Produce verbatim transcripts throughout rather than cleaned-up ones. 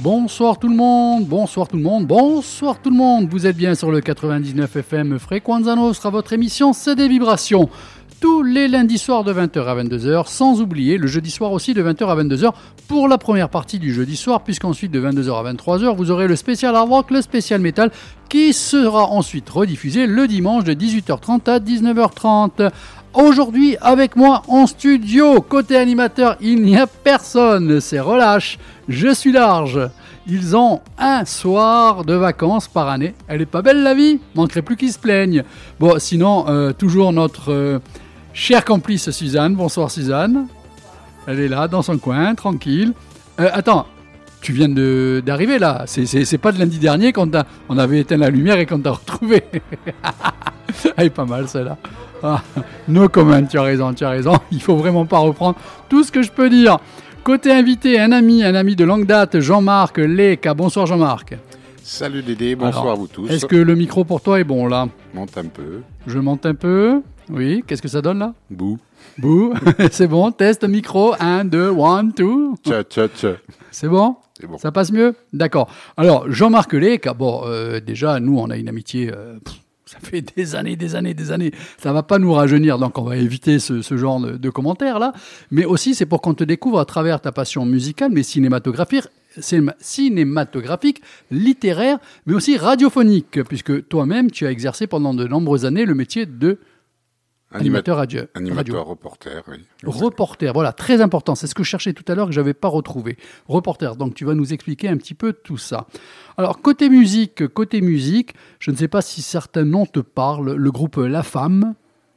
Bonsoir tout le monde, bonsoir tout le monde, bonsoir tout le monde. Vous êtes bien sur le quatre-vingt-dix-neuf F M Frequenza Nostra, votre émission c'est des vibrations. Tous les lundis soirs de vingt heures à vingt-deux heures, sans oublier le jeudi soir aussi de vingt heures à vingt-deux heures pour la première partie du jeudi soir, puisqu'ensuite de vingt-deux heures à vingt-trois heures, vous aurez le spécial hard rock, le spécial metal, qui sera ensuite rediffusé le dimanche de dix-huit heures trente à dix-neuf heures trente. Aujourd'hui, avec moi en studio, côté animateur, il n'y a personne, c'est relâche, je suis large. Ils ont un soir de vacances par année. Elle est pas belle la vie ? Manquerait plus qu'ils se plaignent. Bon, sinon, euh, toujours notre euh, chère complice Suzanne. Bonsoir Suzanne. Elle est là, dans son coin, tranquille. Euh, attends, tu viens de, d'arriver là. C'est, c'est, c'est pas de lundi dernier quand on avait éteint la lumière et qu'on t'a retrouvé. Elle est pas mal celle-là. Ah, no comment, tu as raison, tu as raison. Il faut vraiment pas reprendre tout ce que je peux dire. Côté invité, un ami, un ami de longue date, Jean-Marc Léca. Bonsoir Jean-Marc. Salut Dédé, bonsoir. Alors, à vous tous. Est-ce que le micro pour toi est bon là ? Monte un peu. Je monte un peu. Oui, qu'est-ce que ça donne là ? Bouh. Bouh, c'est bon, test micro, un, deux, one, two. Tcha, tcha, tcha. C'est bon ? C'est bon. Ça passe mieux ? D'accord. Alors, Jean-Marc Léca, bon, euh, déjà, nous, on a une amitié... Euh, pff, ça fait des années, des années, des années. Ça ne va pas nous rajeunir, donc on va éviter ce, ce genre de, de commentaires-là. Mais aussi, c'est pour qu'on te découvre à travers ta passion musicale, mais cinématographique, cinématographique, littéraire, mais aussi radiophonique, puisque toi-même, tu as exercé pendant de nombreuses années le métier de... Animateur radio. Animateur, radio. reporter, oui. Reporter, voilà, très important. C'est ce que je cherchais tout à l'heure que je n'avais pas retrouvé. Reporter, donc tu vas nous expliquer un petit peu tout ça. Alors, côté musique, côté musique, je ne sais pas si certains noms te parlent. Le groupe La Femme.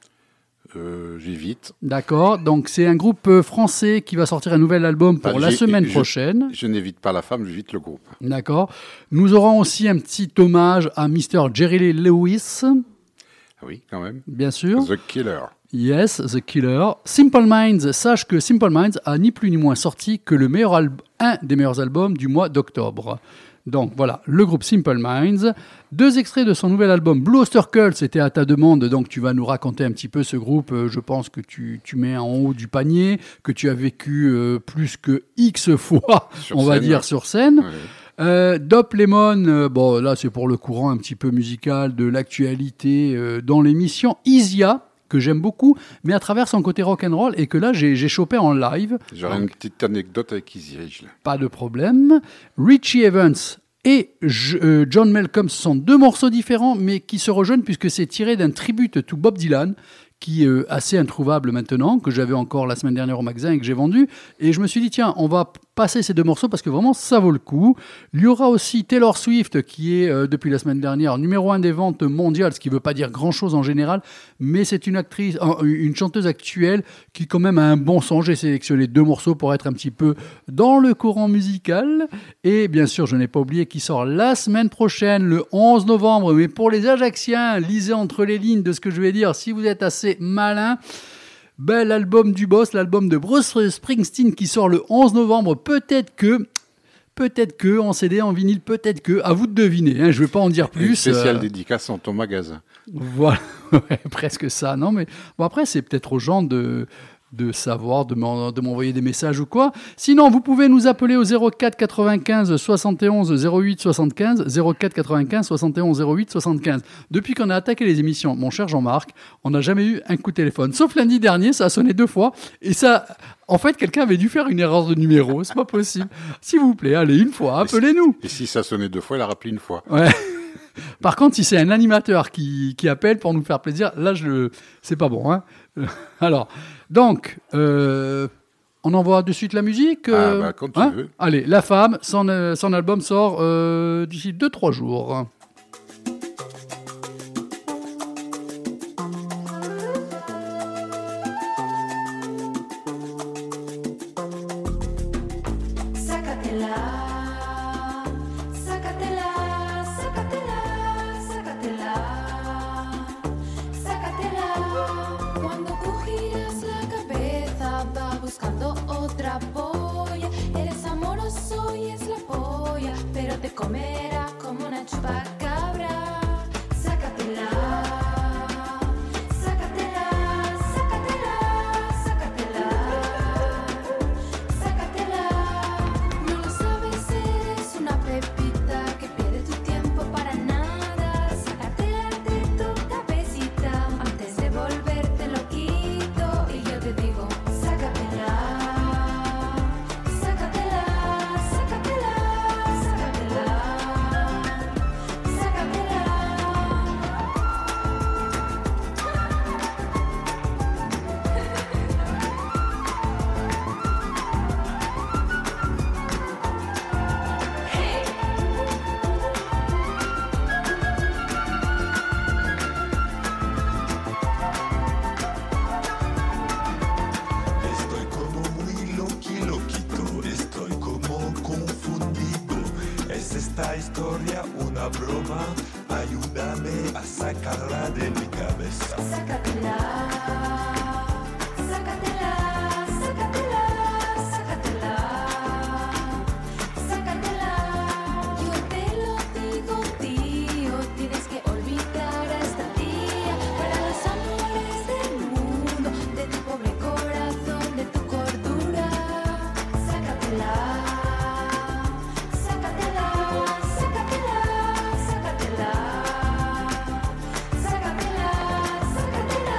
Euh, j'évite. D'accord, donc c'est un groupe français qui va sortir un nouvel album pour enfin, la semaine je, prochaine. Je n'évite pas La Femme, j'évite le groupe. D'accord. Nous aurons aussi un petit hommage à mister Jerry Lee Lewis. Oui, quand même. Bien sûr. The Killer. Yes, The Killer. Simple Minds, sache que Simple Minds a ni plus ni moins sorti que le meilleur al- un des meilleurs albums du mois d'octobre. Donc voilà, le groupe Simple Minds. Deux extraits de son nouvel album Blue Oyster Cult, c'était à ta demande, donc tu vas nous raconter un petit peu ce groupe. Je pense que tu, tu mets en haut du panier, que tu as vécu euh, plus que X fois, sur on scène, va dire, ouais. sur scène. Ouais. Euh, Dop Lemon, euh, bon là c'est pour le courant un petit peu musical de l'actualité euh, dans l'émission. Isia, que j'aime beaucoup, mais à travers son côté rock'n'roll et que là j'ai, j'ai chopé en live. J'aurais une petite anecdote avec Easy Ridge. Là. Pas de problème. Richie Evans et J- euh, John Malcolm sont deux morceaux différents mais qui se rejoignent puisque c'est tiré d'un tribute to Bob Dylan qui est euh, assez introuvable maintenant, que j'avais encore la semaine dernière au magasin et que j'ai vendu. Et je me suis dit, tiens, on va passer ces deux morceaux parce que vraiment, ça vaut le coup. Il y aura aussi Taylor Swift qui est, euh, depuis la semaine dernière, numéro un des ventes mondiales, ce qui ne veut pas dire grand-chose en général, mais c'est une actrice, euh, une chanteuse actuelle qui quand même a un bon son. J'ai sélectionné deux morceaux pour être un petit peu dans le courant musical. Et bien sûr, je n'ai pas oublié qu'il sort la semaine prochaine, le onze novembre. Mais pour les Ajacciens, lisez entre les lignes de ce que je vais dire, si vous êtes assez malin, ben, l'album du boss, l'album de Bruce Springsteen qui sort le onze novembre, peut-être que, peut-être que, en C D, en vinyle, peut-être que, à vous de deviner, hein, je ne vais pas en dire plus. Une spéciale euh... dédicace en ton magasin. Voilà, ouais, presque ça, non mais, bon après c'est peut-être aux gens de... de savoir, de, m'en, de m'envoyer des messages ou quoi. Sinon, vous pouvez nous appeler au zéro quatre quatre-vingt-quinze soixante et onze zéro huit soixante-quinze, zéro quatre quatre-vingt-quinze soixante et onze zéro huit soixante-quinze. Depuis qu'on a attaqué les émissions, mon cher Jean-Marc, on n'a jamais eu un coup de téléphone. Sauf lundi dernier, ça a sonné deux fois. Et ça, en fait, quelqu'un avait dû faire une erreur de numéro. C'est pas possible. S'il vous plaît, allez, une fois, appelez-nous. Et si ça sonnait deux fois, il a rappelé une fois. Ouais. Par contre, si c'est un animateur qui, qui appelle pour nous faire plaisir, là, je, c'est pas bon. Hein. Alors, donc, euh, on envoie de suite la musique. Euh, ah, bah, quand tu hein veux. Allez, La Femme, son, euh, son album sort euh, d'ici deux trois jours. No lo sabes, eres un esta historia una broma, ayúdame a sacarla de mi cabeza. Sácatela, sácatela, sácatela, sácatela, sácatela. Yo te lo digo, tío, tienes que olvidar a esta tía para los amores del mundo, de tu pobre corazón, de tu cordura. Sácatela, sácatela, sácatela, sácatela, sácatela, sácatela,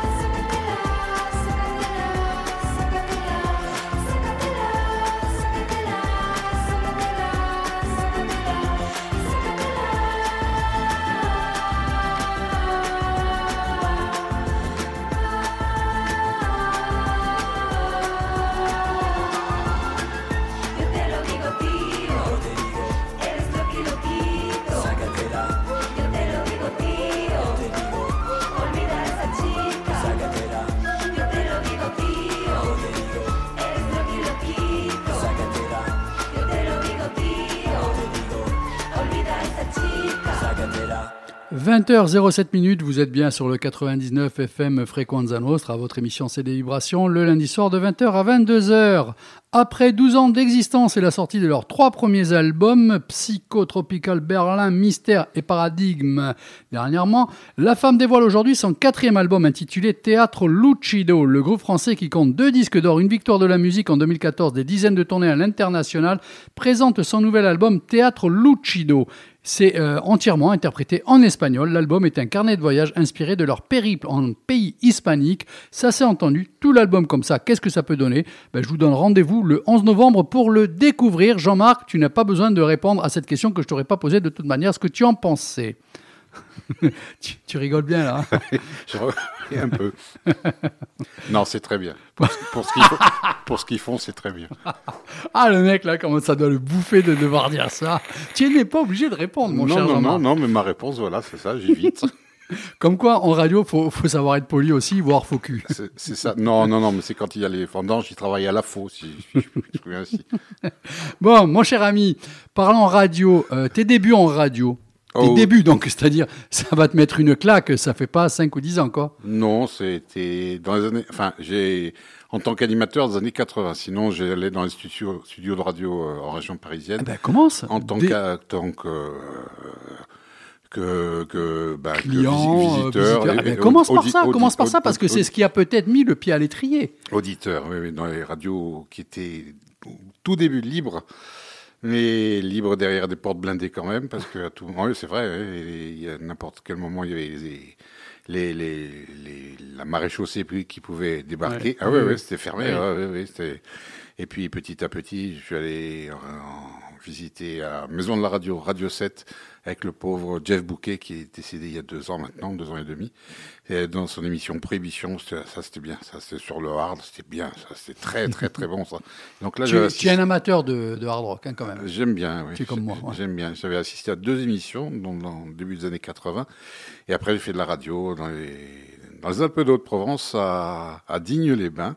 yo te lo digo, tío, eres loqui loquito. Yo te lo digo, tío, olvida a esa chica. Yo te lo digo, tío, eres loqui loquito. Yo te lo digo, tío, olvida a esa chica. vingt heures zéro sept minutes, vous êtes bien sur le quatre-vingt-dix-neuf F M Frequenza Nostra, votre émission C D Vibrations, le lundi soir de vingt heures à vingt-deux heures. Après douze ans d'existence et la sortie de leurs trois premiers albums, Psychotropical Berlin, Mystère et Paradigme, dernièrement, La Femme dévoile aujourd'hui son quatrième album intitulé Teatro Lucido. Le groupe français qui compte deux disques d'or, une victoire de la musique en deux mille quatorze, des dizaines de tournées à l'international, présente son nouvel album Teatro Lucido. C'est euh, entièrement interprété en espagnol. L'album est un carnet de voyage inspiré de leur périple en pays hispanique. Ça s'est entendu, tout l'album comme ça, qu'est-ce que ça peut donner ? Ben, je vous donne rendez-vous le onze novembre pour le découvrir. Jean-Marc, tu n'as pas besoin de répondre à cette question que je t'aurais pas posée de toute manière. Ce que tu en pensais ? tu, tu rigoles bien là. Hein. Je reviens un peu. Non, c'est très bien. Pour, pour, ce qu'ils font, pour ce qu'ils font, c'est très bien. Ah, le mec là, comment ça doit le bouffer de devoir dire ça. Tu n'es pas obligé de répondre, mon non, cher non, Jean-Marc. non, non, mais ma réponse, voilà, c'est ça, j'évite. Comme quoi, en radio, faut, faut savoir être poli aussi, voire faux cul. C'est, c'est ça. Non, non, non, mais c'est quand il y a les vendanges, il travaille à la faux, si, si je me souviens ainsi. Bon, mon cher ami, parlons radio. Euh, tes débuts en radio. Tes Oh. débuts, donc, c'est-à-dire, ça va te mettre une claque, ça fait pas cinq ou dix ans, quoi. Non, c'était dans les années. Enfin, j'ai en tant qu'animateur des années quatre-vingts. Sinon, j'allais dans les studios, studios de radio euh, en région parisienne. Eh ben, commence. En tant Dès- que, tant que, que, que, ben, que Client, visi- euh, visiteur. visiteur. et- Eh ben, et commence par audi- ça, audi- commence par ça, audi- parce que c'est audi- ce qui a peut-être mis le pied à l'étrier. Auditeur, oui, oui, dans les radios qui étaient au tout début libres, mais libres derrière des portes blindées quand même, parce que à tout moment, oui, c'est vrai, oui, il y a n'importe quel moment, il y avait les, les, les, les- la maréchaussée puis- qui pouvait débarquer. Ouais. Ah oui, Oui, oui, oui. c'était fermé. Oui. ah, oui, oui, c'était... Et puis petit à petit, je suis allé en, en visiter à Maison de la Radio, Radio sept, avec le pauvre Jeff Bouquet qui est décédé il y a deux ans maintenant, deux ans et demi. Et dans son émission Prohibition, c'était- ça c'était bien, ça c'était sur le hard, c'était bien, ça c'était très très très bon ça. Donc là, Tu, j'avais tu es un assisté- amateur de, de hard rock, hein, quand même. J'aime bien, oui. Tu es comme moi, ouais. J'aime bien. J'avais assisté à deux émissions, dont dans le début des années quatre-vingts. Et après, j'ai fait de la radio dans les, dans les Alpes d'Haute-Provence, à, à Digne-les-Bains,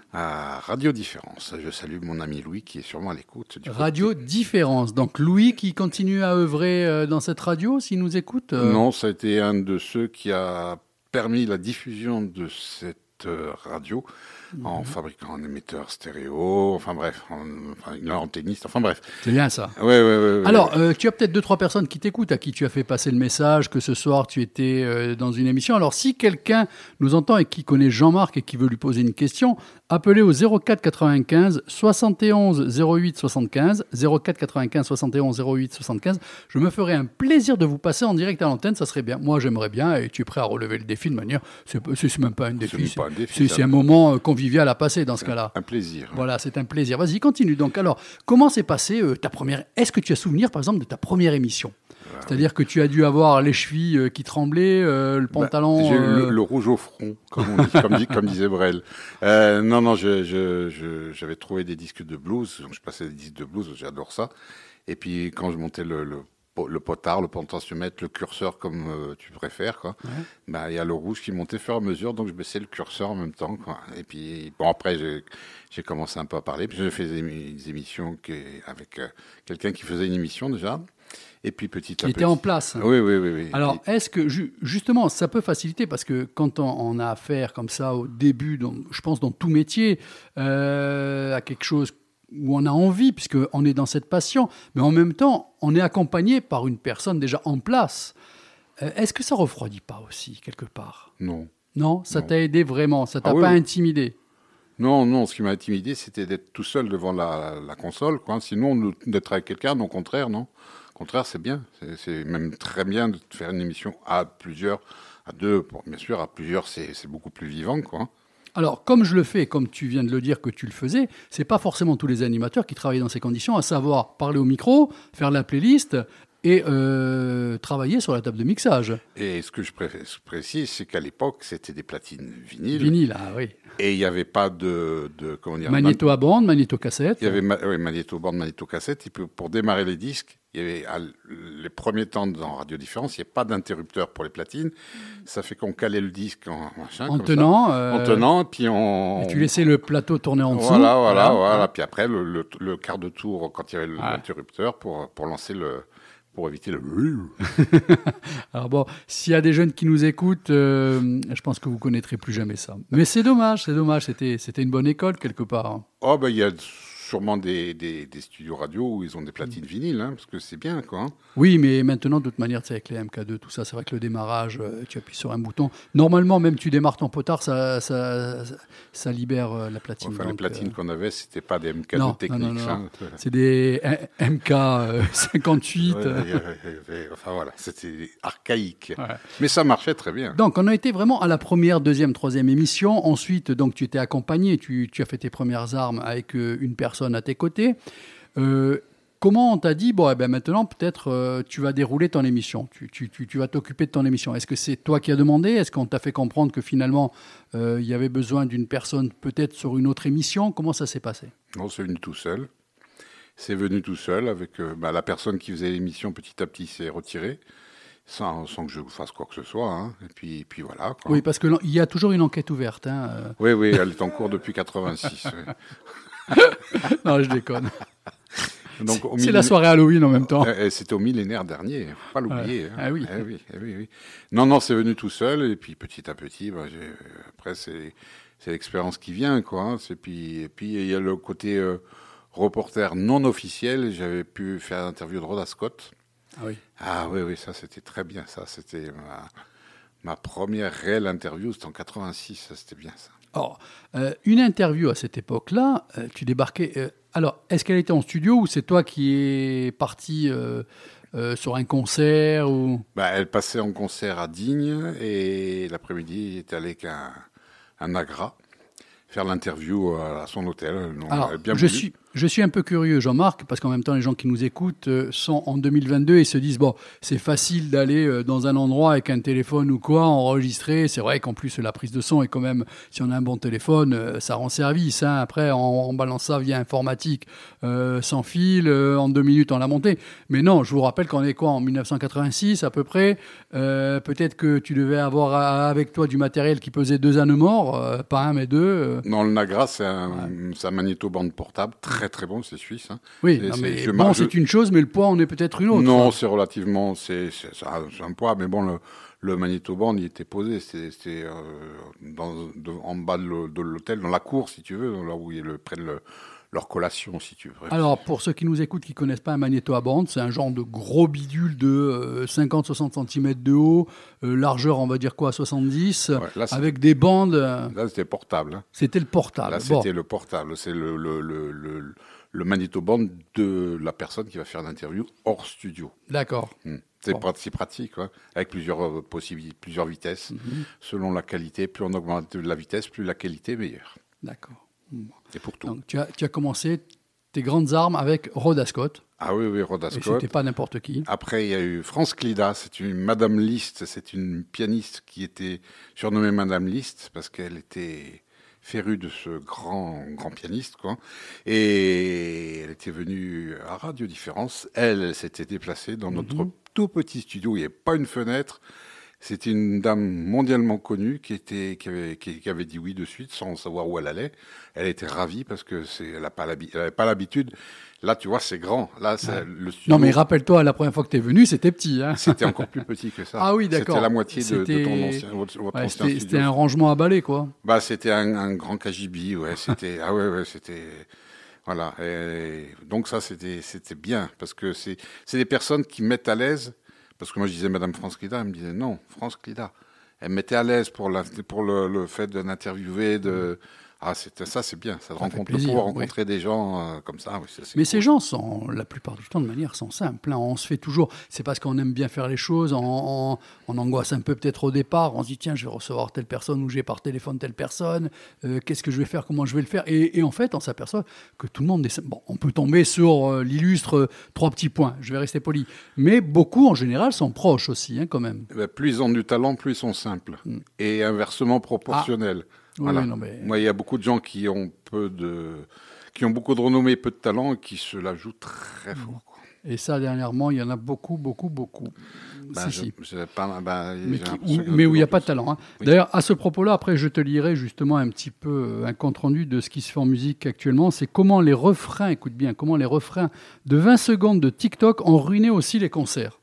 à Radio Différence. Je salue mon ami Louis, qui est sûrement à l'écoute. du Radio Différence. Donc, Louis qui continue à œuvrer euh, dans cette radio, s'il nous écoute. euh, Non, ça a été un de ceux qui a permis la diffusion de cette euh, radio en fabriquant un émetteur stéréo, enfin bref, en, enfin, il est antenniste, enfin bref. C'est bien ça. Ouais, ouais, ouais, ouais. Alors, euh, tu as peut-être deux, trois personnes qui t'écoutent, à qui tu as fait passer le message que ce soir tu étais euh, dans une émission. Alors, si quelqu'un nous entend et qui connaît Jean-Marc et qui veut lui poser une question, appelez au zéro quatre quatre-vingt-quinze soixante et onze zéro huit soixante-quinze, zéro quatre quatre-vingt-quinze soixante et onze zéro huit soixante-quinze. Je me ferai un plaisir de vous passer en direct à l'antenne, ça serait bien. Moi, j'aimerais bien, et tu es prêt à relever le défi de manière, c'est, c'est c'est même pas un défi, même c'est, pas un défi, c'est- ça. c'est un moment euh, convivial à passer dans ce cas-là. Un plaisir. Voilà, c'est un plaisir. Vas-y, continue. Donc, alors, comment s'est passée euh, ta première... Est-ce que tu as souvenir, par exemple, de ta première émission ? C'est-à-dire que tu as dû avoir les chevilles euh, qui tremblaient, euh, le Bah, pantalon... j'ai eu euh, le, le rouge au front, comme, on dit, comme, dit- comme disait Brel. Euh, non, non, je, je, je- j'avais trouvé des disques de blues, donc je passais des disques de blues, j'adore ça. Et puis quand je montais le, le, po- le potard, le potentiomètre, le curseur, comme euh, tu préfères, quoi, Ouais. bah, il y a le rouge qui montait au fur et à mesure, donc je baissais le curseur en même temps, quoi. Et puis, bon, après, j'ai, j'ai commencé un peu à parler, puis j'ai fait des, émi- des émissions qui, avec euh, quelqu'un qui faisait une émission déjà. Et puis petit qui à était petit. en place. Oui, oui, oui. oui. Alors, est-ce que, ju- justement, ça peut faciliter parce que quand on, on a affaire comme ça au début, dans- je pense dans tout métier, euh, à quelque chose où on a envie, puisqu'on est dans cette passion, mais en même temps, on est accompagné par une personne déjà en place. Euh, est-ce que ça refroidit pas aussi, quelque part? Non. Non, ça Non. t'a aidé vraiment, ça t'a Ah oui, pas oui. intimidé. Non, non, ce qui m'a intimidé, c'était d'être tout seul devant la, la console, quoi. Sinon, nous- d'être avec quelqu'un, non, au contraire, non. Au contraire, c'est bien. C'est, c'est même très bien de faire une émission à plusieurs, à deux, bon, bien sûr, à plusieurs, c'est, c'est beaucoup plus vivant, quoi. Alors, comme je le fais, comme tu viens de le dire que tu le faisais, c'est pas forcément tous les animateurs qui travaillent dans ces conditions, à savoir parler au micro, faire la playlist et euh, travailler sur la table de mixage. Et ce que je pré- je précise, c'est qu'à l'époque, c'était des platines vinyles. Vinyle, ah oui. Et il n'y avait pas de, de comment dire, Magnéto à bande, magnéto cassette. Il y avait ma- oui, magnéto-bande, magnéto-cassette. Et puis, pour démarrer les disques, il y avait à l- les premiers temps dans Radio Différence, il n'y avait pas d'interrupteur pour les platines. Ça fait qu'on calait le disque en machin, En comme tenant. ça. euh, En tenant, et puis on. Et tu laissais le plateau tourner en dessous. Voilà, voilà, voilà. Puis après, le, le, le quart de tour, quand il y avait Ah. l'interrupteur, pour, pour lancer le. Pour éviter le. Alors bon, s'il y a des jeunes qui nous écoutent, euh, je pense que vous connaîtrez plus jamais ça. Mais c'est dommage, c'est dommage. C'était, c'était une bonne école quelque part. Oh, ben, il y a sûrement des, des, des studios radio où ils ont des platines vinyles, hein, parce que c'est bien, quoi. hein. Oui, mais maintenant, de toute manière, tu sais, avec les M K deux, tout ça, c'est vrai que le démarrage, euh, tu appuies sur un bouton. Normalement, même tu démarres ton potard, ça, ça, ça, ça libère euh, la platine. Enfin, les Donc, platines euh, qu'on avait, c'était pas des M K deux non, techniques. non, non, non. hein. c'est des euh, M K euh, cinquante-huit. Ouais, ouais, ouais, ouais, ouais. Enfin voilà, c'était archaïque. Ouais. Mais ça marchait très bien. Donc, on a été vraiment à la première, deuxième, troisième émission. Ensuite, donc, tu étais accompagné, tu, tu as fait tes premières armes avec euh, une personne à tes côtés. Euh, comment on t'a dit, bon, eh ben maintenant, peut-être, euh, tu vas dérouler ton émission, tu, tu, tu, tu vas t'occuper de ton émission. Est-ce que c'est toi qui as demandé? Est-ce qu'on t'a fait comprendre que finalement, euh, il y avait besoin d'une personne peut-être sur une autre émission? Comment ça s'est passé? Non, c'est venu tout seul. C'est venu tout seul avec euh, bah, la personne qui faisait l'émission petit à petit s'est retirée. Sans, sans que je fasse quoi que ce soit. Hein. Et puis, puis voilà. Quoi. Oui, parce qu'il y a toujours une enquête ouverte. Hein. euh. Oui, oui, elle est en cours depuis quatre-vingt-six. oui. Non, je déconne. Donc, au C'est millénaire- la soirée Halloween en même temps. Euh, C'était au millénaire dernier, faut pas l'oublier. Ouais. hein. Ah oui. Eh oui, eh oui, oui. Non, non, c'est venu tout seul, et puis petit à petit, bah, j'ai- après, c'est c'est l'expérience qui vient, quoi. hein. C'est puis, et puis, il y a le côté euh, reporter non officiel. J'avais pu faire l'interview de Rhoda Scott. Ah oui. Ah oui, oui, ça, c'était très bien, ça. C'était ma, ma première réelle interview, c'était en quatre-vingt-six, ça, c'était bien, ça. Alors, euh, une interview à cette époque-là, euh, tu débarquais. euh, alors, est-ce qu'elle était en studio ou c'est toi qui es parti euh, euh, sur un concert ou... Bah, elle passait en concert à Digne, et l'après-midi, il était allé avec un, un Agra faire l'interview à son hôtel. Non, Alors, elle a bien je voulu. suis, je suis un peu curieux, Jean-Marc, parce qu'en même temps, les gens qui nous écoutent euh, sont en deux mille vingt-deux et se disent, bon, c'est facile d'aller euh, dans un endroit avec un téléphone ou quoi, enregistrer. C'est vrai qu'en plus, la prise de son est quand même, si on a un bon téléphone, euh, ça rend service. Hein. Après, on, on balance ça via informatique, euh, sans fil, euh, en deux minutes, on l'a monté. Mais non, je vous rappelle qu'on est quoi, en mille neuf cent quatre-vingt-six à peu près. Euh, peut-être que tu devais avoir à- avec toi du matériel qui pesait deux ânes morts, euh, pas un, mais deux. euh. Non, le Nagra, c'est un, c'est un magnétobande portable, très très bon, c'est suisse. hein. Oui, C'est- non, c'est- mais je bon, mar- je- c'est une chose, mais le poids en est peut-être une autre. Non, c'est relativement, c'est c'est- ça- c'est un poids, mais bon, le, le magnétobande, il était posé, c'était c'était, euh, dans- de- en bas de le- de l'hôtel, dans la cour, si tu veux, là où ils le, prennent le- leur collation, si tu veux. Bref. Alors, pour ceux qui nous écoutent, qui ne connaissent pas un magnéto à bande, c'est un genre de gros bidule de euh, cinquante à soixante centimètres de haut, euh, largeur, on va dire quoi, soixante-dix, Ouais, là, c'est- avec des bandes. euh, Là, c'était portable. hein. C'était le portable. Là, Bon. c'était le portable. C'est le, le, le, le, le magnétobande de la personne qui va faire l'interview hors studio. D'accord. Hmm. C'est Bon. prat- c'est pratique, quoi, avec plusieurs euh, possibilités, plusieurs vitesses. Mhm. Selon la qualité, plus on augmente la vitesse, plus la qualité est meilleure. D'accord. C'est pour tout. Donc, tu as, tu as commencé tes grandes armes avec Rhoda Scott. Ah oui, oui, Rhoda Et Scott. c'était pas n'importe qui. Après, il y a eu France Clida, c'est une Madame Liszt, c'est une pianiste qui était surnommée Madame Liszt parce qu'elle était férue de ce grand, grand pianiste, quoi. Et elle était venue à Radio Différence. Elle, elle s'était déplacée dans notre Mhm. tout petit studio où il n'y avait pas une fenêtre. C'était une dame mondialement connue qui était, qui avait, qui, qui avait dit oui de suite sans savoir où elle allait. Elle était ravie parce que c'est, elle n'a pas l'habi- elle avait pas l'habitude. Là, tu vois, c'est grand. Là, c'est Ouais. le studio. Non, mais rappelle-toi, la première fois que tu es venu, c'était petit. Hein. C'était encore plus petit que ça. Ah oui, d'accord. C'était la moitié de, de C'était- ton ancien, votre, votre Ouais, ancien c'était, studio. c'était un rangement à balai, quoi. Bah, c'était un, un grand K G B, ouais. C'était, ah ouais, ouais, c'était, voilà. Et donc ça, c'était, c'était bien parce que c'est, c'est des personnes qui mettent à l'aise. Parce que moi, je disais Madame France Clida, elle me disait non, France Clida. Elle me mettait à l'aise pour la, pour le, le fait de l'interviewer, de, ah, c'était, ça, c'est bien. Ça, fait rencontre, plaisir, pouvoir oui. rencontrer des gens euh, comme ça, oui, ça, c'est Mais cool. ces gens sont, la plupart du temps, de manière, sont simples. hein. On se fait toujours. C'est parce qu'on aime bien faire les choses. On, on, on angoisse un peu peut-être au départ. On se dit tiens, je vais recevoir telle personne ou j'ai par téléphone telle personne. Euh, qu'est-ce que je vais faire? Comment je vais le faire? Et, et en fait, on s'aperçoit que tout le monde est simple. Bon, on peut tomber sur euh, l'illustre euh, trois petits points. Je vais rester poli. Mais beaucoup, en général, sont proches aussi, hein, quand même. Eh ben, plus ils ont du talent, plus ils sont simples. Mm. Et inversement proportionnel. Oui, Voilà. oui, non, mais- Moi, il y a beaucoup de gens qui ont peu de, qui ont beaucoup de renommée, peu de talent, et qui se la jouent très fort. quoi. Et ça, dernièrement, il y en a beaucoup, beaucoup, beaucoup. Ben, si, je- si. j'ai pas- ben, Mais, j'ai qui- l'impression où- qu'il y en a mais où il n'y a de pas de plus en talent. hein. Oui. D'ailleurs, à ce propos-là, après, je te lirai justement un petit peu euh, un compte-rendu de ce qui se fait en musique actuellement. C'est comment les refrains, écoute bien, comment les refrains de vingt secondes de TikTok ont ruiné aussi les concerts.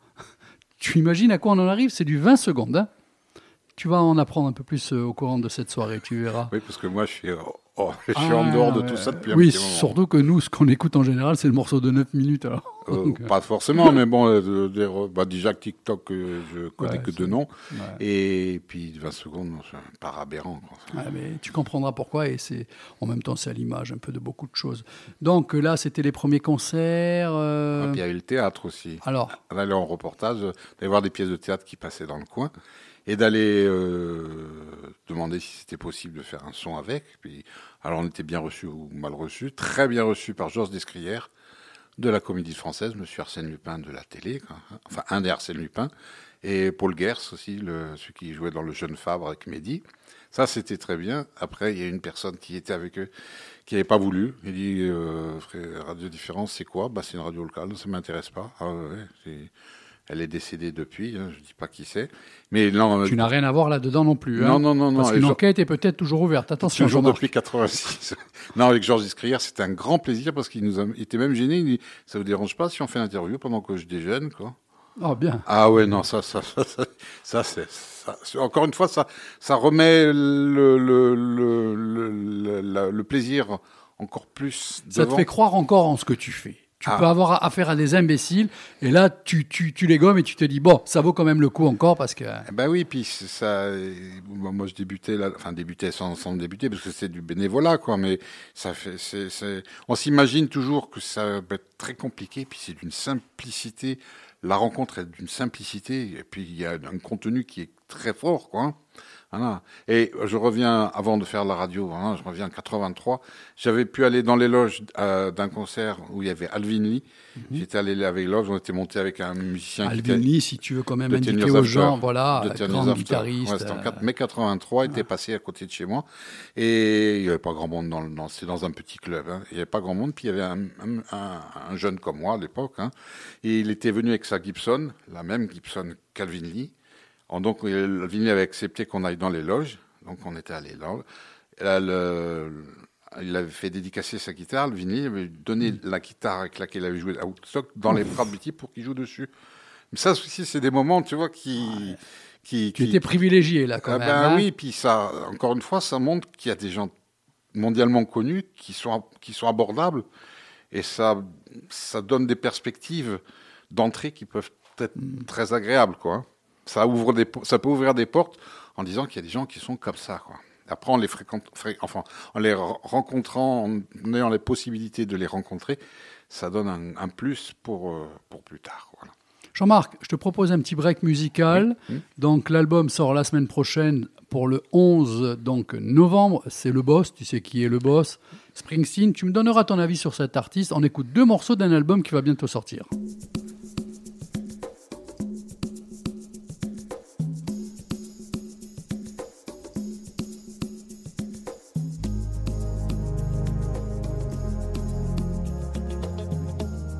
Tu imagines à quoi on en arrive? C'est du vingt secondes. hein. Tu vas en apprendre un peu plus euh, au courant de cette soirée, tu verras. Oui, parce que moi, je suis, oh, oh, je suis Ah, en dehors de ouais. tout ça depuis un Oui, petit moment. surtout que nous, ce qu'on écoute en général, c'est le morceau de neuf minutes. Alors. Euh, Donc, euh, pas forcément, mais bon, euh, de- de- re- bah, déjà que TikTok, euh, je connais Ouais, que c'est- deux noms. ouais. Et puis vingt secondes, non, c'est un par aberrant. quoi. Ouais, mais tu comprendras pourquoi, et c'est en même temps c'est à l'image un peu de beaucoup de choses. Donc euh, là, c'était les premiers concerts. euh, Et puis il y a eu le théâtre aussi. Alors, D'aller en reportage, euh, d'aller voir des pièces de théâtre qui passaient dans le coin et d'aller euh, demander si c'était possible de faire un son avec. Puis, alors on était bien reçus ou mal reçus, très bien reçus par Georges Descrières de la Comédie Française, Monsieur Arsène Lupin de la télé, quoi. Enfin un des Arsène Lupin, et Paul Gers aussi, le, celui qui jouait dans Le Jeune Fabre avec Mehdi. Ça, c'était très bien. Après, il y a une personne qui était avec eux, qui n'avait pas voulu. Il dit, euh, frère, Radio Différence, c'est quoi? Bah, c'est une radio locale, ça m'intéresse pas. Ah ouais, c'est... Elle est décédée depuis, hein, je dis pas qui c'est. Mais non, tu n'as rien à voir là-dedans non plus. non, hein, non, non, non. Parce et qu'une Jean- enquête est peut-être toujours ouverte. Attention, toujours Jean-Marc. depuis quatre-vingt-six. Non, avec Georges Descrières, c'était un grand plaisir parce qu'il nous a, il était même gêné. Il dit, ça vous dérange pas si on fait l'interview pendant que je déjeune, quoi? Oh, bien. Ah ouais, non, ça, ça, ça, ça, ça, c'est, ça, c'est- encore une fois, ça, ça remet le, le, le, le, le, la- le plaisir encore plus Ça devant. te fait croire encore en ce que tu fais. Tu Ah. peux avoir affaire à des imbéciles, et là, tu, tu, tu les gommes et tu te dis, bon, ça vaut quand même le coup encore, parce que... Eh ben oui, puis c'est ça. euh, Moi, je débutais là, enfin débutais sans, sans débuter parce que c'est du bénévolat, quoi. Mais ça fait, c'est, c'est, on s'imagine toujours que ça va être très compliqué, puis c'est d'une simplicité. La rencontre est d'une simplicité, et puis il y a un contenu qui est très fort, quoi. Voilà. Et je reviens, avant de faire la radio, voilà, je reviens en quatre-vingt-trois, j'avais pu aller dans les loges euh, d'un concert où il y avait Alvin Lee. Mhm. J'étais allé avec les loges, on était monté avec un musicien qui Alvin était... Lee, si tu veux quand même de indiquer Ten Years aux After. gens, voilà, de Ten grand Years After. guitariste. Ouais, c'était en euh, quatre- mai quatre-vingt-trois, il était passé à côté de chez moi. Et il n'y avait pas grand monde dans le, dans, c'est dans un petit club, hein. Il n'y avait pas grand monde. Puis il y avait un, un, un, un jeune comme moi à l'époque, hein. Et il était venu avec sa Gibson, la même Gibson qu'Alvin Lee. En, donc, Alvin Lee avait accepté qu'on aille dans les loges. Donc, on était allé là. Là, le, il avait fait dédicacer sa guitare. Alvin Lee avait donné Mm. la guitare avec laquelle il avait joué à Woodstock dans les bras de Betty pour qu'il joue dessus. Mais ça aussi, c'est des moments, tu vois, qui... qui, Tu qui étais privilégié, là, quand ah même. ben hein. oui, puis ça, encore une fois, ça montre qu'il y a des gens mondialement connus qui sont, qui sont abordables. Et ça, ça donne des perspectives d'entrée qui peuvent être Mm. très agréables, quoi. Ça ouvre des, ça peut ouvrir des portes en disant qu'il y a des gens qui sont comme ça, quoi. Après, en les fréquente, fré- enfin, en les re- rencontrant, en ayant les possibilités de les rencontrer, ça donne un, un plus pour, euh, pour plus tard, voilà. Jean-Marc, je te propose un petit break musical. Oui. Donc, l'album sort la semaine prochaine pour le onze donc, novembre. C'est le boss. Tu sais qui est le boss. Springsteen. Tu me donneras ton avis sur cet artiste. On écoute deux morceaux d'un album qui va bientôt sortir.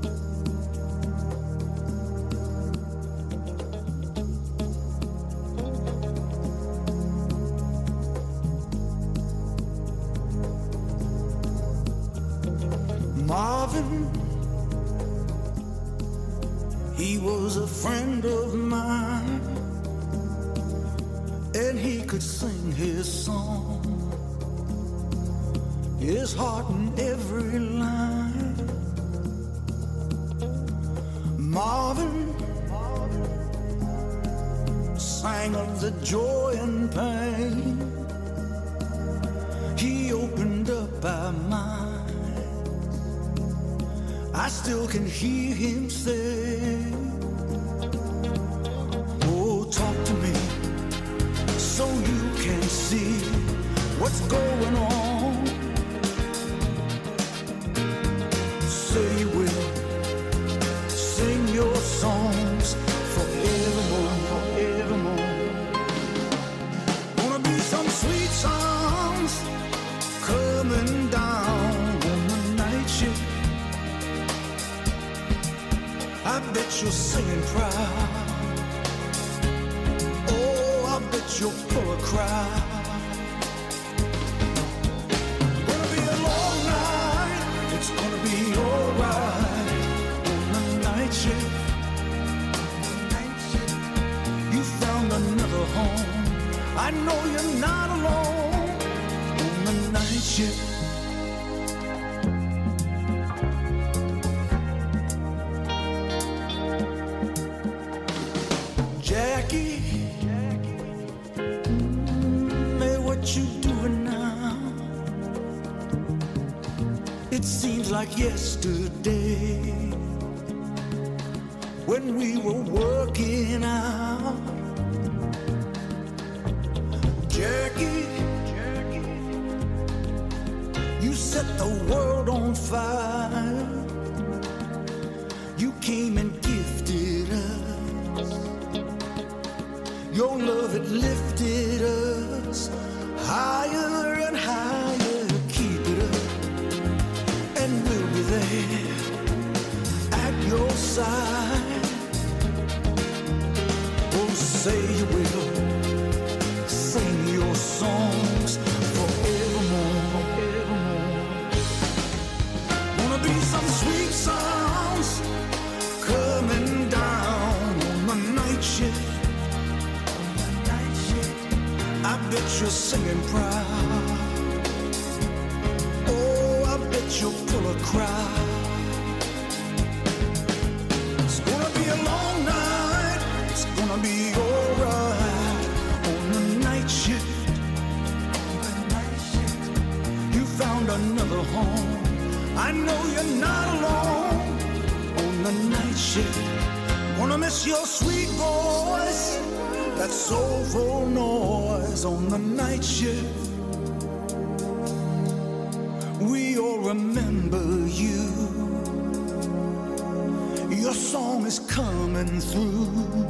Thank Marvin, he was a friend of mine, and he could sing his song, his heart in every line. Marvin sang of the joy and pain. He opened up our minds. I still can hear him say, oh, talk to me so you can see what's going on. Say you will sing your songs forevermore, forevermore. Gonna be some sweet songs coming down on the night shift. I bet you're singing proud. Oh, I bet you're full of cry. Gonna be a long night. It's gonna be alright on the night shift. You found another home. I know you're not alone on the night shift. Jackie, mm, hey, what you doing now? It seems like yesterday when we were working out. Jackie, you set the world on fire. You came and gifted us. Your love, it lifted us higher and higher. Keep it up, and we'll be there at your side. Oh, say you will sing your songs forevermore, forevermore. Wanna be some sweet songs coming down on the night shift. I bet you're singing proud. Oh, I bet you're full of cry. It's gonna be a long night. It's gonna be alright on the night shift. You found another home. I know you're not alone on the night shift. Wanna miss your sweet voice, that soulful noise on the night shift. We all remember you. Your song is coming through.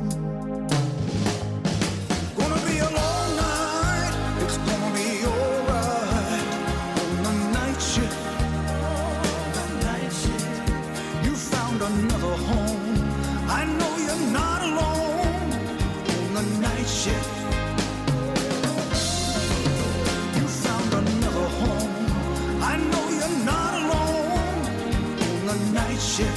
Gonna be a long night. It's gonna be alright on the night shift. You found another home. I know you're not alone on the night shift. You found another home. I know you're not alone on the night shift.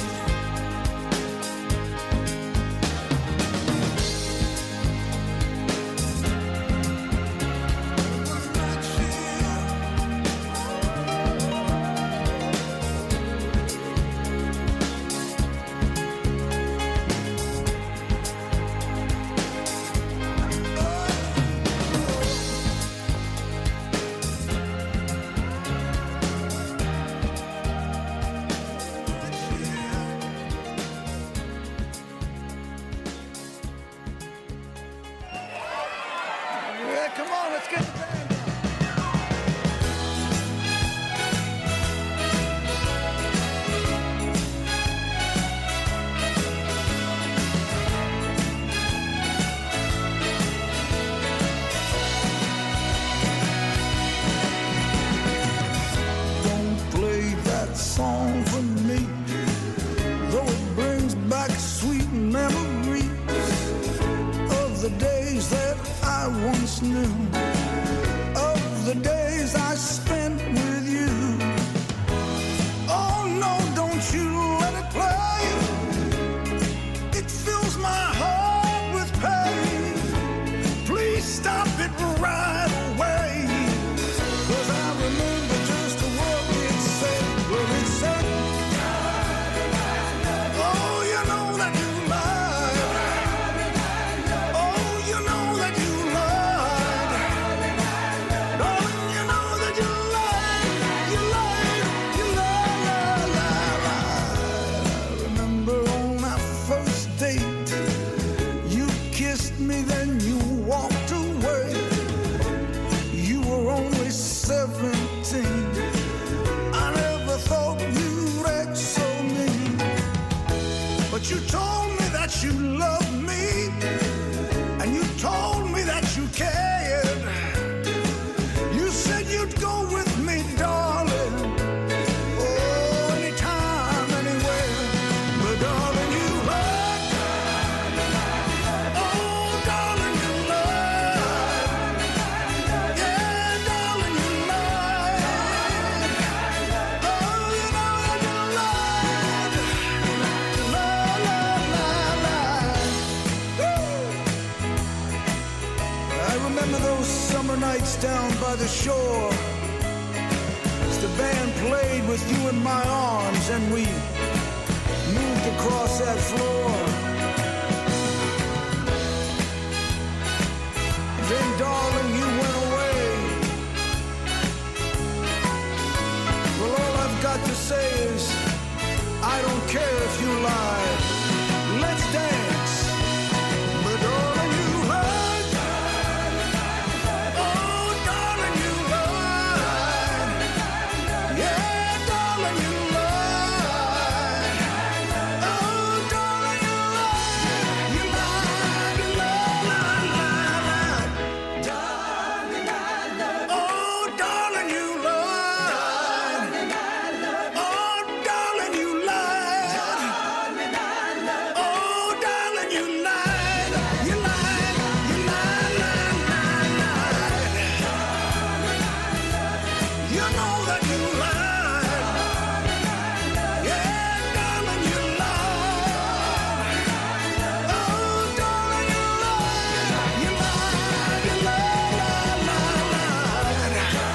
Of the days I spent with you. Oh no, by the shore. As the band played with you in my arms and we moved across that floor. Then, darling, you went away. Well, all I've got to say is I don't care if you lie. Let's dance. But darling, you lied. Oh, darling, you lied. Yeah, darling, you lied. Oh, darling, you lied. You lied, you lied, lied, lied, lied. Darling, I love you. Oh, darling, you lied. Oh, darling, you lied. Oh, darling, you lied. You lied. You lied, lied, lied, lied. You know that you lied. Yeah, darling, you lied. Oh, darling, you lied. You lied, you lied, lied, lied,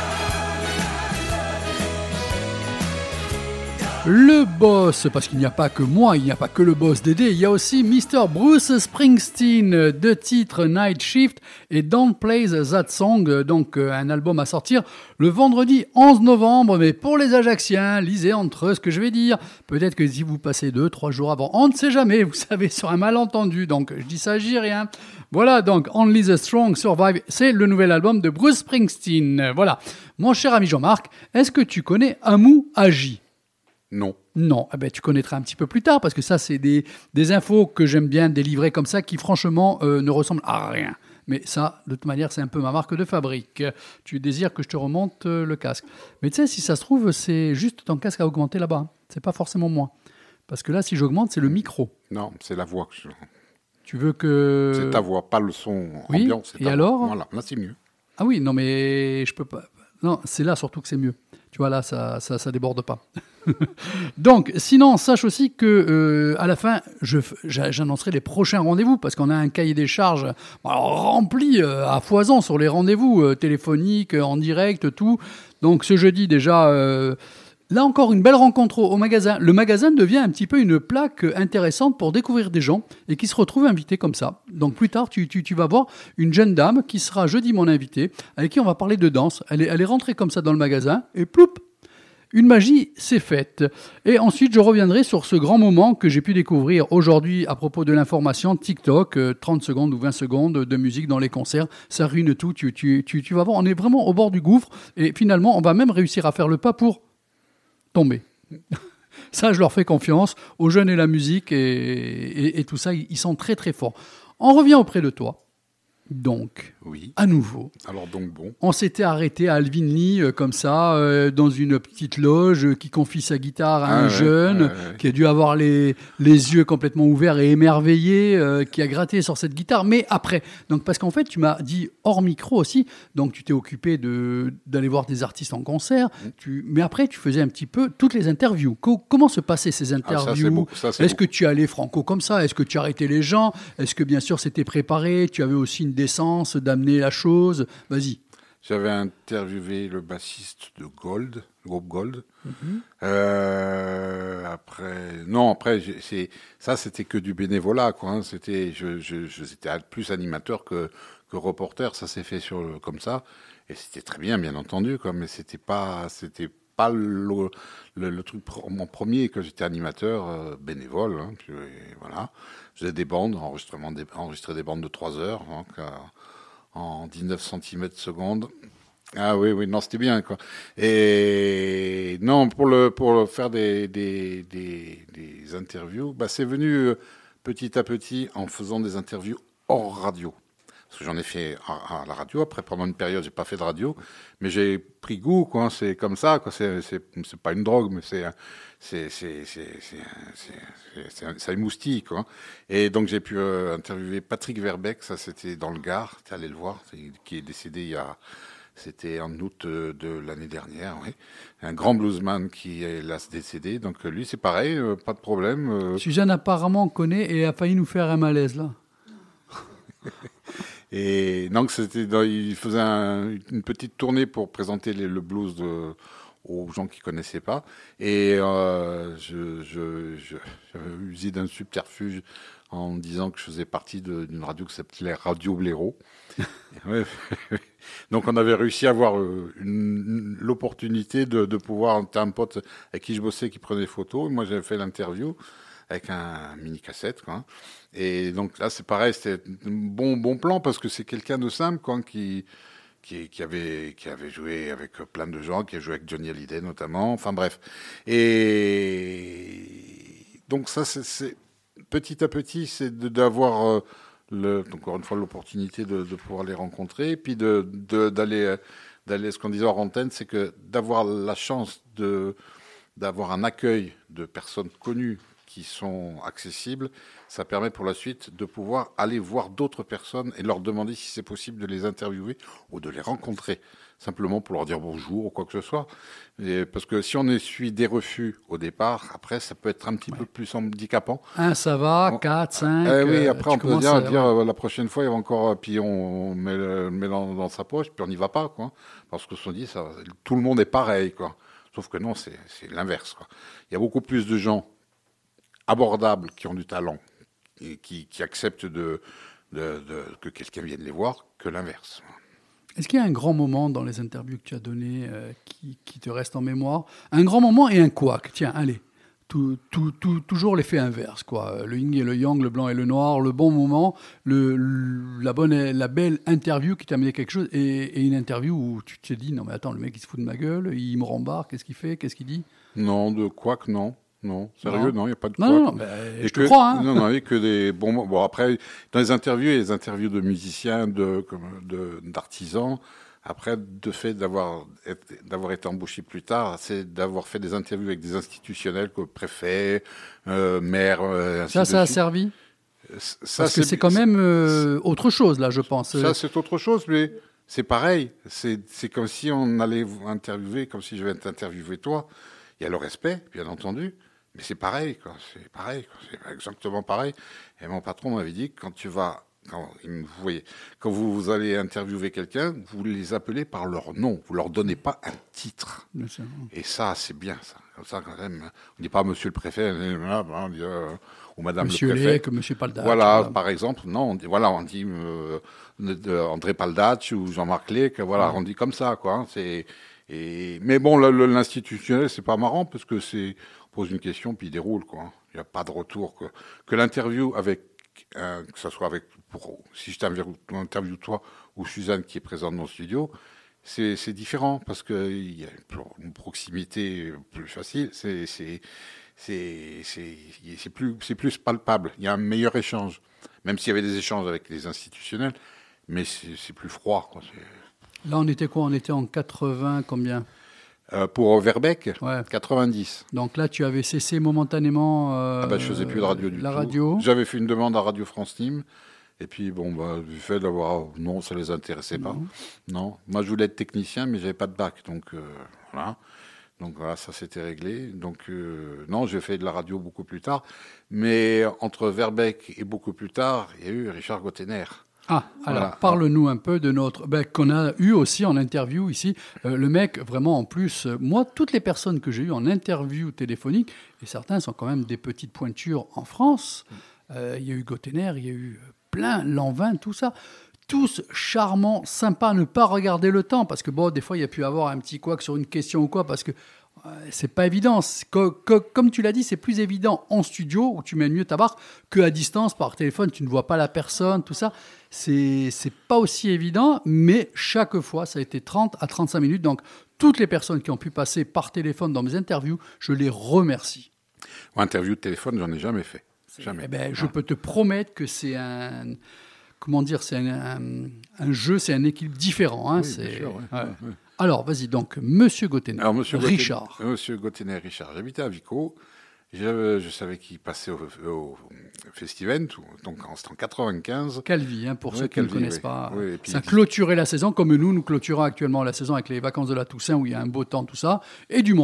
lied. Le boss, parce qu'il n'y a pas que moi, il n'y a pas que le boss Dédé, il y a aussi mister Bruce Springsteen, deux titres Night Shift et Don't Play That Song, donc euh, un album à sortir le vendredi onze novembre, mais pour les Ajacciens, lisez entre eux ce que je vais dire, peut-être que si vous passez deux, trois jours avant, on ne sait jamais, vous savez, sur un malentendu, donc je dis ça, j'y rien. Voilà, donc Only the Strong Survive, c'est le nouvel album de Bruce Springsteen, voilà. Mon cher ami Jean-Marc, est-ce que tu connais Amou Agi ? Non. Non, eh ben, tu connaîtras un petit peu plus tard, parce que ça, c'est des, des infos que j'aime bien délivrer comme ça, qui franchement euh, ne ressemblent à rien. Mais ça, de toute manière, c'est un peu ma marque de fabrique. Tu désires que je te remonte euh, le casque. Mais tu sais, si ça se trouve, c'est juste ton casque à augmenter là-bas. C'est pas forcément moi. Parce que là, si j'augmente, c'est le micro. Non, c'est la voix que je... Tu veux que... C'est ta voix, pas le son Oui, ambiant. c'est et ta alors voix. Voilà, là c'est mieux. Ah oui, non, mais je peux pas... Non, c'est là surtout que c'est mieux. Tu vois, là, ça, ça, ça déborde pas. Donc, sinon, sache aussi que euh, à la fin, je, j'annoncerai les prochains rendez-vous parce qu'on a un cahier des charges alors, rempli euh, à foison sur les rendez-vous euh, téléphoniques, en direct, tout. Donc, ce jeudi, déjà, euh, là encore, une belle rencontre au, au magasin. Le magasin devient un petit peu une plaque intéressante pour découvrir des gens et qui se retrouvent invités comme ça. Donc, plus tard, tu, tu, tu vas voir une jeune dame qui sera jeudi mon invitée, avec qui on va parler de danse. Elle est, elle est rentrée comme ça dans le magasin et ploup, une magie s'est faite. Et ensuite, je reviendrai sur ce grand moment que j'ai pu découvrir aujourd'hui à propos de l'information TikTok, euh, trente secondes ou vingt secondes de musique dans les concerts, ça ruine tout, tu, tu, tu, tu vas voir, on est vraiment au bord du gouffre et finalement, on va même réussir à faire le pas pour tomber. Ça, je leur fais confiance, aux jeunes et la musique et, et, et tout ça, ils sont très très forts. On revient auprès de toi. Donc, Oui. à nouveau, Alors donc bon. on s'était arrêté à Alvin Lee, euh, comme ça, euh, dans une petite loge, euh, qui confie sa guitare à Ah un ouais, jeune, ouais, ouais. qui a dû avoir les, les yeux complètement ouverts et émerveillés, euh, qui a gratté sur cette guitare. Mais après, donc parce qu'en fait, tu m'as dit hors micro aussi, donc tu t'es occupé de, d'aller voir des artistes en concert, Mmh. tu, mais après, tu faisais un petit peu toutes les interviews. Co- comment se passaient ces Ah, ça, c'est interviews? beaucoup, ça, c'est Est-ce que tu allais franco comme ça? Est-ce que tu arrêtais les gens? Est-ce que bien sûr c'était préparé? Tu avais aussi une décence d'amener la chose? Vas-y. J'avais interviewé le bassiste de Gold, le groupe Gold. Mhm. Euh, après, non, après, j'ai- c'est ça, c'était que du bénévolat, quoi. hein. C'était, je, je, je- c'était plus animateur que, que reporter. Ça s'est fait sur le- comme ça, et c'était très bien, bien entendu, quoi. Mais c'était pas, c'était pas le, le, le truc pr- mon premier que j'étais animateur euh, bénévole. Hein, puis, et voilà, je faisais des bandes, enregistrement, des, enregistrer des bandes de trois heures. Donc, euh, en dix-neuf centimètres secondes. Ah oui, oui, non, c'était bien, quoi. Et non, pour le pour le faire des des des, des interviews, bah c'est venu euh, petit à petit en faisant des interviews hors radio. Parce que j'en ai fait à, à la radio. Après, pendant une période, j'ai pas fait de radio, mais j'ai pris goût, quoi. C'est comme ça, quoi. C'est c'est c'est pas une drogue, mais c'est c'est c'est c'est c'est c'est c'est- ça émoustille, quoi. Et donc j'ai pu euh, interviewer Patrick Verbeek. Ça, c'était dans le Gard. T'es allé le voir, c'est- qui est décédé il y a. C'était en août euh, de l'année dernière, oui. Un grand bluesman qui est là décédé. Donc euh, lui, c'est pareil, euh, pas de problème. euh. Suzanne apparemment connaît et a failli nous faire un malaise là. Et donc, c'était, dans- il faisait un- une petite tournée pour présenter les- le blues de, aux gens qui connaissaient pas. Et euh, je, je, je, j'avais usé d'un subterfuge en disant que je faisais partie de- d'une radio qui s'appelait Radio Blaireau. Ouais. Donc, on avait réussi à avoir euh, une- l'opportunité de, de pouvoir. T'as un pote avec qui je bossais qui prenait des photos. Et moi, j'avais fait l'interview avec un mini cassette, quoi. Et donc là, c'est pareil, c'était un bon bon plan parce que c'est quelqu'un de simple, quoi, qui qui, qui avait qui avait joué avec plein de gens, qui a joué avec Johnny Hallyday notamment. Enfin bref. Et donc ça, c'est, c'est petit à petit, c'est de, d'avoir euh, le, encore une fois l'opportunité de, de pouvoir les rencontrer, et puis de, de d'aller d'aller. Ce qu'on disait en antenne, c'est que d'avoir la chance de d'avoir un accueil de personnes connues qui sont accessibles, ça permet pour la suite de pouvoir aller voir d'autres personnes et leur demander si c'est possible de les interviewer ou de les rencontrer, simplement pour leur dire bonjour ou quoi que ce soit. Et parce que si on essuie des refus au départ, après, ça peut être un petit ouais. peu plus handicapant. Un, ça va, on, quatre, cinq... Eh oui, après, on peut dire, à... dire euh, la prochaine fois, il va encore... Puis on met, le, met dans, dans sa poche, puis on n'y va pas, quoi. Parce que se dit, ça, tout le monde est pareil, quoi. Sauf que non, c'est, c'est l'inverse, quoi. Il y a beaucoup plus de gens abordables, qui ont du talent, et qui, qui acceptent de, de, de, que quelqu'un vienne les voir, que l'inverse. Est-ce qu'il y a un grand moment dans les interviews que tu as données euh, qui, qui te reste en mémoire ? Un grand moment et un couac. Tiens, allez, tout, tout, tout, toujours l'effet inverse, quoi. Le yin et le yang, le blanc et le noir, le bon moment, le, le, la, bonne, la belle interview qui t'a amené quelque chose, et, et une interview où tu t'es dit, non mais attends, le mec il se fout de ma gueule, il me rembarque, qu'est-ce qu'il fait, qu'est-ce qu'il dit ? Non, de couac, non. Non, sérieux, non, il n'y a pas de quoi. Non, non, non, bah, je te crois. Hein. Non, non, il n'y a que des bons. Bon, après, dans les interviews, il y a des interviews de musiciens, de, comme, de, d'artisans. Après, de fait d'avoir, d'avoir été embauché plus tard, c'est d'avoir fait des interviews avec des institutionnels, comme préfet, euh, maire, euh, ainsi Ça, de ça a suite. servi ça, Parce que c'est quand même euh, autre chose, là, je pense. Ça, c'est autre chose, mais c'est pareil. C'est, c'est comme si on allait vous interviewer, comme si je vais t'interviewer toi. Il y a le respect, bien entendu. Mais c'est pareil, quoi. C'est pareil, quoi. C'est exactement pareil. Et mon patron m'avait dit que quand tu vas, quand, vous voyez, quand vous, vous allez interviewer quelqu'un, vous les appelez par leur nom. Vous leur donnez pas un titre. Et ça, c'est bien, ça. Comme ça, quand même. On dit pas monsieur le préfet, on dit, euh, ou madame monsieur le préfet. Lec, monsieur Paldatch. Voilà, voilà, par exemple. Non, on dit, voilà, on dit, euh, André Paldatch ou Jean-Marc Lec. Voilà, ouais. On dit comme ça, quoi. C'est, et, mais bon, le, le, l'institutionnel, c'est pas marrant parce que c'est, pose une question puis il déroule, quoi. Il n'y a pas de retour, quoi. Que l'interview avec euh, que ça soit avec pour si je t'interviewe toi ou Suzanne qui est présente dans le studio, c'est c'est différent parce que il y a une proximité plus facile, c'est c'est c'est c'est c'est plus c'est plus palpable, il y a un meilleur échange, même s'il y avait des échanges avec les institutionnels, mais c'est c'est plus froid, quoi. C'est... Là on était quoi? On était en quatre-vingts combien? Euh, pour Verbeek, ouais. quatre-vingt-dix. Donc là, tu avais cessé momentanément euh, ah bah, je faisais plus de radio du la tout. radio. J'avais fait une demande à Radio France Nîmes. Et puis, bon, bah, du fait d'avoir... Non, ça les intéressait pas. Non. non. Moi, je voulais être technicien, mais j'avais pas de bac. Donc, euh, voilà. Donc, voilà, ça s'était réglé. Donc, euh, non, j'ai fait de la radio beaucoup plus tard. Mais entre Verbeek et beaucoup plus tard, il y a eu Richard Gottener. Ah, alors voilà. Parle-nous un peu de notre... Ben, qu'on a eu aussi en interview ici. Euh, le mec, vraiment, en plus, euh, moi, toutes les personnes que j'ai eues en interview téléphonique, et certains sont quand même des petites pointures en France, euh, il y a eu Gottener, il y a eu plein, Lanvin, tout ça, tous charmants, sympas, ne pas regarder le temps, parce que bon, des fois, il y a pu avoir un petit couac sur une question ou quoi, parce que euh, c'est pas évident. C'est, co- co- comme tu l'as dit, c'est plus évident en studio, où tu mets mieux ta barre, qu'à distance, par téléphone, tu ne vois pas la personne, tout ça. C'est, c'est pas aussi évident, mais chaque fois, ça a été trente à trente-cinq minutes. Donc, toutes les personnes qui ont pu passer par téléphone dans mes interviews, je les remercie. Interview de téléphone, j'en ai jamais fait. Jamais. Eh ben, je peux te promettre que c'est un... Comment dire, c'est un, un, un jeu, c'est un équilibre différent. Hein, oui, c'est... bien sûr, ouais, ouais. Ouais, ouais. Alors, vas-y, donc, Monsieur Gottener, Alors, Monsieur Richard. Gottener, Monsieur Gottener, Richard. J'habitais à Vico. Je, je savais qu'il passait au, au Festivent, donc c'était en quatre-vingt-quinze. Calvi, hein, pour oui, ceux qui Calvi, ne connaissent oui. pas. Oui, puis, ça clôturait la saison, comme nous, nous clôturons actuellement la saison avec les vacances de la Toussaint, où il y a un beau temps, tout ça, et du monde.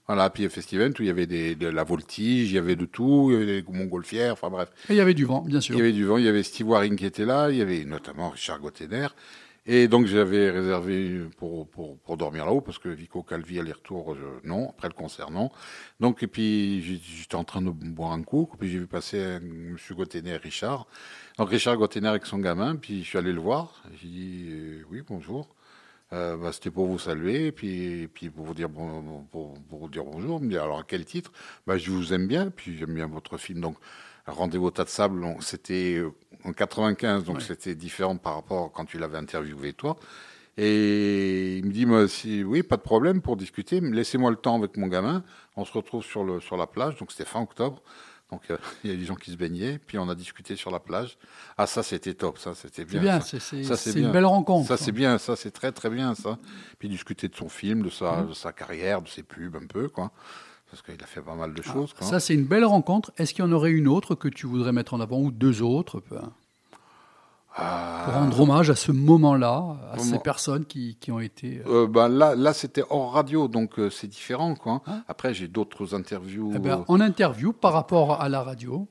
Voilà, puis le festival où il y avait des, de la voltige, il y avait de tout, il y avait des montgolfières, enfin bref. Et il y avait du vent, bien sûr. Il y avait du vent, il y avait Steve Waring qui était là, il y avait notamment Richard Gottener. Et donc j'avais réservé pour, pour, pour dormir là-haut, parce que Vico Calvi, aller-retour, je- non, après le concert, non. Donc, et puis j'ai- j'étais en train de boire un coup, puis j'ai vu passer un, M. Gottener et Richard. Donc Richard Gottener avec son gamin, puis je suis allé le voir, j'ai dit euh, oui, bonjour. Euh, bah, c'était pour vous saluer, et puis, et puis pour vous dire bon, bon- pour, pour vous dire bonjour. Il me dit alors à quel titre? Bah, je vous aime bien, puis j'aime bien votre film. Donc Rendez-vous au tas de sable, on- c'était euh, en quatre-vingt-quinze, donc Ouais. c'était différent par rapport à quand tu l'avais interviewé toi. Et il me dit moi, si, oui, pas de problème pour discuter, mais laissez-moi le temps avec mon gamin. On se retrouve sur le sur la plage, donc c'était fin octobre. Donc euh, il y a des gens qui se baignaient, puis on a discuté sur la plage. Ah ça c'était top, ça c'était C'est bien. bien, ça. c'est c'est- Ça, c'est c'est une bien. belle rencontre. Ça c'est bien, ça c'est très très bien ça. Puis discuter de son film, de sa, Mhm. de sa carrière, de ses pubs un peu quoi, parce qu'il a fait pas mal de Ah, choses. Quoi. ça, c'est une belle rencontre. Est-ce qu'il y en aurait une autre que tu voudrais mettre en avant, ou deux autres, peu, hein, Ah, pour rendre hommage à ce moment-là, à Moment. ces personnes qui, qui ont été... euh, Euh, ben là, là c'était hors radio, donc euh, c'est différent. Quoi. Hein Après, j'ai d'autres interviews. eh ben, en interview par rapport à la radio.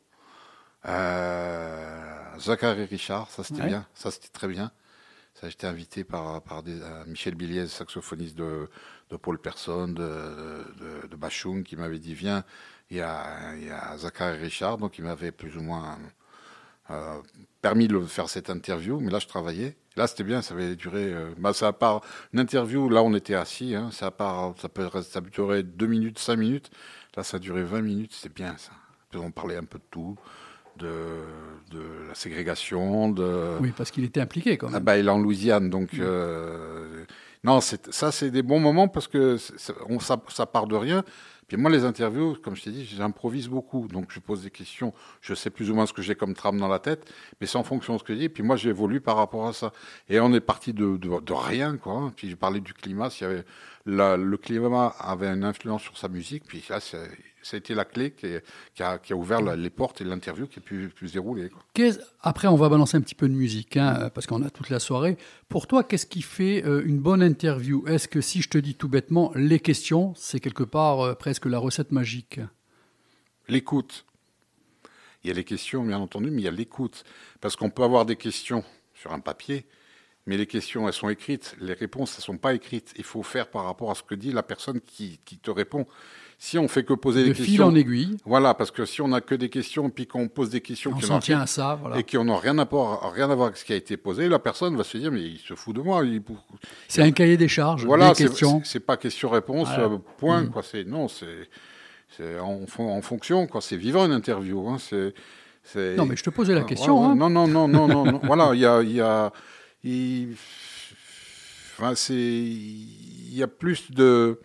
Euh, Zachary Richard, ça c'était Ouais. bien, ça c'était très bien. Ça, j'étais invité par, par des, euh, Michel Billiez, saxophoniste de, de Paul Person, de, de, de Bachung, qui m'avait dit viens, il y a, il y a Zachary Richard, donc il m'avait plus ou moins euh, permis de faire cette interview, mais là je travaillais. Là c'était bien, ça avait duré. Euh, bah, ça a part une interview, là on était assis, hein, ça a part, ça peut ça peut durer deux minutes, cinq minutes. Là ça a duré vingt minutes, c'était bien ça. Puis on parlait un peu de tout, de, de la ségrégation, de. Oui, parce qu'il était impliqué quand Ah même. bah, il est en Louisiane, donc euh, non, c'est, ça c'est des bons moments parce que c'est- c'est- on, ça, ça part de rien. Puis moi, les interviews, comme je t'ai dit, j'improvise beaucoup, donc je pose des questions. Je sais plus ou moins ce que j'ai comme trame dans la tête, mais c'est en fonction de ce que je dis. Puis moi, j'évolue par rapport à ça. Et on est parti de, de, de rien, quoi. Puis j'ai parlé du climat. S'il y avait la, le climat avait une influence sur sa musique. Puis là, c'est, ça a été la clé qui, est- qui, a, qui a ouvert la- les portes et l'interview qui a pu, pu se dérouler, quoi. Qu'est-ce- Après, on va balancer un petit peu de musique, hein, parce qu'on a toute la soirée. Pour toi, qu'est-ce qui fait euh, une bonne interview? Est-ce que si je te dis tout bêtement, les questions, c'est quelque part euh, presque la recette magique? L'écoute. Il y a les questions, bien entendu, mais il y a l'écoute. Parce qu'on peut avoir des questions sur un papier, mais les questions, elles sont écrites. Les réponses, elles ne sont pas écrites. Il faut faire par rapport à ce que dit la personne qui, qui te répond. Si on fait que poser De des fil questions... en aiguille, Voilà, parce que si on n'a que des questions, puis qu'on pose des questions on qui s'en n'ont tient rien, à ça. Voilà. et qui n'ont rien à, voir- rien à voir avec ce qui a été posé, la personne va se dire, mais il se fout de moi. Il... C'est un cahier des charges, Voilà, des c'est, questions. c'est, c'est pas question-réponse, Voilà. euh, point. Mhm. Quoi. C'est, non, c'est, c'est en, fon- en fonction. Quoi. C'est vivant une interview. Hein. C'est, c'est... Non, mais je te posais la Ouais, question. ouais, hein. Non, non, non, non, non. non. Voilà, il y a, il y a, il... Enfin, c'est, il y a plus de,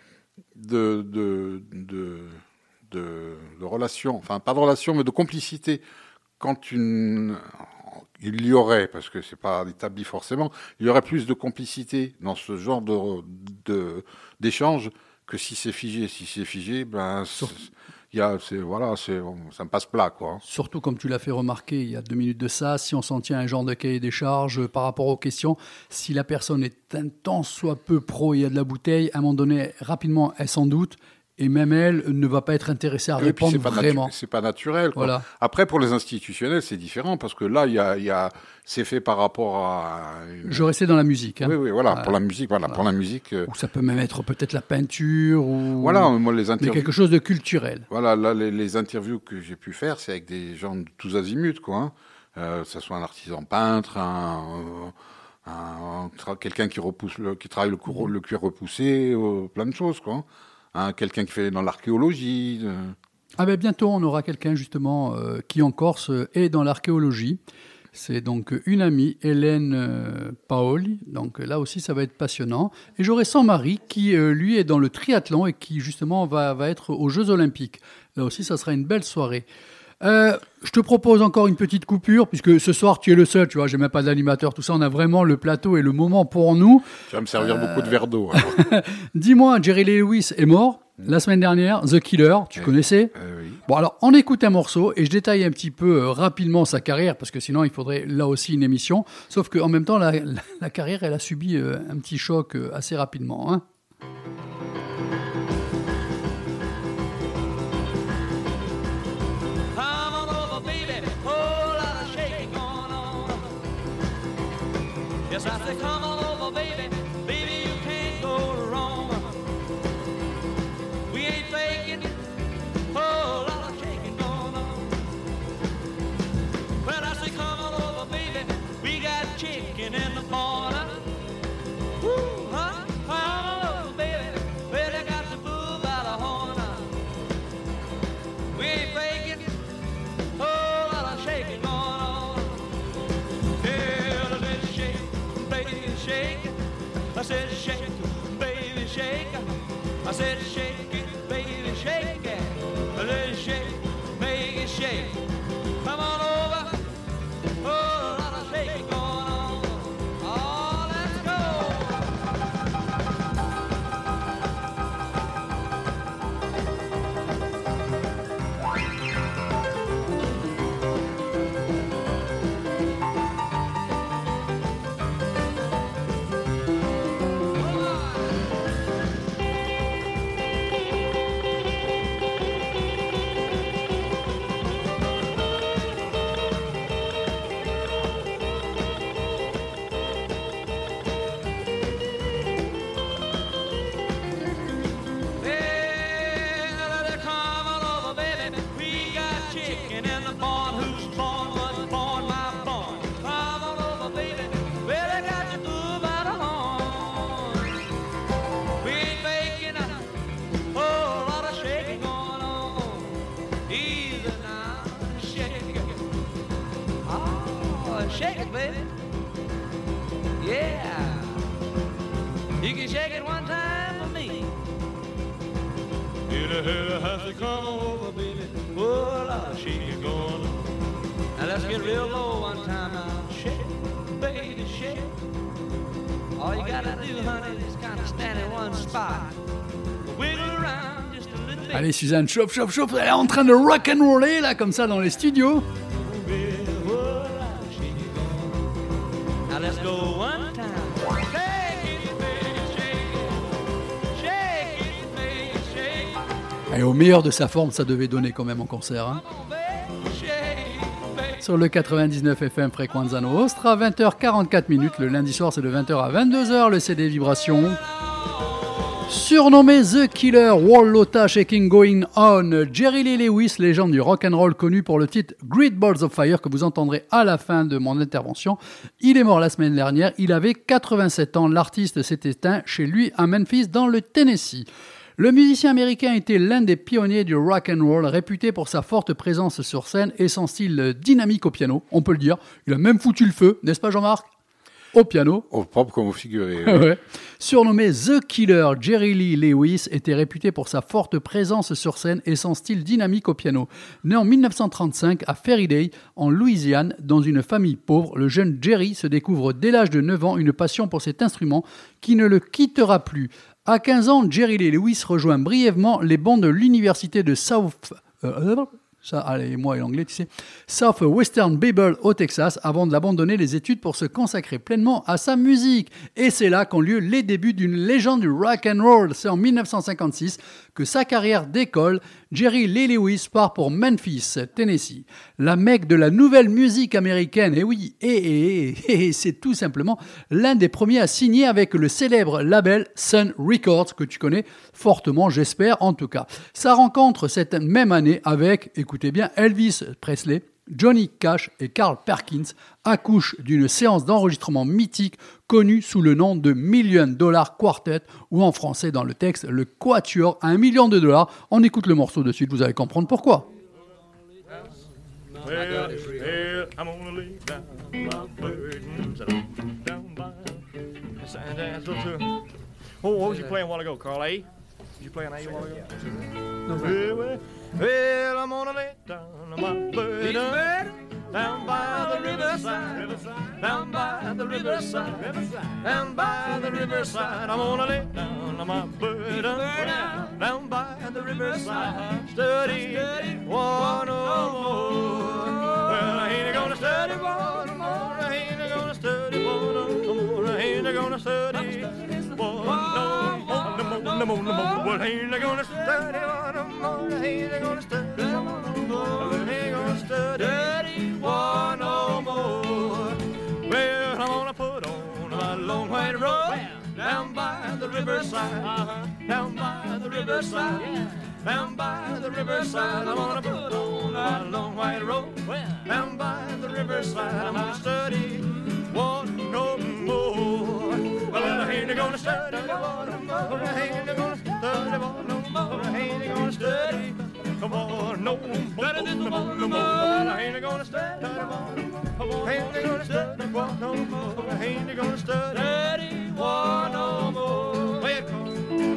de, de, de, de, de relations. Enfin, pas de relations, mais de complicité. Quand une, il y aurait, parce que c'est pas établi forcément, il y aurait plus de complicité dans ce genre de, de d'échange que si c'est figé. Si c'est figé, ben, c'est- il y a, c'est, voilà, c'est, ça me passe plat, quoi. Surtout comme tu l'as fait remarquer il y a deux minutes de ça, si on s'en tient à un genre de cahier des charges euh, par rapport aux questions, si la personne est un tant soit peu pro, il y a de la bouteille, à un moment donné, rapidement, elle s'en doute, et même elle ne va pas être intéressée à Et puis répondre c'est pas, natu- vraiment. c'est pas naturel. Quoi. Voilà. Après, pour les institutionnels, c'est différent parce que là, il y a, il y a, c'est fait par rapport à. Une... Je restais dans la musique. Hein. Oui, oui, voilà. Voilà. Pour la musique, voilà, Voilà. pour la musique. euh, Ou ça peut même être peut-être la peinture, ou Voilà, moi les mais interviews. quelque chose de culturel. Voilà, là, les, les interviews que j'ai pu faire, c'est avec des gens de tous azimuts, quoi. Hein. Euh, que ce soit un artisan peintre, un, un, un tra- quelqu'un qui repousse, le, qui travaille le, cour- le cuir repoussé, euh, plein de choses, quoi. Hein, quelqu'un qui fait dans l'archéologie. euh. Ah ben bientôt, on aura quelqu'un justement euh, qui en Corse euh, est dans l'archéologie. C'est donc une amie, Hélène euh, Paoli. Donc euh, là aussi, ça va être passionnant. Et j'aurai son mari qui, euh, lui, est dans le triathlon et qui justement va, va être aux Jeux Olympiques. Là aussi, ça sera une belle soirée. Euh, je te propose encore une petite coupure, puisque ce soir, tu es le seul, tu vois, j'ai même pas d'animateur, tout ça, on a vraiment le plateau et le moment pour nous. Tu vas me servir beaucoup de verre d'eau. Dis-moi, Jerry Lee Lewis est mort la semaine dernière, The Killer, tu Ouais. connaissais? Euh, oui. Bon, alors, on écoute un morceau et je détaille un petit peu euh, rapidement sa carrière, parce que sinon, il faudrait là aussi une émission. Sauf qu'en même temps, la, la, la carrière, elle a subi euh, un petit choc euh, assez rapidement. Hein. Yes, I say, come on over, baby. Baby, you can't go wrong. We ain't faking. Oh, lot of shaking going on. Well, I say, come on over, baby. We got chicken in the corner. Woo, huh? Come on over, baby. Well, they got the bull by the horn. We ain't faking. Oh, lot of shaking going on. Yeah, let's shake, baby, shake. I said, shake, baby, shake. I said, shake it, baby, shake it. Let's shake, make it shake. Come on over. Oh, a lot of shaking going on. Oh, let's go. Well, they're coming over, baby. We got chicken in the barn. Who's born was born, my born. Come on over, baby. Well, they got you through by the horn. We ain't faking a whole lot of shaking going on. Easy now, shake it. Oh, shake it, baby. Yeah. You can shake it one time for me. You have to come over, baby. Oh, a lot of shaking going on. Now let's get real low one time now. Shake, baby, shake. All you gotta do, honey, is kind of stand in one spot. Wiggle around just a little bit. Allez Suzanne, chauffe, chauffe, chauffe. Elle est en train de rock'n'roller là comme ça dans les studios. Baby, oh, a lot of shaking going on. Now let's go one time. Shake it, baby, shake it. Shake it, baby, shake it. Et au meilleur de sa forme, ça devait donner quand même en concert. Hein. Come on, baby, shake, baby. Sur le quatre-vingt-dix-neuf F M Frequenza Nostra, vingt heures quarante-quatre minutes. Le lundi soir, c'est de vingt heures à vingt-deux heures, le C D Vibration. Surnommé The Killer, Wall Lotta Shaking Going On, Jerry Lee Lewis, légende du rock'n'roll connu pour le titre Great Balls of Fire que vous entendrez à la fin de mon intervention. Il est mort la semaine dernière, il avait quatre-vingt-sept ans. L'artiste s'est éteint chez lui à Memphis dans le Tennessee. Le musicien américain était l'un des pionniers du rock'n'roll, réputé pour sa forte présence sur scène et son style dynamique au piano, on peut le dire. Il a même foutu le feu, n'est-ce pas Jean-Marc ? Au piano. Au propre comme vous figurez. Ouais. Surnommé The Killer, Jerry Lee Lewis était réputé pour sa forte présence sur scène et son style dynamique au piano. Né en dix-neuf cent trente-cinq à Ferryday, en Louisiane, dans une famille pauvre, le jeune Jerry se découvre dès l'âge de neuf ans une passion pour cet instrument qui ne le quittera plus. À quinze ans, Jerry Lee Lewis rejoint brièvement les bancs de l'université de South... Euh, Ça, allez, moi et l'anglais, tu sais. Southwestern Bible au Texas, avant d'abandonner les études pour se consacrer pleinement à sa musique. Et c'est là qu'ont lieu les débuts d'une légende du rock and roll. C'est en dix-neuf cent cinquante-six que sa carrière décolle. Jerry Lee Lewis part pour Memphis, Tennessee, la mecque de la nouvelle musique américaine. Et oui, et, et, et, et c'est tout simplement l'un des premiers à signer avec le célèbre label Sun Records, que tu connais fortement, j'espère en tout cas. Sa rencontre cette même année avec, écoutez bien, Elvis Presley, Johnny Cash et Carl Perkins accouchent d'une séance d'enregistrement mythique connue sous le nom de Million Dollar Quartet, ou en français dans le texte, le Quatuor à un million de dollars. On écoute le morceau de suite, vous allez comprendre pourquoi. Well, well, I'm gonna lay down my burdens down by the sand and so to. Oh, what was you playing a while ago, Carl? A? Did you play an A a while ago? No, well, well, well, I'm gonna lay down my burden down by the riverside, down by the riverside, down by the riverside. I'm gonna lay down my burden down by the riverside. Study one no more. Well, I ain't gonna study one more. I ain't gonna study one no more. I ain't gonna study one no more. No more, no more. Well, I ain't gonna study one no more. I ain't gonna study one no more. I ain't gonna study one no more. Well, I'm gonna put on riverside, down by the riverside, down by the riverside. I'm gonna put on that long white robe, down by the riverside. I'm gonna study water no more. Well, I ain't gonna study water no more. I ain't gonna study water no more. I ain't gonna study water no more. Better than the water no more. I ain't gonna study water no more. I ain't gonna study water no more. I ain't gonna study water no more. Play it, Carl.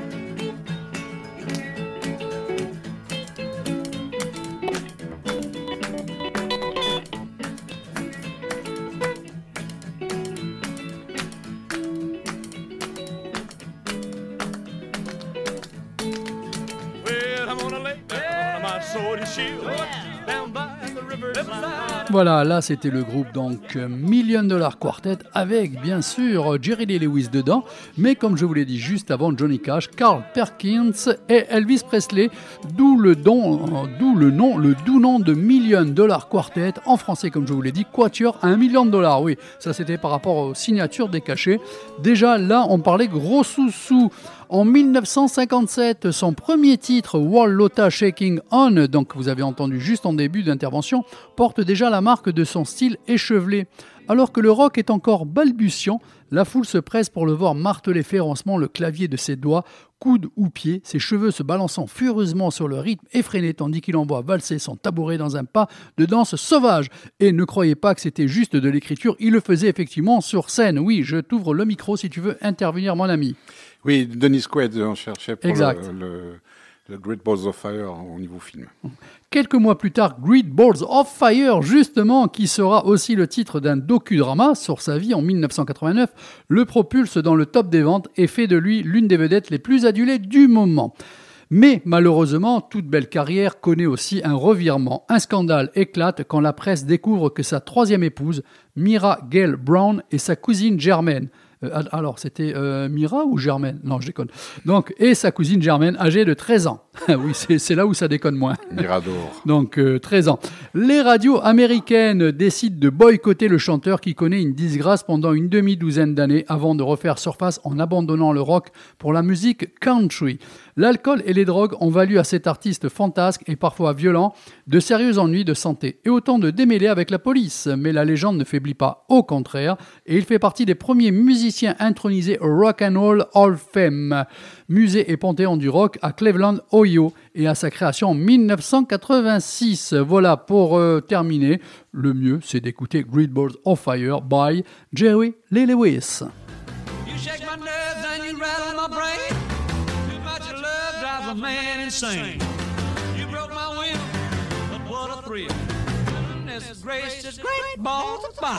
Voilà, là c'était le groupe donc Million Dollar Quartet avec bien sûr Jerry Lee Lewis dedans, mais comme je vous l'ai dit juste avant, Johnny Cash, Carl Perkins et Elvis Presley, d'où le, don, d'où le nom, le doux nom de Million Dollar Quartet, en français comme je vous l'ai dit, Quatuor à un million de dollars, oui, ça c'était par rapport aux signatures des cachets. Déjà là on parlait gros sous-sous. En dix-neuf cent cinquante-sept, son premier titre, Wall Lotta Shaking On, donc vous avez entendu juste en début d'intervention, porte déjà la marque de son style échevelé. Alors que le rock est encore balbutiant, la foule se presse pour le voir marteler férocement le clavier de ses doigts, coudes ou pieds, ses cheveux se balançant furieusement sur le rythme effréné tandis qu'il envoie valser son tabouret dans un pas de danse sauvage. Et ne croyez pas que c'était juste de l'écriture, il le faisait effectivement sur scène. Oui, je t'ouvre le micro si tu veux intervenir, mon ami. Oui, Dennis Quaid, on cherchait pour exact. le, le, le Great Balls of Fire au niveau film. Quelques mois plus tard, Great Balls of Fire, justement, qui sera aussi le titre d'un docudrama sur sa vie en dix-neuf cent quatre-vingt-neuf, le propulse dans le top des ventes et fait de lui l'une des vedettes les plus adulées du moment. Mais malheureusement, toute belle carrière connaît aussi un revirement. Un scandale éclate quand la presse découvre que sa troisième épouse, Myra Gale Brown, est sa cousine germaine. Euh, alors, c'était euh, Myra ou Germaine ? Non, je déconne. Donc, et sa cousine Germaine, âgée de treize ans. Oui, c'est, c'est là où ça déconne moins. Mirador. Donc, euh, treize ans. Les radios américaines décident de boycotter le chanteur qui connaît une disgrâce pendant une demi-douzaine d'années avant de refaire surface en abandonnant le rock pour la musique country. L'alcool et les drogues ont valu à cet artiste fantasque et parfois violent de sérieux ennuis de santé et autant de démêlés avec la police. Mais la légende ne faiblit pas, au contraire, et il fait partie des premiers musiciens intronisés au Rock and Roll Hall of Fame, musée et panthéon du rock à Cleveland, Ohio, et à sa création en dix-neuf cent quatre-vingt-six. Voilà, pour euh, terminer, le mieux c'est d'écouter Great Balls of Fire by Jerry Lee Lewis. You shake my nerves and you rattle my brain. Too much of love drives a man insane. You broke my will, but what a thrill. Goodness gracious, great balls of fire.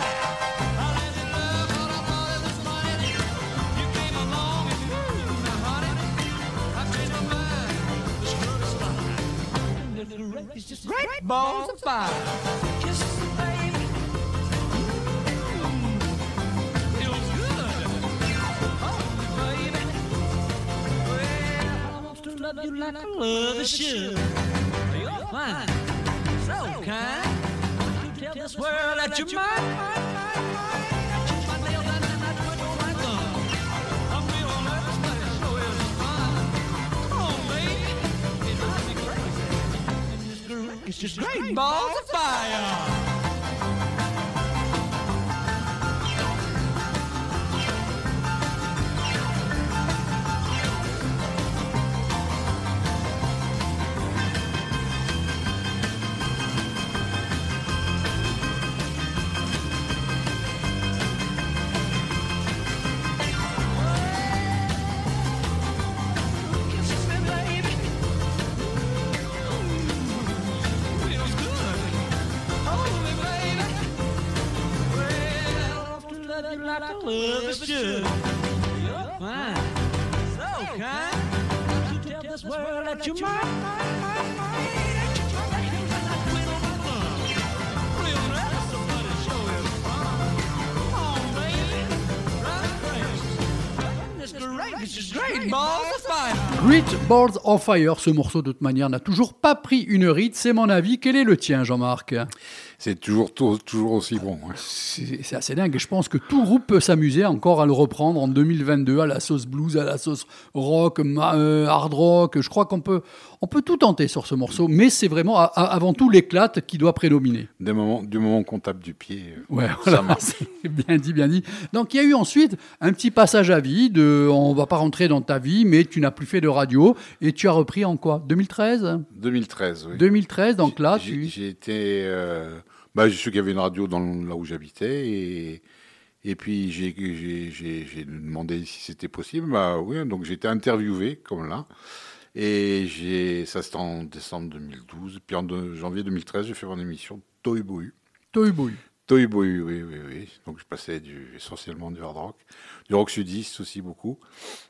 I let you love what I thought it was funny. You came along and woo, now honey, I changed my mind. The screw is fine. Goodness gracious, great balls of fire. Kiss me, baby. It was good. Love you like I love a should. You're fine, so kind. Won't you tell this world that you're mine, mine, mine, mine? I chew my nails and then I twiddle my thumb. I'm real nervous, but it sure is fun. Come on, baby, it drives me crazy. It's great, it's just great balls of fire. Like I love is should. You're fine, so kind. Won't you tell this world that you're mine, mine, mine, mine? Ain't you trying to hear like I twiddle my thumb? Real nervous, but it sure is fun. Come on, baby, drive me crazy. It's great, it's just great balls of fire. Great Balls of Fire, ce morceau de toute manière n'a toujours pas pris une ride, c'est mon avis. Quel est le tien, Jean-Marc ? c'est toujours, tout- toujours aussi bon. hein. C'est c'est assez dingue. Et je pense que tout groupe peut s'amuser encore à le reprendre en deux mille vingt-deux, à la sauce blues, à la sauce rock, ma- euh, hard rock. Je crois qu'on peut, on peut tout tenter sur ce morceau, mais c'est vraiment a- a- avant tout l'éclate qui doit prédominer. Des moments, du moment qu'on tape du pied, euh, Ouais, ça voilà, marche. c'est bien dit, bien dit. Donc il y a eu ensuite un petit passage à vide. euh, On va pas rentrer dans ta vie, mais tu n'as plus fait de radio et tu as repris en quoi deux mille treize deux mille treize, oui. deux mille treize, donc là, J'ai- tu... J'ai été. euh, bah, j'ai su qu'il y avait une radio dans, là où j'habitais et, et puis j'ai, j'ai, j'ai, j'ai demandé si c'était possible. Bah oui, donc j'ai été interviewé comme là. Et j'ai, ça c'était en décembre deux mille douze. Puis en de- janvier deux mille treize, j'ai fait mon émission Tohu Bohu. Tohu Bohu. Tohu Bohu, oui, oui, oui. Donc je passais du, essentiellement du hard rock, du rock sudiste aussi beaucoup.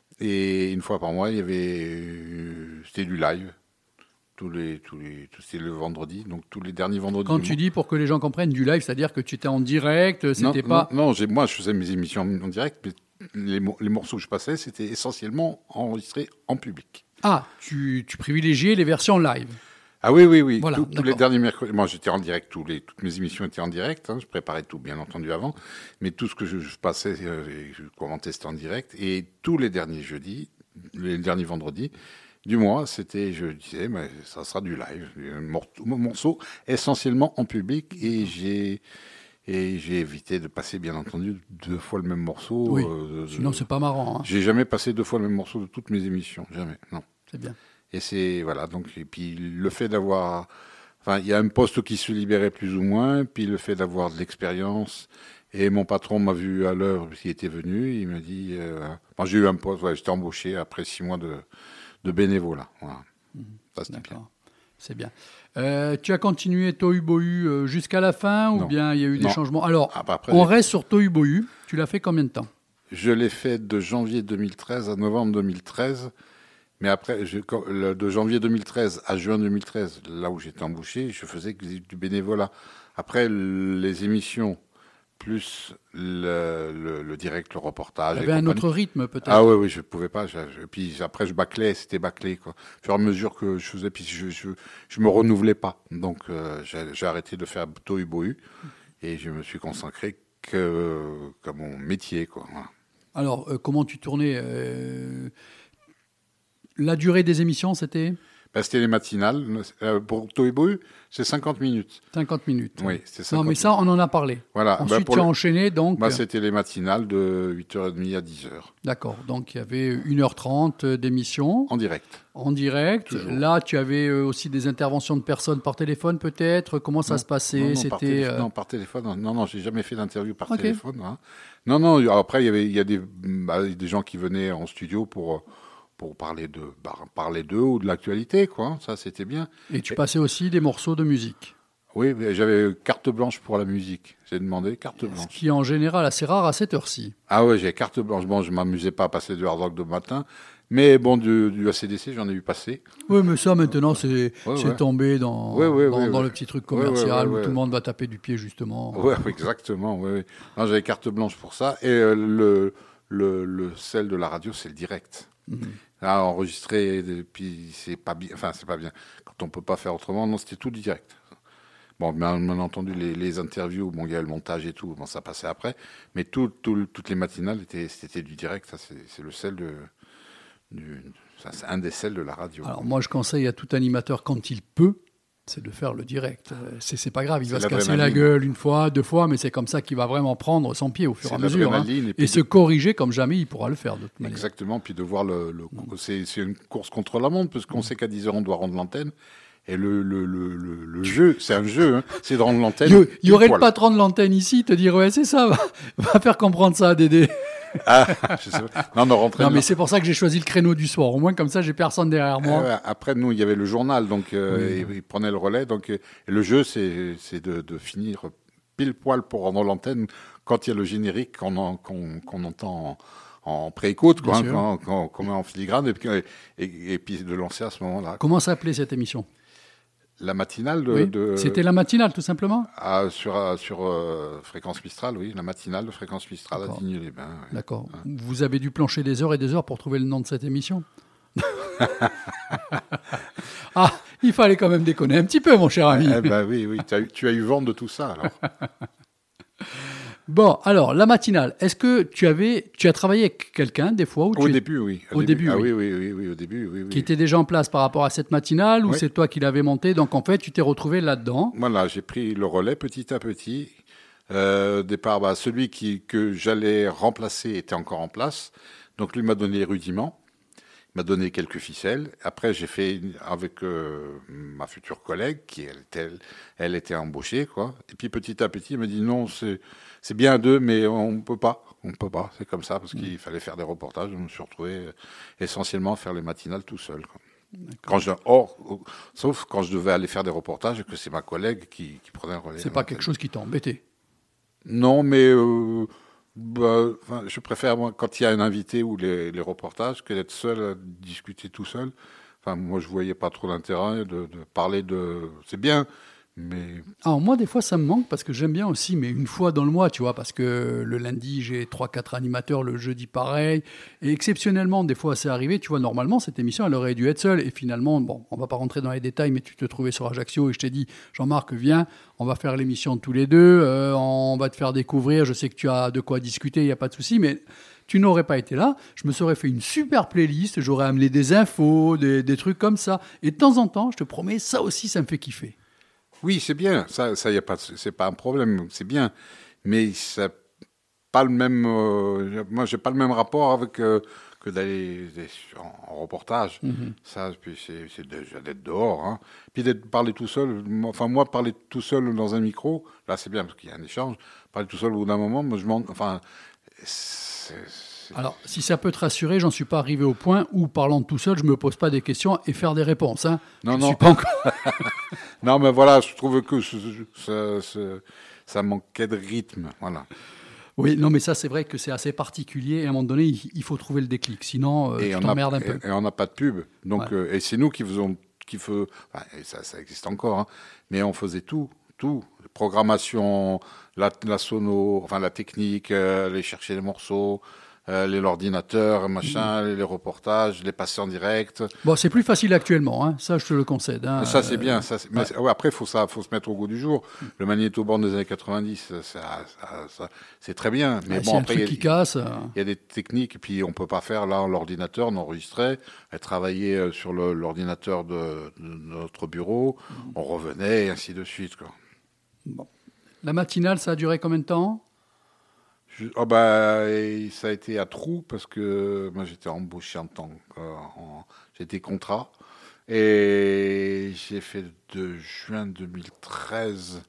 Et une fois par mois, il y avait, euh, c'était du live. Tous les, tous les, tout- c'était le vendredi, donc tous les derniers vendredis. Quand du tu mois. dis, pour que les gens comprennent, du live, c'est-à-dire que tu étais en direct, c'était non, pas... Non, non, j'ai, moi je faisais mes émissions en, en direct, mais les, mo- les morceaux que je passais, c'était essentiellement enregistrés en public. Ah, tu, tu privilégiais les versions live. Ah oui, oui, oui. Voilà, Tous- tous les d'accord. derniers mercredis. Moi, j'étais en direct. Tous les, toutes mes émissions étaient en direct. hein, je préparais tout, bien entendu, avant. Mais tout ce que je, je passais, euh, et je commentais, c'était en direct. Et tous les derniers jeudis, les derniers vendredis du mois, c'était, je disais, mais ça sera du live. Un mor- morceau essentiellement en public. Et j'ai, et j'ai évité de passer, bien entendu, deux fois le même morceau. Oui, euh, de- sinon c'est pas marrant. hein. J'ai jamais passé deux fois le même morceau de toutes mes émissions. Jamais. Non. C'est bien. Et c'est voilà donc et puis le fait d'avoir, enfin il y a un poste qui se libérait plus ou moins, puis le fait d'avoir de l'expérience et mon patron m'a vu à l'heure qui était venu, il m'a dit, euh, moi j'ai eu un poste, ouais, j'étais embauché après six mois de de bénévolat, voilà. Ça c'était bien. D'accord. C'est bien. Euh, tu as continué Tohu Bohu euh, jusqu'à la fin ou Non. bien il y a eu des Non. changements? Alors, Ah, bah, après, on les- reste sur Tohu Bohu. Tu l'as fait combien de temps? Je l'ai fait de janvier deux mille treize à novembre deux mille treize. Mais après, je- quand- le- de janvier deux mille treize à juin deux mille treize, là où j'étais embauché, je faisais que du bénévolat. Après, les émissions, plus le, le, le direct, le reportage. Il y et avait un compagnie. autre rythme peut-être. Ah oui, oui, je pouvais pas. Je, je- puis après, je bâclais, c'était bâclé, quoi. Au fur et à mesure que je faisais, puis je, je, je me renouvelais pas. Donc, euh, j'ai, j'ai arrêté de faire Tohu Bohu et je me suis consacré que, qu'à mon métier, quoi. Voilà. Alors, euh, comment tu tournais euh, la durée des émissions, c'était Ben, c'était les matinales. Euh, pour Tohu Bohu, c'est cinquante minutes. cinquante minutes. Oui, c'est Non, cinquante mais ça, on en a parlé. Voilà. Ensuite, Ben, pour tu as le- enchaîné, donc. Bah, c'était les matinales de huit heures trente à dix heures, D'accord. Donc, il y avait une heure trente d'émission en direct. en direct. Toujours. Là, tu avais euh, aussi des interventions de personnes par téléphone, peut-être. Comment ça Non, se passait? Non, non, par, C'était. téléphone, euh, non, par téléphone. Non, non, non, j'ai jamais fait d'interview par Ok. téléphone. hein. Non, non, après, il y avait il y a des, bah, des gens qui venaient en studio pour, pour parler de bah, parler d'eux ou de l'actualité, quoi. Ça, c'était bien. Et tu passais aussi des morceaux de musique. Oui, mais j'avais carte blanche pour la musique. J'ai demandé carte Ce blanche. qui est en général assez rare à cette heure-ci. Ah ouais, j'ai carte blanche. Bon, je m'amusais pas à passer du hard rock de matin. Mais bon, du, du A C D C, j'en ai eu passé. Oui, mais ça, maintenant, c'est Ouais, c'est ouais. tombé dans, Ouais, ouais, dans, ouais, dans ouais. le petit truc Ouais, ouais, commercial ouais, ouais. où tout le monde va taper du pied, justement. Ouais, ouais, exactement. Ouais, ouais. Non, j'avais carte blanche pour ça. Et euh, le, le, le sel de la radio, c'est le direct. Là, enregistré, et puis c'est pas bien. Enfin, c'est pas bien. Quand on peut pas faire autrement, non, c'était tout du direct. Bon, bien, bien entendu, les, les interviews, bon, il y a le montage et tout, bon, ça passait après. Mais tout, tout, toutes les matinales, étaient, c'était du direct. Ça, c'est, c'est le sel de. Du, ça, c'est un des sels de la radio. Alors, moi, je conseille à tout animateur, quand il peut, c'est de faire le direct. Euh, C'est, c'est pas grave, il C'est va se la vraie casser la maline. gueule une fois, deux fois, mais c'est comme ça qu'il va vraiment prendre son pied au fur et C'est à la mesure. vraie hein. maline, et Et, puis se de- corriger comme jamais il pourra le faire, de toute manière. Exactement, puis de voir le. le c'est, c'est une course contre la montre, parce qu'on sait qu'à dix heures, on doit rendre l'antenne. Et le, le, le, le, le jeu, c'est un jeu, hein, c'est de rendre l'antenne. Il y, il y aurait pile le poil. patron de l'antenne ici, te dire ouais c'est ça, va, va faire comprendre ça à Dédé. Ah, je sais pas. Non, non, rentrer Non de mais l'an- c'est pour ça que j'ai choisi le créneau du soir. Au moins comme ça j'ai personne derrière moi. Euh, après, nous, il y avait le journal, donc euh, il prenait le relais. Donc, euh, et le jeu, c'est, c'est de, de finir pile poil pour rendre l'antenne quand il y a le générique qu'on, en- qu'on, qu'on entend en, en pré-écoute, quoi, Bien hein, sûr. quand, quand, qu'on met en filigrane, et puis, et, et puis de lancer à ce moment-là. Comment s'appelait cette émission? La matinale de, Oui. de- C'était la matinale tout simplement. ah, sur, euh, sur euh, Fréquence Mistral, oui, la matinale de Fréquence Mistral à D'accord. Digne-les-Bains. ouais. D'accord. Vous avez dû plancher des heures et des heures pour trouver le nom de cette émission. Ah, Il fallait quand même déconner un petit peu, mon cher ami. Eh ben oui, oui, tu as eu, tu as eu vent de tout ça, alors. Bon, alors, la matinale, est-ce que tu avais, tu as travaillé avec quelqu'un, des fois, ou Au tu, début, oui. Au début, ah, oui. oui. Oui, oui, oui, au début, oui, oui. qui était déjà en place par rapport à cette matinale, ou Oui. c'est toi qui l'avais montée, donc en fait, tu t'es retrouvé là-dedans. Voilà, j'ai pris le relais petit à petit. Euh, au départ, bah, celui qui, que j'allais remplacer était encore en place. Donc, lui m'a donné les rudiments. Il m'a donné quelques ficelles. Après, j'ai fait une- avec euh, ma future collègue, qui elle était, elle était embauchée, quoi. Et puis, petit à petit, il m'a dit non, c'est, c'est bien à deux, mais on ne peut pas. On peut pas. C'est comme ça, parce Mmh. qu'il fallait faire des reportages. Je me suis retrouvé euh, essentiellement à faire les matinales tout seul, quoi. Quand je, or, sauf quand je devais aller faire des reportages et que c'est ma collègue qui, qui prenait le relais. C'est pas quelque chose qui t'a embêté. Non, mais euh, bah, enfin, je préfère, moi, quand il y a un invité ou les, les reportages, que d'être seul à discuter tout seul. Enfin, moi, je voyais pas trop d'intérêt de, de parler de... C'est bien, mais... Alors moi, des fois, ça me manque parce que j'aime bien aussi, mais une fois dans le mois, tu vois, parce que le lundi, j'ai trois quatre animateurs, le jeudi, pareil. Et exceptionnellement, des fois, c'est arrivé, tu vois, normalement, cette émission, elle aurait dû être seule. Et finalement, bon, on va pas rentrer dans les détails, mais tu te trouvais sur Ajaccio et je t'ai dit, Jean-Marc, viens, on va faire l'émission tous les deux, euh, on va te faire découvrir, je sais que tu as de quoi discuter, il n'y a pas de souci, mais... Tu n'aurais pas été là, je me serais fait une super playlist, j'aurais amené des infos, des, des trucs comme ça. Et de temps en temps, je te promets, ça aussi, ça me fait kiffer. Oui, c'est bien, ça, ça y a pas, de- c'est pas un problème, c'est bien, mais ça pas le même, euh, moi j'ai pas le même rapport avec euh, que d'aller des- en, en reportage. Ça, puis c'est, c'est déjà d'être dehors, hein. Puis d'être parler tout seul. moi- Enfin moi, parler tout seul dans un micro, là c'est bien parce qu'il y a un échange. Parler tout seul au bout d'un moment, moi je m'en, enfin, c'est, c'est- Alors, si ça peut te rassurer, j'en suis pas arrivé au point où, parlant tout seul, je me pose pas des questions et faire des réponses. Hein. Non, je non. suis pas encore... non, mais voilà, je trouve que ce- ce- ce- ça manquait de rythme, voilà. Oui, non, mais ça, c'est vrai que c'est assez particulier. Et à un moment donné, il, il faut trouver le déclic. Sinon, euh, Et tu on t'emmerdes a, un peu. et, et on n'a pas de pub. Donc, Ouais. euh, et c'est nous qui faisons, qui fe- enfin, et ça, ça existe encore, hein, mais on faisait tout, tout. Programmation, la, la sono, enfin la technique, euh, aller chercher les morceaux, euh, les l'ordinateur, machin, les, les reportages, les passer en direct. Bon, c'est plus facile actuellement, hein. Ça, je te le concède. Hein. ça, c'est Euh, bien. Ça, c'est- mais c'est- ouais, après, faut ça, faut se mettre au goût du jour. Le magnétoborne des années quatre-vingt-dix, ça, ça, ça- c'est très bien. Mais ouais, bon, s'il y a un après, truc il y a- qui casse. euh, Il y a des techniques, et puis on peut pas faire, là, l'ordinateur, on enregistrait, elle travaillait euh, sur le- l'ordinateur de, de notre bureau, on revenait, et ainsi de suite, quoi. La matinale, ça a duré combien de temps? Je- oh bah, et ça a été à trous, parce que moi, j'étais embauché en tant que, en- j'étais contrat, et j'ai fait de juin deux mille treize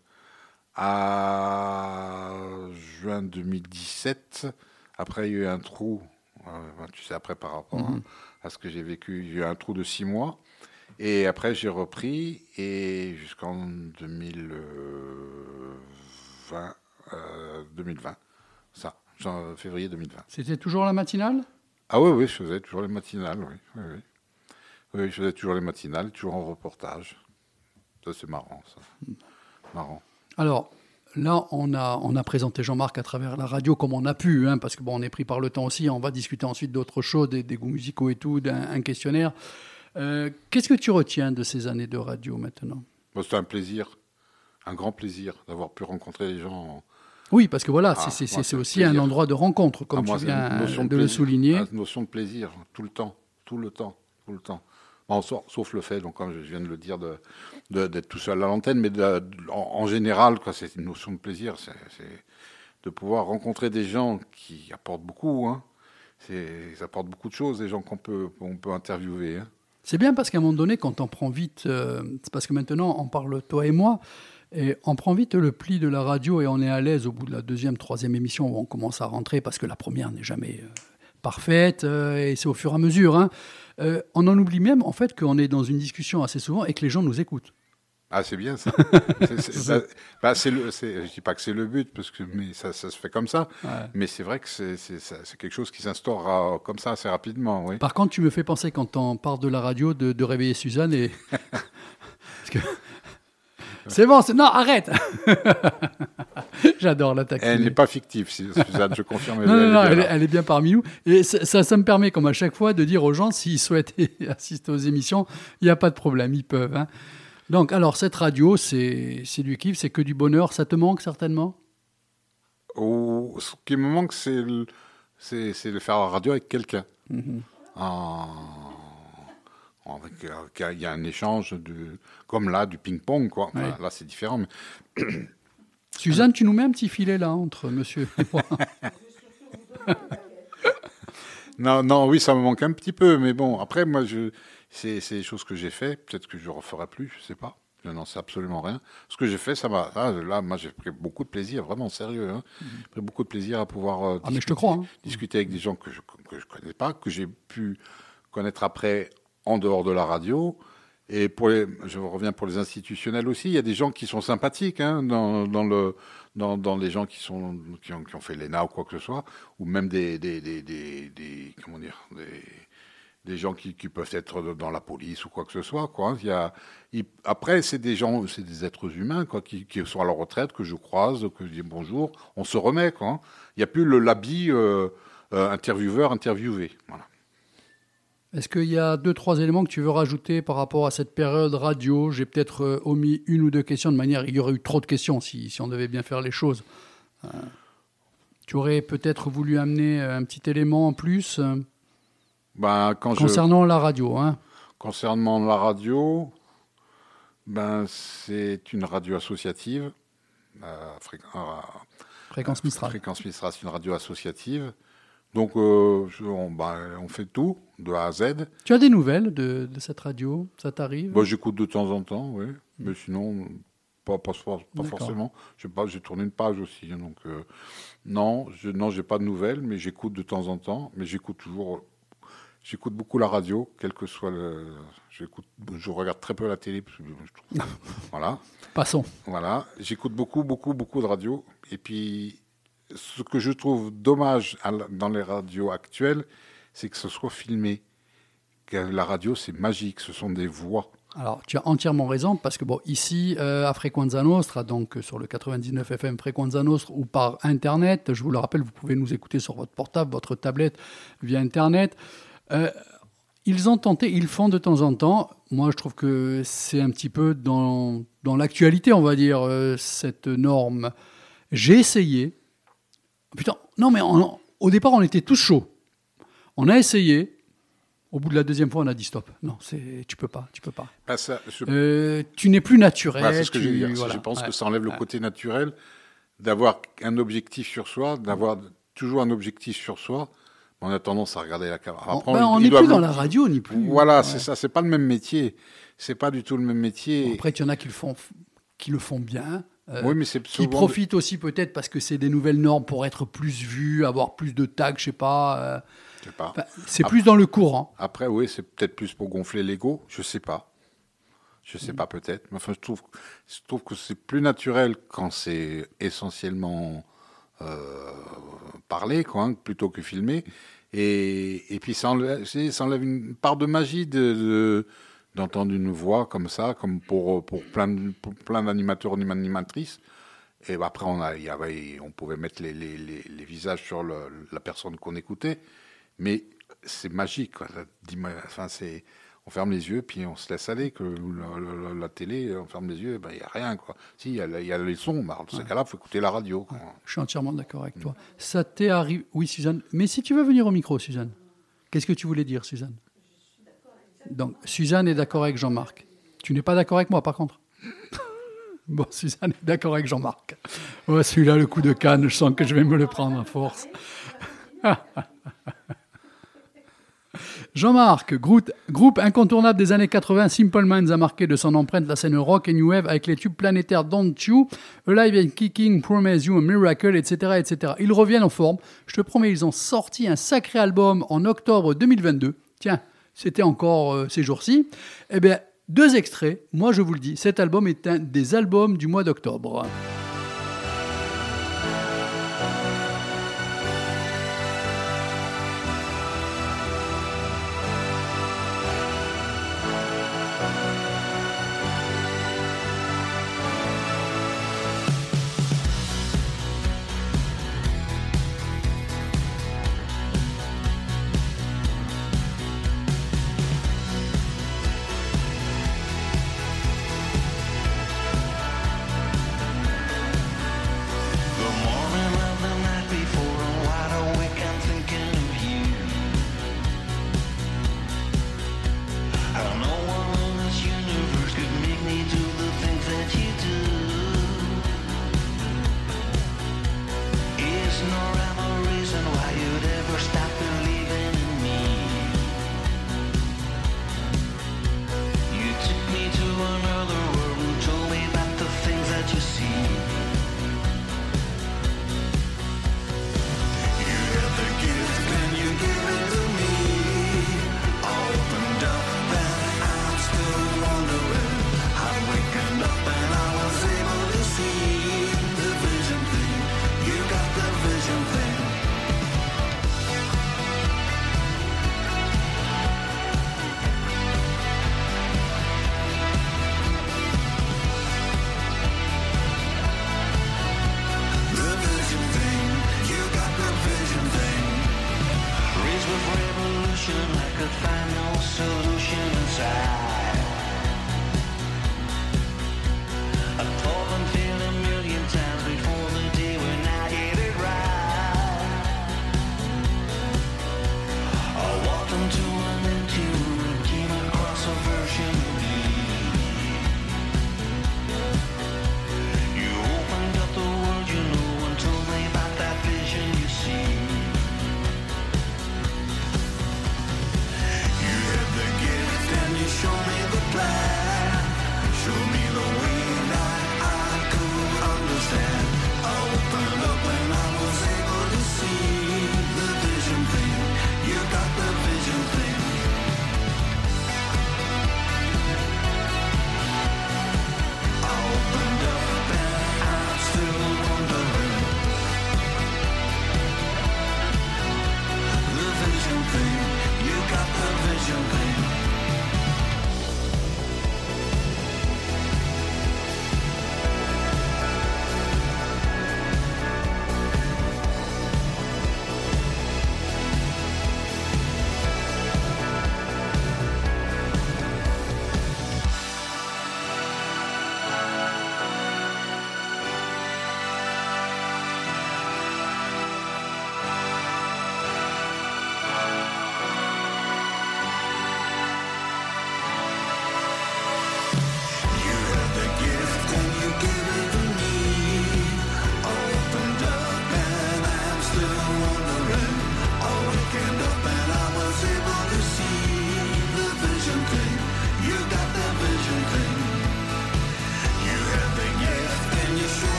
à juin deux mille dix-sept. Après, il y a eu un trou, euh, tu sais, après par rapport à, à ce que j'ai vécu, il y a eu un trou de six mois. Et après, j'ai repris, et jusqu'en deux mille vingt, euh, deux mille vingt, ça, en février deux mille vingt. C'était toujours la matinale? Ah oui, oui, je faisais toujours les matinales, oui. Oui, oui. Oui, je faisais toujours les matinales, toujours en reportage. Ça, c'est marrant, ça. Marrant. Alors, là, on a, on a présenté Jean-Marc à travers la radio comme on a pu, hein, parce que bon, on est pris par le temps aussi. On va discuter ensuite d'autres choses, des, des goûts musicaux et tout, d'un un questionnaire. Euh, Qu'est-ce que tu retiens de ces années de radio maintenant? Bon, c'était un plaisir, un grand plaisir d'avoir pu rencontrer les gens. Oui, parce que voilà, Ah, c'est- c'est moi, c'est c'est aussi un un plaisir. endroit de rencontre, comme Ah, moi, tu c'est une viens notion de le plaisir. souligner. Ah, une notion de plaisir, tout le temps, tout le temps, tout le temps. Bon, sauf, sauf le fait, donc comme je viens de le dire, de, de- d'être tout seul à l'antenne, mais de- de- en, en général, quoi, c'est une notion de plaisir, c'est, c'est de pouvoir rencontrer des gens qui apportent beaucoup, hein. C'est, ils apportent beaucoup de choses, des gens qu'on peut, on peut interviewer, hein. C'est bien parce qu'à un moment donné, quand on prend vite, euh, c'est parce que maintenant on parle toi et moi, et on prend vite le pli de la radio et on est à l'aise au bout de la deuxième, troisième émission où on commence à rentrer parce que la première n'est jamais euh, parfaite euh, et c'est au fur et à mesure. Hein. Euh, on en oublie même en fait qu'on est dans une discussion assez souvent et que les gens nous écoutent. Ah, c'est bien ça. c'est, c'est, bah, bah, c'est le, c'est, je dis pas que c'est le but, parce que mais ça, ça se fait comme ça. Ouais. Mais c'est vrai que c'est, c'est, ça- c'est quelque chose qui s'instaure à- comme ça assez rapidement, oui. Par contre, tu me fais penser quand on part de la radio de, de réveiller Suzanne et parce que c'est bon, c'est... non arrête. J'adore l'attaque. Elle n'est pas fictive, si- Suzanne, je confirme. Non, non, est non, bien elle, là. elle est bien parmi nous. Et ça, ça, ça me permet, comme à chaque fois, de dire aux gens, s'ils souhaitent assister aux émissions, il n'y a pas de problème, ils peuvent. Hein. Donc, alors, cette radio, c'est, c'est du kiff, c'est que du bonheur. Ça te manque certainement? Ou- ce qui me manque, c'est, le- c'est, c'est de faire la radio avec quelqu'un. Mhm. En- en- avec, euh, il y a un échange, de, comme là, du ping-pong, quoi. Enfin, Ouais. là, c'est différent. Mais Suzanne, tu nous mets un petit filet là entre monsieur et moi. Non, non, oui, ça me manque un petit peu, mais bon, après, moi, je, c'est, c'est des choses que j'ai fait, peut-être que je ne referai plus, je sais pas, je n'en sais absolument rien. Ce que j'ai fait, ça m'a, ah, là, moi, j'ai pris beaucoup de plaisir, vraiment sérieux, hein. J'ai pris beaucoup de plaisir à pouvoir euh, Ah, mais je te discuter, crois. Hein. discuter avec des gens que je que je connais pas, que j'ai pu connaître après en dehors de la radio. Et pour les, je reviens pour les institutionnels aussi, il y a des gens qui sont sympathiques hein, dans, dans, le, dans, dans les gens qui, sont, qui, ont, qui ont fait l'E N A ou quoi que ce soit, ou même des, des, des, des, des comment dire, des, des gens qui, qui peuvent être dans la police ou quoi que ce soit. Quoi. Il y a, il, après, c'est des gens, c'est des êtres humains quoi, qui, qui sont à la retraite, que je croise, que je dis bonjour, on se remet. Quoi. Il n'y a plus le l'habit euh, euh, intervieweur, interviewé. Voilà. Est-ce qu'il y a deux, trois éléments que tu veux rajouter par rapport à cette période radio? J'ai peut-être euh, omis une ou deux questions de manière... Il y aurait eu trop de questions si, si on devait bien faire les choses. Euh, tu aurais peut-être voulu amener un petit élément en plus euh, Ben, quand je... concernant la radio. Hein. Concernant la radio, ben, c'est une radio associative. Euh, fré... euh, Fréquence Mistral. Fréquence Mistral, c'est une radio associative. Donc, euh, je- on, ben, on fait tout, de A à Z. Tu as des nouvelles de, de cette radio? Ça t'arrive? Bon, j'écoute de temps en temps, oui. Mais sinon, pas, pas, pas, pas D'accord. forcément. Je sais pas, j'ai tourné une page aussi. hein, donc, euh, non, je non, j'ai pas de nouvelles, mais j'écoute de temps en temps. Mais j'écoute toujours... J'écoute beaucoup la radio, quel que soit le... J'écoute, je regarde très peu la télé. Parce que je trouve... voilà. Passons. Voilà, j'écoute beaucoup, beaucoup, beaucoup de radio. Et puis, ce que je trouve dommage à la- dans les radios actuelles, c'est que ce soit filmé. Que la radio, c'est magique, ce sont des voix. Alors, tu as entièrement raison, parce que bon, ici, euh, à Frequenza Nostra, donc euh, sur le quatre-vingt-dix-neuf F M Frequenza Nostra, ou par Internet, je vous le rappelle, vous pouvez nous écouter sur votre portable, votre tablette, via Internet. Euh, ils ont tenté, ils font de temps en temps, moi je trouve que c'est un petit peu dans, dans l'actualité, on va dire, euh, cette norme. J'ai essayé, putain, non mais on- au départ on était tous chauds. On a essayé, au bout de la deuxième fois on a dit stop, non, c'est, tu peux pas, tu peux pas. Ben, ça, je- Euh, tu n'es plus naturel. voilà, c'est ce que tu- je veux dire. voilà, je pense ouais, que ça enlève le ouais. côté naturel d'avoir un objectif sur soi, d'avoir toujours un objectif sur soi. On a tendance à regarder la caméra. On Après, ben, ils- on ils n'est doivent- plus dans la radio, ni plus. Voilà, Ouais. c'est ça. C'est pas le même métier. C'est pas du tout le même métier. Après, il y en a qui le font, qui le font bien. Euh, oui, mais c'est qui souvent... profitent aussi peut-être parce que c'est des nouvelles normes pour être plus vus, avoir plus de tags, je sais pas. euh, Je sais pas. enfin, c'est plus dans le courant. Après, oui, c'est peut-être plus pour gonfler l'ego, je sais pas. Je sais pas, peut-être. Mais enfin, je trouve, je trouve que c'est plus naturel quand c'est essentiellement euh, parlé, quoi, hein, plutôt que filmé. Et, et puis, ça enlève, c'est- ça enlève une part de magie de, de- d'entendre une voix comme ça, comme pour, pour plein, de- pour plein d'animateurs ou d'animatrices. Et après, on, a, il y avait, on pouvait mettre les, les, les, les visages sur le, la personne qu'on écoutait. Mais c'est magique. Quoi. La, enfin, c'est, on ferme les yeux, puis on se laisse aller. Que la, la, la télé, on ferme les yeux, il ben, n'y a rien. Quoi. Si, il y, a, il y a les sons. Ben, dans ce cas-là, il faut écouter la radio. Quoi. Je suis entièrement d'accord avec toi. Ça t'est arrivé. Oui, Suzanne. Mais si tu veux venir au micro, Suzanne. Qu'est-ce que tu voulais dire, Suzanne? Donc, Suzanne est d'accord avec Jean-Marc. Tu n'es pas d'accord avec moi, par contre? Bon, Suzanne est d'accord avec Jean-Marc. Oh, celui-là, le coup de canne, je sens que je vais me le prendre à force. Jean-Marc, groupe, groupe incontournable des années quatre-vingts, Simple Minds a marqué de son empreinte la scène rock et new wave avec les tubes planétaires Don't You, Alive and Kicking, Promise You, A Miracle, et cetera, et cetera. Ils reviennent en forme. Je te promets, ils ont sorti un sacré album en octobre deux mille vingt-deux. Tiens, c'était encore euh, ces jours-ci. Eh bien, deux extraits. Moi, je vous le dis, cet album est un des albums du mois d'octobre.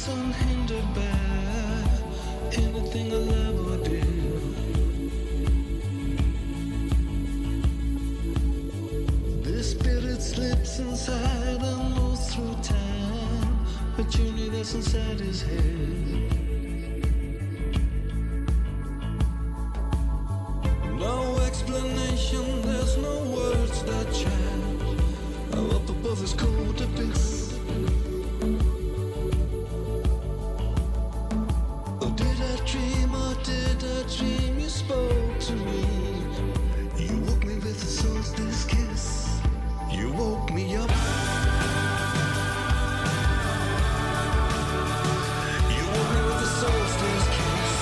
is unhindered by anything a love would do. The spirit slips inside and moves through time, a journey that's inside his head. No explanation, there's no words that change. Up above his cold abyss. Oh, did I dream or did I dream you spoke to me? You woke me with a solstice kiss. You woke me up. You woke me with a solstice kiss.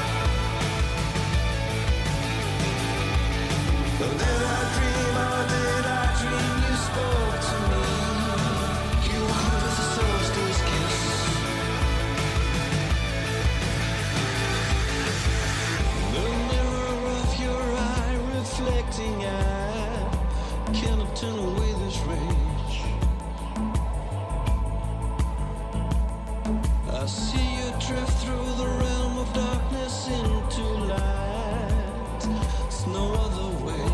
Oh, did I dream or did I dream you spoke to me? You woke me with a solstice kiss. The mirror of your eye reflecting I cannot turn away this rage. I see you drift through the realm of darkness into light. It's no other way.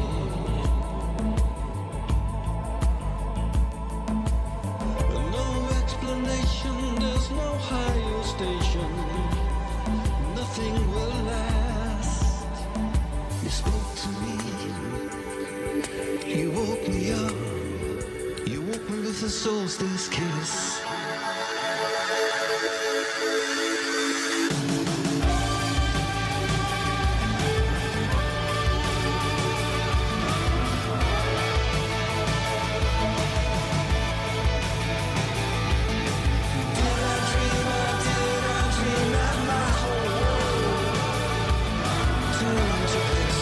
No explanation, there's no higher station. Nothing will last. You spoke to me. You woke me up. You woke me with a solstice kiss. Did I dream or did I dream that my whole world turned to bliss?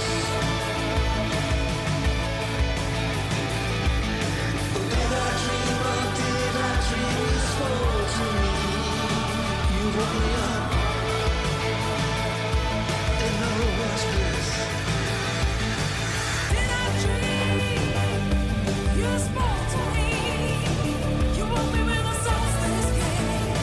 Oh, did I dream or did I dream you spoke to me? You woke me up in no one's bliss. Did I dream you spoke to me? You woke me with a solstice kiss.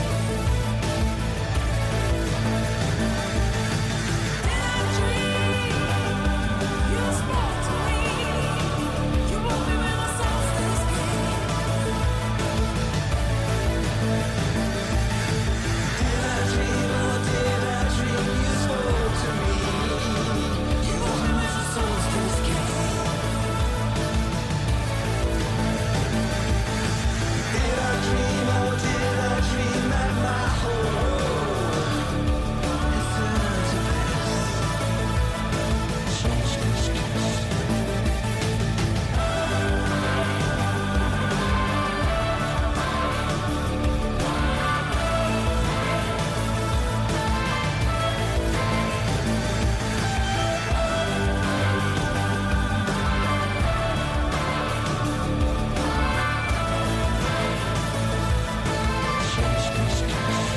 Did I dream you spoke to me? You woke me with a solstice kiss. Did I dream or did I dream you spoke to me? You woke me with a solstice kiss. Did I dream or did I dream that my whole world is turned to bliss? Solstice kiss. Solstice kiss.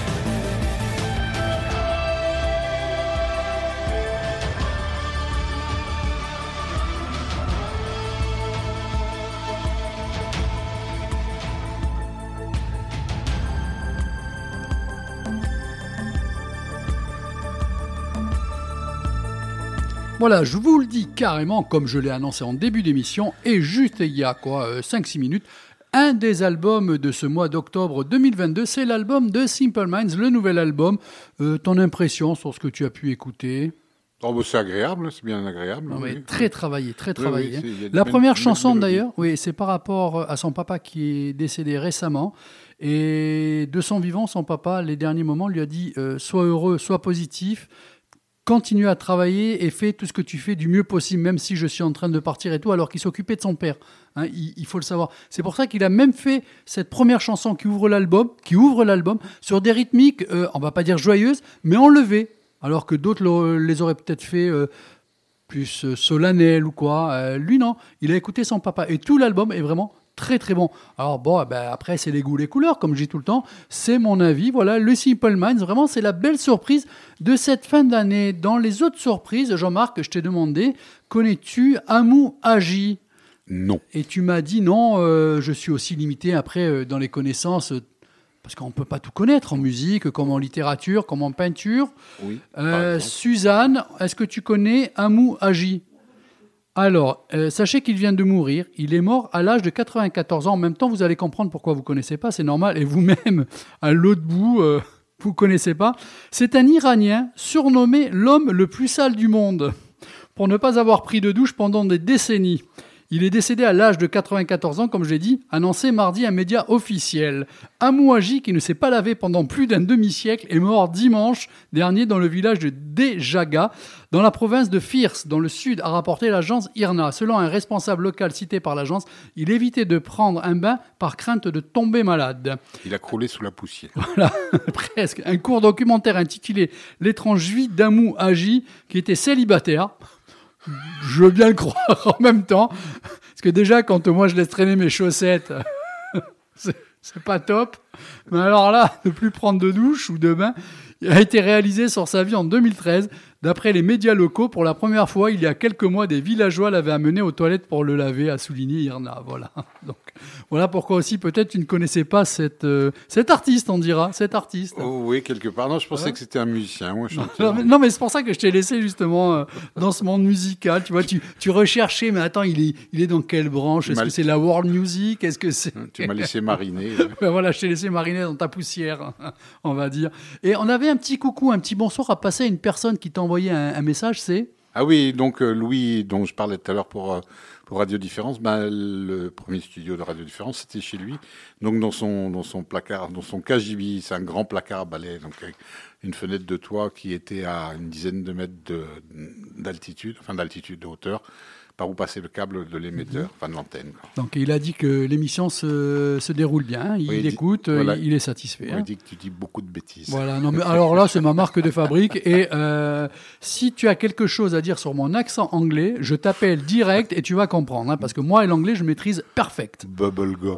Voilà, je vous le dis carrément, comme je l'ai annoncé en début d'émission, et juste il y a quoi, cinq six minutes, un des albums de ce mois d'octobre deux mille vingt-deux, c'est l'album de Simple Minds, le nouvel album. Euh, ton impression sur ce que tu as pu écouter? Oh, bah, c'est agréable, c'est bien agréable. Non, mais oui. très travaillé, très Oui, travaillé. oui, hein. c'est- il y a de La belles- première belles chanson mélodies. d'ailleurs, oui, c'est par rapport à son papa qui est décédé récemment. Et de son vivant, son papa, les derniers moments, lui a dit euh, sois heureux, sois positif, continue à travailler et fais tout ce que tu fais du mieux possible, même si je suis en train de partir et tout, alors qu'il s'occupait de son père. Hein, il, il faut le savoir. C'est pour ça qu'il a même fait cette première chanson qui ouvre l'album, qui ouvre l'album sur des rythmiques, euh, on va pas dire joyeuses, mais enlevées, alors que d'autres le- les auraient peut-être fait euh, plus euh, solennelles ou quoi. Euh, lui non, il a écouté son papa et tout l'album est vraiment très très bon. Alors bon, ben, après c'est les goûts, les couleurs, comme je dis tout le temps, c'est mon avis. Voilà, le Simple Minds, vraiment c'est la belle surprise de cette fin d'année. Dans les autres surprises, Jean-Marc, je t'ai demandé, connais-tu Amou Agi? Non. Et tu m'as dit non, euh, je suis aussi limité après euh, dans les connaissances. parce qu'on ne peut pas tout connaître en musique, comme en littérature, comme en peinture. Oui. par Euh, exemple. Suzanne, est-ce que tu connais Amou Haji? Alors, euh, sachez qu'il vient de mourir. Il est mort à l'âge de quatre-vingt-quatorze ans. En même temps, vous allez comprendre pourquoi vous ne connaissez pas, c'est normal. Et vous-même, à l'autre bout, euh, vous ne connaissez pas. C'est un Iranien surnommé l'homme le plus sale du monde, pour ne pas avoir pris de douche pendant des décennies. Il est décédé à l'âge de quatre-vingt-quatorze ans, comme je l'ai dit, annoncé mardi un média officiel. Amou Haji, qui ne s'est pas lavé pendant plus d'un demi-siècle, est mort dimanche dernier dans le village de Dejaga, dans la province de Firs, dans le sud, a rapporté l'agence I R N A. Selon un responsable local cité par l'agence, il évitait de prendre un bain par crainte de tomber malade. Il a croulé sous la poussière. Voilà, presque. Un court documentaire intitulé « L'étrange vie d'Amou Haji », qui était célibataire. Je veux bien le croire en même temps. Parce que déjà, quand moi je laisse traîner mes chaussettes, c'est, c'est pas top. Mais alors là, ne plus prendre de douche ou de bain, il a été réalisé sur sa vie en deux mille treize. D'après les médias locaux, pour la première fois, il y a quelques mois, des villageois l'avaient amené aux toilettes pour le laver, a souligné I R N A. Voilà. Donc, voilà pourquoi aussi, peut-être, tu ne connaissais pas cette, euh, cet artiste, on dira, cet artiste. Oh oui, quelque part. Non, je pensais Ouais. que c'était un musicien ou un chanteur. Non mais, non, mais c'est pour ça que je t'ai laissé justement euh, dans ce monde musical. Tu vois, tu, tu recherchais, mais attends, il est, il est dans quelle branche? Est-ce Mal- que c'est la world music? Est-ce que c'est... Tu m'as laissé mariner. Ben voilà, je t'ai laissé mariner dans ta poussière, on va dire. Et on avait un petit coucou, un petit bonsoir à passer à une personne qui t'a envoyé un, un message, c'est... Ah oui, donc euh, Louis, dont je parlais tout à l'heure pour, euh, pour Radio Différence, ben, le premier studio de Radio Différence, c'était chez lui. Donc dans son, dans son placard, dans son K J B, c'est un grand placard à balai, donc avec une fenêtre de toit qui était à une dizaine de mètres de, d'altitude, enfin d'altitude, de hauteur, par où passait le câble de l'émetteur, enfin de l'antenne, quoi. Donc il a dit que l'émission se, se déroule bien, il Oui, il dit- écoute, voilà. il, il est satisfait. On hein. dit que tu dis beaucoup de bêtises. Voilà, non mais alors là, c'est ma marque de fabrique. Et euh, si tu as quelque chose à dire sur mon accent anglais, je t'appelle direct et tu vas comprendre. Hein, parce que moi et l'anglais, je maîtrise perfect. Bubblegum.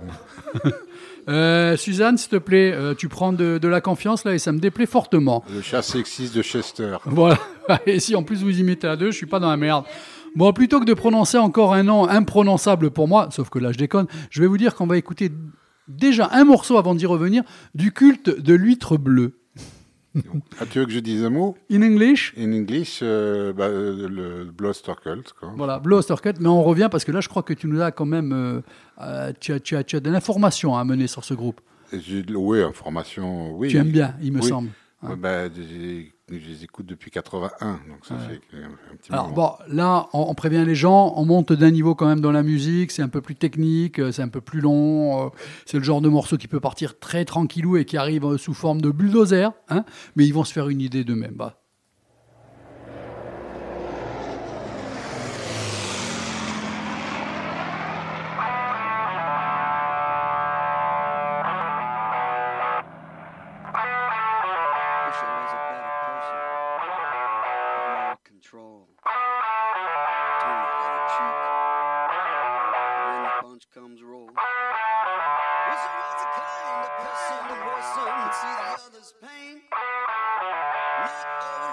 Euh, Suzanne, s'il te plaît, euh, tu prends de, de la confiance là et ça me déplaît fortement. Le chat sexiste de Chester. Voilà. Et si en plus vous y mettez à deux, je suis pas dans la merde. Bon, plutôt que de prononcer encore un nom imprononçable pour moi, sauf que là je déconne, je vais vous dire qu'on va écouter déjà un morceau avant d'y revenir du culte de l'huître bleue. Ah, tu veux que je dise un mot? In English, In English, euh, bah, euh, le Bluster Cult, quoi. voilà, Bluster Cut, mais on revient parce que là je crois que tu nous as quand même, euh, euh, tu, as, tu, as, tu as de l'information à mener sur ce groupe. Et j'ai- Oui, information, oui. Tu aimes bien, il me Oui. semble. Ouais, bah, j'ai- je les écoute depuis quatre-vingt-un, donc ça fait un, un petit Alors moment. bon, là, on, on prévient les gens, on monte d'un niveau quand même dans la musique, c'est un peu plus technique, euh, c'est un peu plus long, euh, c'est le genre de morceau qui peut partir très tranquillou et qui arrive euh, sous forme de bulldozer, hein, mais ils vont se faire une idée d'eux-mêmes. Bah. Wish I was a better person. More control. Turn the other cheek. When the punch comes roll. Wish I was the kind of person to listen and see the other's pain. Not always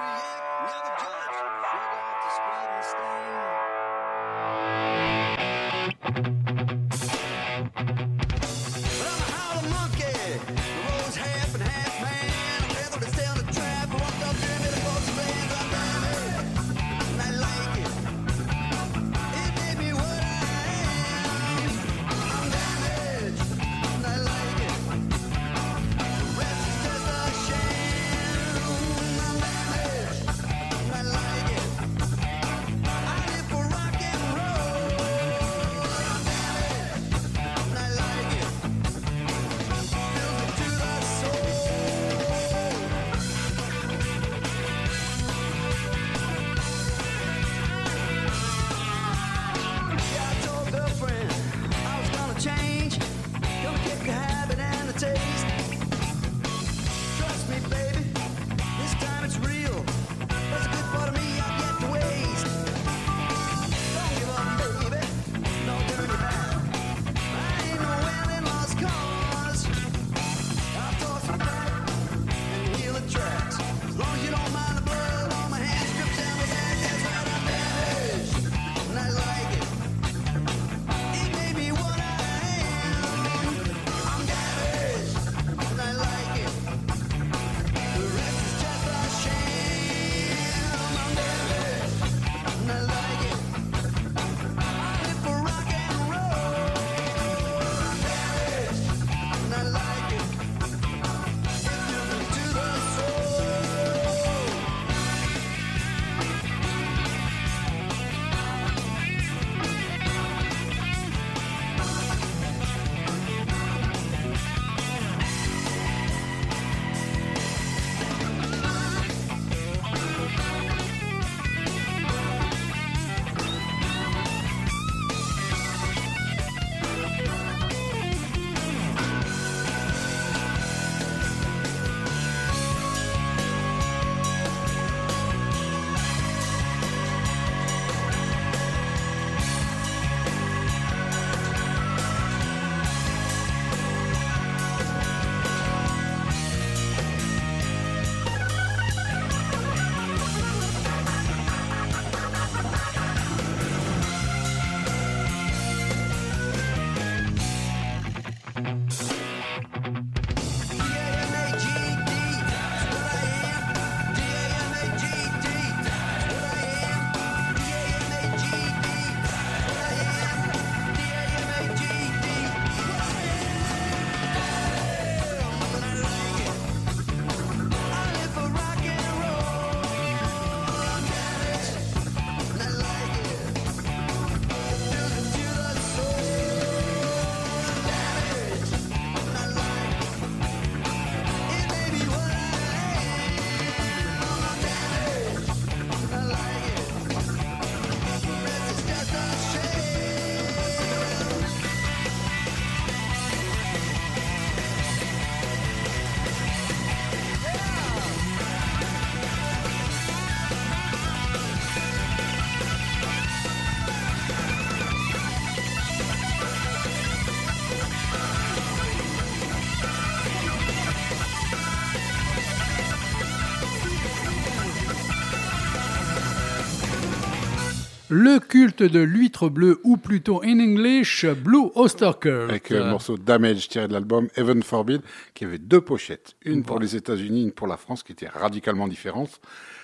Le culte de l'huître bleue, ou plutôt in English, Blue Oyster Cult. Avec euh, le morceau Damage tiré de l'album Heaven Forbid, qui avait deux pochettes. Une pour Voilà. les États-Unis, une pour la France, qui étaient radicalement différentes.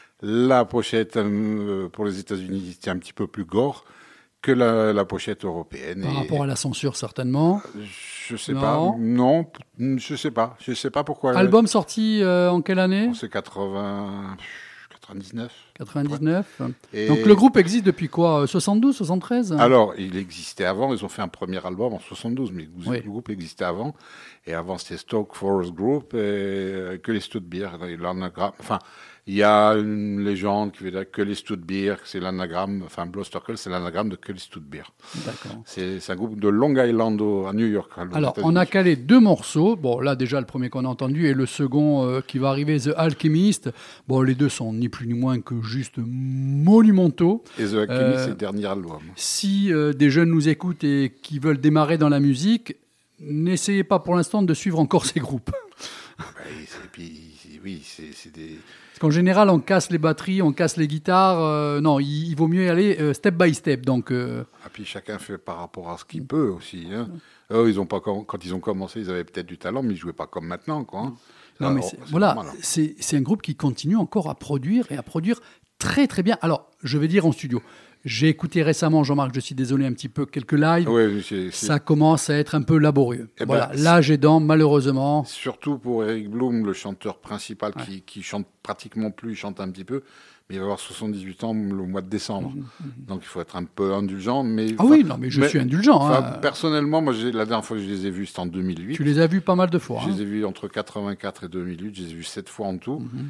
La pochette euh, pour les États-Unis était un petit peu plus gore que la, la pochette européenne. Par Et rapport à la censure, certainement. je sais Non. pas. Non, p- je sais pas. Je sais pas pourquoi. Album sorti euh, en quelle année? C'est quatre-vingts, quatre-vingt-dix-neuf. quatre-vingt-dix-neuf. Et- Donc le groupe existe depuis quoi? soixante-douze, soixante-treize? Alors, il existait avant. Ils ont fait un premier album en soixante-douze, mais le Oui. groupe existait avant. Et avant, c'était Stoke Forest Group et euh, que les Stud Beer. L'anagramme. Enfin, il y a une légende qui veut dire que les Stud Beer, c'est l'anagramme. Enfin, Blue Oyster Cult, c'est l'anagramme de que les Stud Beer. D'accord. C'est c'est un groupe de Long Island au- à New York. aux Alors, États-Unis. on a calé deux morceaux. Bon, là, déjà, le premier qu'on a entendu et le second euh, qui va arriver, The Alchemist. Bon, les deux sont ni plus ni moins que juste monumentaux. Et The Alchemy, Euh, c'est le dernier album. Si euh, des jeunes nous écoutent et qui veulent démarrer dans la musique, n'essayez pas pour l'instant de suivre encore ces groupes. Ouais, et puis, oui, c'est c'est des. Parce qu'en général, on casse les batteries, on casse les guitares. euh, non, il, il vaut mieux y aller euh, step by step. Donc, euh, Et puis chacun fait par rapport à ce qu'il peut aussi. Hein. Eux, ils ont pas com- quand ils ont commencé, ils avaient peut-être du talent, mais ils jouaient pas comme maintenant, quoi. hein. non, Alors, mais c'est- c'est voilà, normal, hein. c'est c'est un groupe qui continue encore à produire et à produire très très bien. Alors, je vais dire en studio. J'ai écouté récemment, Jean-Marc, je suis désolé, un petit peu quelques lives. Ouais, c'est- c'est- Ça commence à être un peu laborieux. Eh ben, voilà, c'est- l'âge aidant, malheureusement. Surtout pour Eric Bloom, le chanteur principal, qui, qui chante pratiquement plus, il chante un petit peu, mais il va avoir soixante-dix-huit ans le mois de décembre. Donc il faut être un peu indulgent. Mais, Mhm, Ah enfin, oui, non, mais je suis indulgent. enfin, hein. Personnellement, moi, j'ai- la dernière fois que je les ai vus, c'était en deux mille huit. Tu les as vus pas mal de fois. Je hein. les ai vus entre quatre-vingt-quatre et deux mille huit, je les ai vus sept fois en tout. Mhm.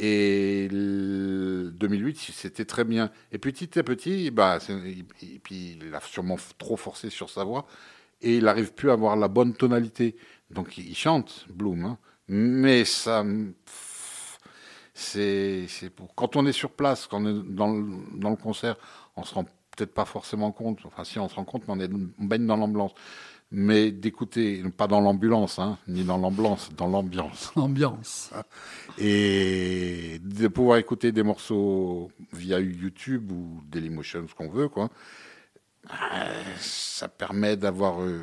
Et le deux mille huit, c'était très bien. Et petit à petit, bah, c'est- et et puis il a sûrement f- trop forcé sur sa voix et il n'arrive plus à avoir la bonne tonalité. Donc il il chante, Bloom, hein. Mais ça, pff, c'est c'est pour quand on est sur place, quand on est dans le, dans le concert, on se rend peut-être pas forcément compte. Enfin, si on se rend compte, mais on, est, on baigne dans l'ambiance. Mais d'écouter, pas dans l'ambulance, hein, ni dans l'ambiance, dans l'ambiance. Ambiance. Et de pouvoir écouter des morceaux via YouTube ou Dailymotion, ce qu'on veut, quoi. euh, Ça permet d'avoir euh,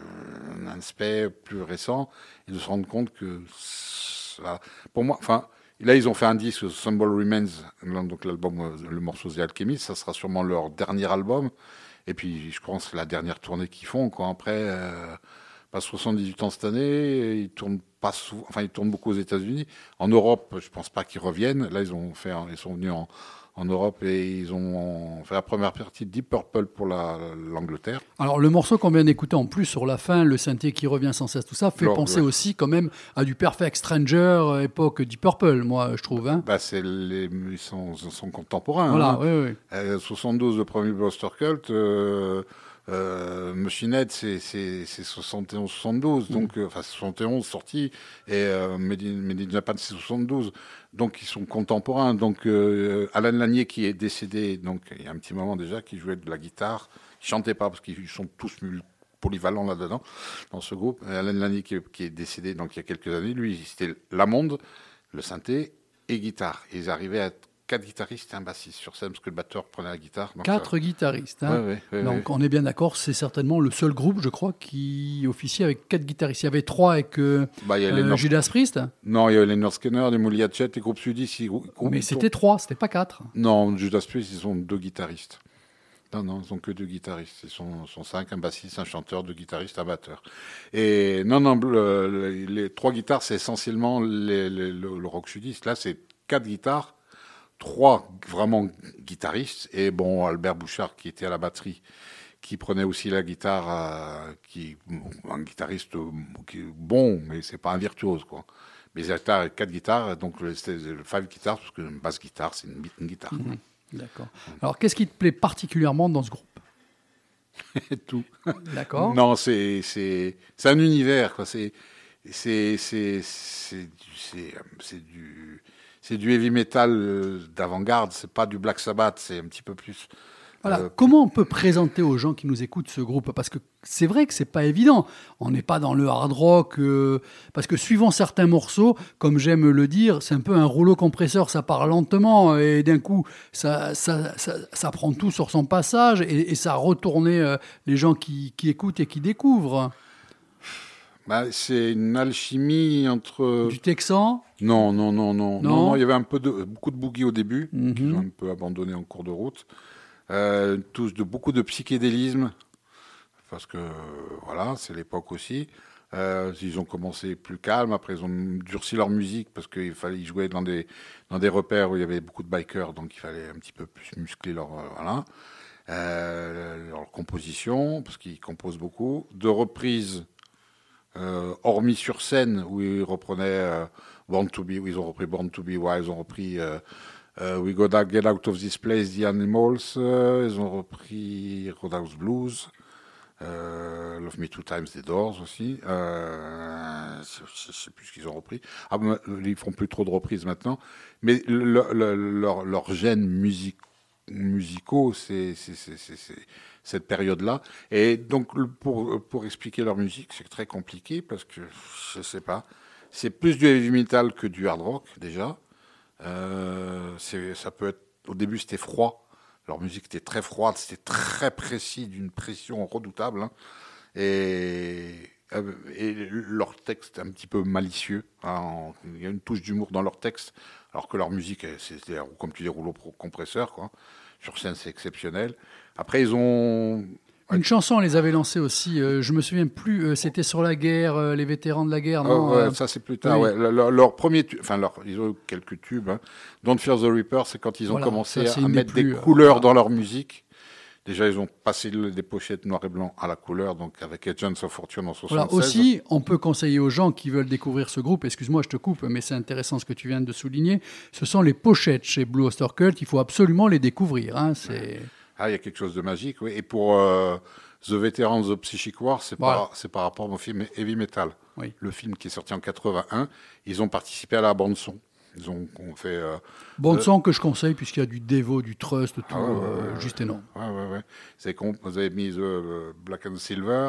un aspect plus récent et de se rendre compte que, ça, pour moi, enfin, là ils ont fait un disque, Symbol Remains, donc l'album, euh, le morceau The Alchemist, ça sera sûrement leur dernier album. Et puis, je pense que c'est la dernière tournée qu'ils font, quoi. Après, euh, pas soixante-dix-huit ans cette année, ils tournent pas souvent, enfin, ils tournent beaucoup aux États-Unis. En Europe, je pense pas qu'ils reviennent. Là, ils ont fait, ils sont venus en, en Europe et ils ont fait la première partie de Deep Purple pour la, l'Angleterre. Alors, le morceau qu'on vient d'écouter en plus sur la fin, le synthé qui revient sans cesse, tout ça, fait Lord, penser ouais. aussi quand même à du Perfect Stranger, euh, époque Deep Purple, moi, je trouve. Hein. Bah, c'est les, ils sont, ils sont contemporains. Voilà, hein. oui, oui. Euh, soixante-douze, le premier Blue Oyster Cult. Euh, euh, Machine Head, c'est, c'est, c'est soixante et onze soixante-douze. Donc, euh, enfin, soixante et onze sorti. Et euh, Made in, Made in Japan, c'est soixante-douze. Donc, ils sont contemporains. Donc, euh, Alan Lanier, qui est décédé, donc, il y a un petit moment déjà, qui jouait de la guitare. Il chantait pas, parce qu'ils sont tous mul- polyvalents là-dedans, dans ce groupe. Et Alan Lanier, qui, est- qui est décédé, donc, il y a quelques années, lui, c'était Lamonde, le synthé et guitare. Et ils arrivaient à être quatre guitaristes et un bassiste sur scène, parce que le batteur prenait la guitare. Donc, Quatre guitaristes. ça- Hein. Ouais, ouais, ouais, Donc, ouais. on est bien d'accord, c'est certainement le seul groupe, je crois, qui officie avec quatre guitaristes. Il y avait trois avec euh, Bah, il y a euh, Leonard- Judas Priest, Non, il y avait Leonard Skinner, des Mouliat Chet, des groupes sudistes. ils- ils- mais ils- c'était trois, c'était pas quatre. Non, Judas Priest, ils ont deux guitaristes. Non, non, ils ont que deux guitaristes. Ils sont, sont cinq, un bassiste, un chanteur, deux guitaristes, un batteur. Et non, non, le- le- les trois guitares, c'est essentiellement les- les- le, le rock sudiste. Là, c'est quatre guitares, trois vraiment guitaristes, et bon, Albert Bouchard, qui était à la batterie, qui prenait aussi la guitare, euh, qui un guitariste euh, qui est bon, mais c'est pas un virtuose, quoi. Mais il y a quatre guitares, donc le- c'est le five guitars, parce qu'une basse guitare, c'est une, une guitare. quoi. D'accord. Alors, qu'est-ce qui te plaît particulièrement dans ce groupe? Et tout. D'accord. Non, c'est c'est c'est un univers, quoi. C'est c'est c'est c'est du c'est c'est du c'est du heavy metal euh, d'avant-garde. C'est pas du Black Sabbath. C'est un petit peu plus Voilà. Euh, Comment on peut présenter aux gens qui nous écoutent ce groupe? Parce que c'est vrai que c'est pas évident. On n'est pas dans le hard rock. euh, parce que suivant certains morceaux, comme j'aime le dire, c'est un peu un rouleau compresseur. Ça part lentement et d'un coup, ça, ça, ça, ça prend tout sur son passage et, et ça a retourné euh, les gens qui, qui écoutent et qui découvrent. Bah, c'est une alchimie entre... Du texan. Non, non, non, non, Non. non, non, il y avait un peu de, beaucoup de boogie au début, Mhm. qu'ils ont un peu abandonné en cours de route. Euh, tous de, beaucoup de psychédélisme, parce que voilà, c'est l'époque aussi. Euh, ils ont commencé plus calme, après ils ont durci leur musique parce qu'il fallait ils jouaient dans des dans des repères où il y avait beaucoup de bikers, donc il fallait un petit peu plus muscler leur euh, voilà euh, leur composition parce qu'ils composent beaucoup de reprises. Euh, hormis sur scène où ils reprenaient euh, Born to Be, où ils ont repris Born to Be Wild, ils ont repris euh, euh, We Gotta Get Out of This Place, The Animals, euh, ils ont repris Roadhouse Blues, euh, Love Me Two Times, The Doors aussi. Euh, je ne sais plus ce qu'ils ont repris. Ah, ben, ils font plus trop de reprises maintenant, mais le, le, leur, leur gène musique, musicaux, c'est, c'est, c'est, c'est, c'est cette période-là. Et donc, pour, pour expliquer leur musique, c'est très compliqué parce que, je sais pas, c'est plus du heavy metal que du hard rock, déjà. Euh, c'est, ça peut être, au début, c'était froid. Leur musique était très froide, c'était très précis, d'une pression redoutable. Hein. Et, et leur texte un petit peu malicieux. Hein. Il y a une touche d'humour dans leur texte, alors que leur musique, c'est, c'est comme tu dis, rouleau compresseur, quoi. Sur scène, c'est exceptionnel. Après, ils ont... Une chanson, on les avait lancées aussi. Euh, je me souviens plus. Euh, c'était sur la guerre, euh, les vétérans de la guerre. Non, Oh, ouais, euh, ça, c'est plus tard. oui. Ouais. Leur, leur premier... Tu... Enfin, leur... ils ont eu quelques tubes. Hein. Don't Fear the Reaper, c'est quand ils ont Voilà, commencé ça, c'est à une des mettre plus, des euh, couleurs voilà. dans leur musique. Déjà, ils ont passé le- des pochettes noir et blanc à la couleur, donc avec Agents of Fortune en soixante-seize. Voilà, aussi, on peut conseiller aux gens qui veulent découvrir ce groupe, excuse-moi, je te coupe, mais c'est intéressant ce que tu viens de souligner, ce sont les pochettes chez Blue Oyster Cult, il faut absolument les découvrir. Hein, c'est... Ah, il y a quelque chose de magique, oui. Et pour euh, The Veterans of Psychic War, c'est, Voilà. par, c'est par rapport au film Heavy Metal. Oui. Le film qui est sorti en quatre-vingt-un. Ils ont participé à la bande-son. Ils ont, ont fait... Euh, Bon Euh, son que je conseille, puisqu'il y a du Devo, du Trust, tout, Ah ouais, ouais, euh, ouais, juste énorme. Ouais, ouais, ouais. C'est con- vous avez mis The euh, Black and Silver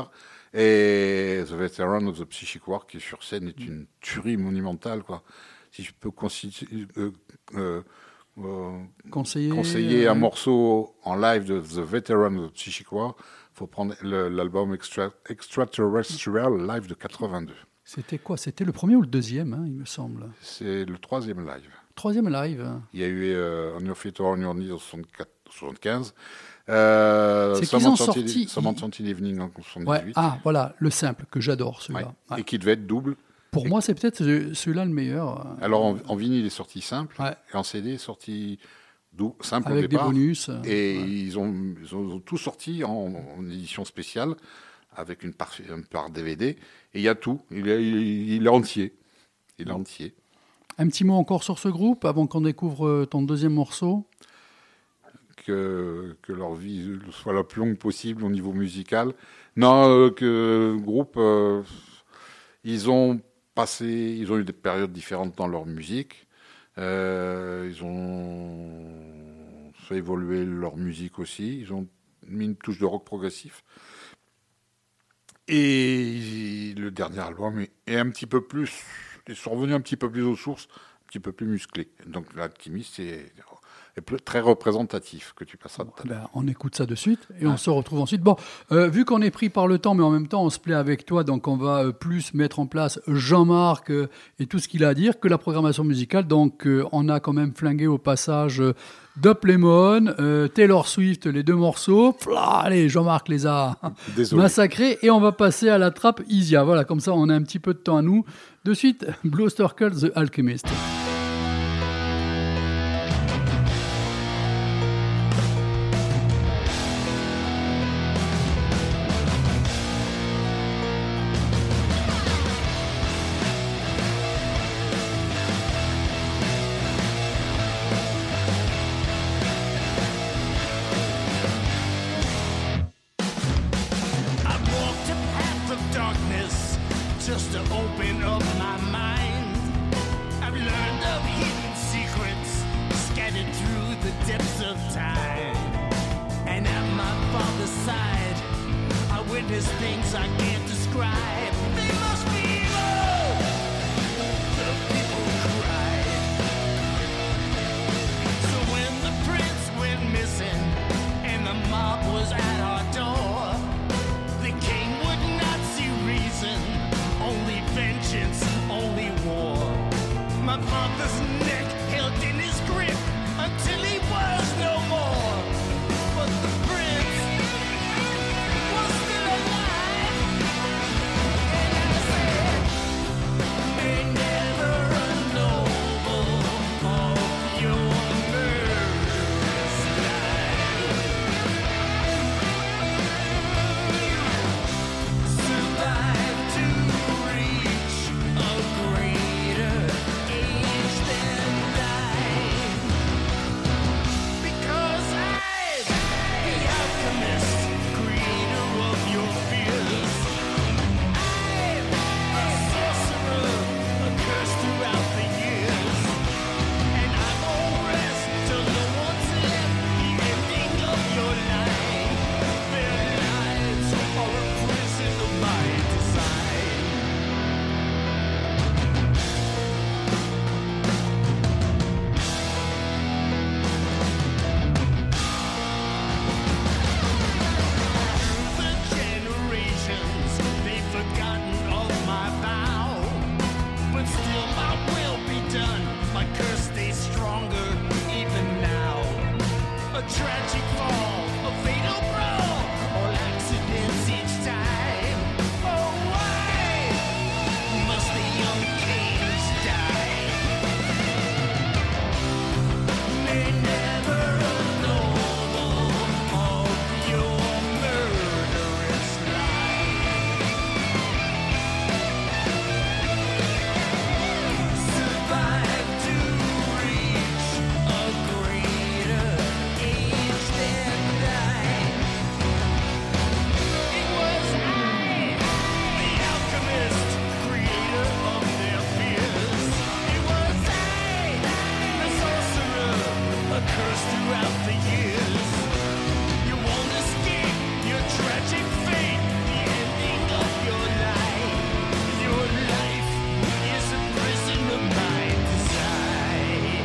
et The Veteran of the Psychic War, qui sur scène est une tuerie monumentale, quoi. Si je peux constituer, euh, euh, euh, Conseiller, conseiller euh, un morceau en live de The Veteran of the Psychic War, il faut prendre le- l'album Extra, Extraterrestrial Live de quatre-vingt-deux. C'était quoi? C'était le premier ou le deuxième, hein, il me semble. C'est le troisième live. Troisième live. hein. Il y a eu euh, On Your Feet or On Your Knees en soixante-quatre soixante-quinze. Euh, C'est Some qu'ils ont Enchanted- sorti- Some Enchanted Evening en Ouais. soixante-dix-huit. Ah, voilà, le simple, que j'adore, Ouais. celui-là. Ouais. Et qui devait être double. Pour et- moi, c'est peut-être ce- celui-là le meilleur. euh, Alors en, en vinyle, il est sorti simple, Ouais. et en C D, il est sorti dou- simple au avec des départ. bonus. euh, Et ouais. ils, ont, ils ont- ils ont tout sorti en, en édition spéciale, avec une part, une part D V D. Et il y a tout. Il est, il, il est entier. Il est entier. Un petit mot encore sur ce groupe, avant qu'on découvre euh, ton deuxième morceau. Que, que leur vie soit la plus longue possible au niveau musical. Non, euh, que le groupe, euh, ils ont passé, ils ont eu des périodes différentes dans leur musique. Euh, ils ont fait évoluer leur musique aussi. Ils ont mis une touche de rock progressif. Et le dernier album est, est un petit peu plus, ils sont revenus un petit peu plus aux sources, un petit peu plus musclés. Donc l'Alchimiste est, est plus- très représentatif que tu passeras tout à l'heure. Ben, on écoute ça de suite et on se retrouve ensuite. Bon, euh, vu qu'on est pris par le temps, mais en même temps on se plaît avec toi, donc on va euh, plus mettre en place Jean-Marc euh, et tout ce qu'il a à dire que la programmation musicale. Donc euh, on a quand même flingué au passage euh, Dup Lemon, euh, Taylor Swift, les deux morceaux. Plah, allez, Jean-Marc les a Désolé. massacrés et on va passer à la trappe Isia. Voilà, comme ça on a un petit peu de temps à nous. De suite, Blue Oyster Cult, The Alchemist. I walked a path of darkness just to open up my mind. I've learned of hidden secrets scattered through the depths of time. And father's side, I witnessed things I can't describe. They must be evil. The people cried. So when the prince went missing and the mob was at our door, the king would not see reason, only vengeance, only war. My father's neck held in his grip until he was no more. But the prince was still alive. And I said, may never a noble of your murderous life survive to reach a greater age than thine. Because I'm the alchemist, creator of your fears. I'm a sorcerer, a curse throughout the years. And I won't rest till no one's left the ending of your line. Their lives are a prison of my design. The generations, they've forgotten of my vow. But still my will be done. My curse stays stronger even now. A tragic fall, a fatal brawl, all accidents each time. Oh, why must the young kings die? May never a noble of your murderous life survive to reach a greater age than thine. It was I, the alchemist, creator of their fears. It was I, the sorcerer, a curse throughout the years. You won't escape your tragic fate, the ending of your life. Your life is a prison of my design.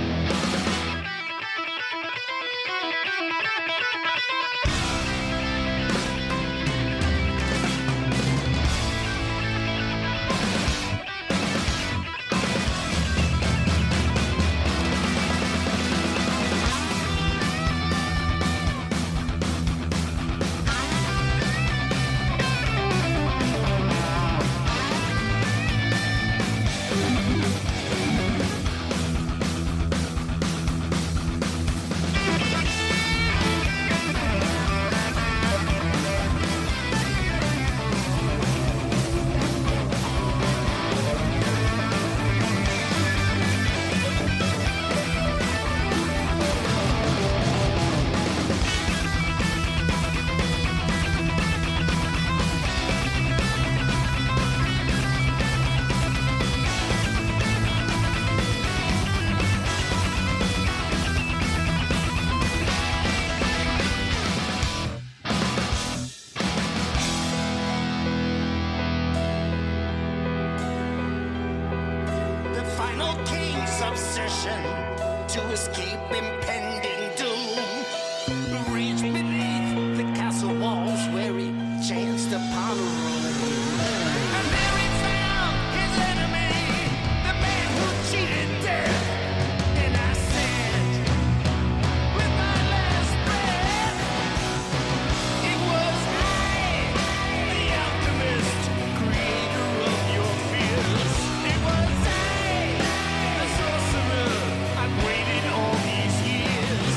The final king's obsession to escape impending doom reached beneath the castle walls where he chanced upon a room. And there he found his enemy, the man who cheated death. And I said, with my last breath, it was I, the alchemist, creator of your fears. It was I, the sorcerer, I've waited all these years.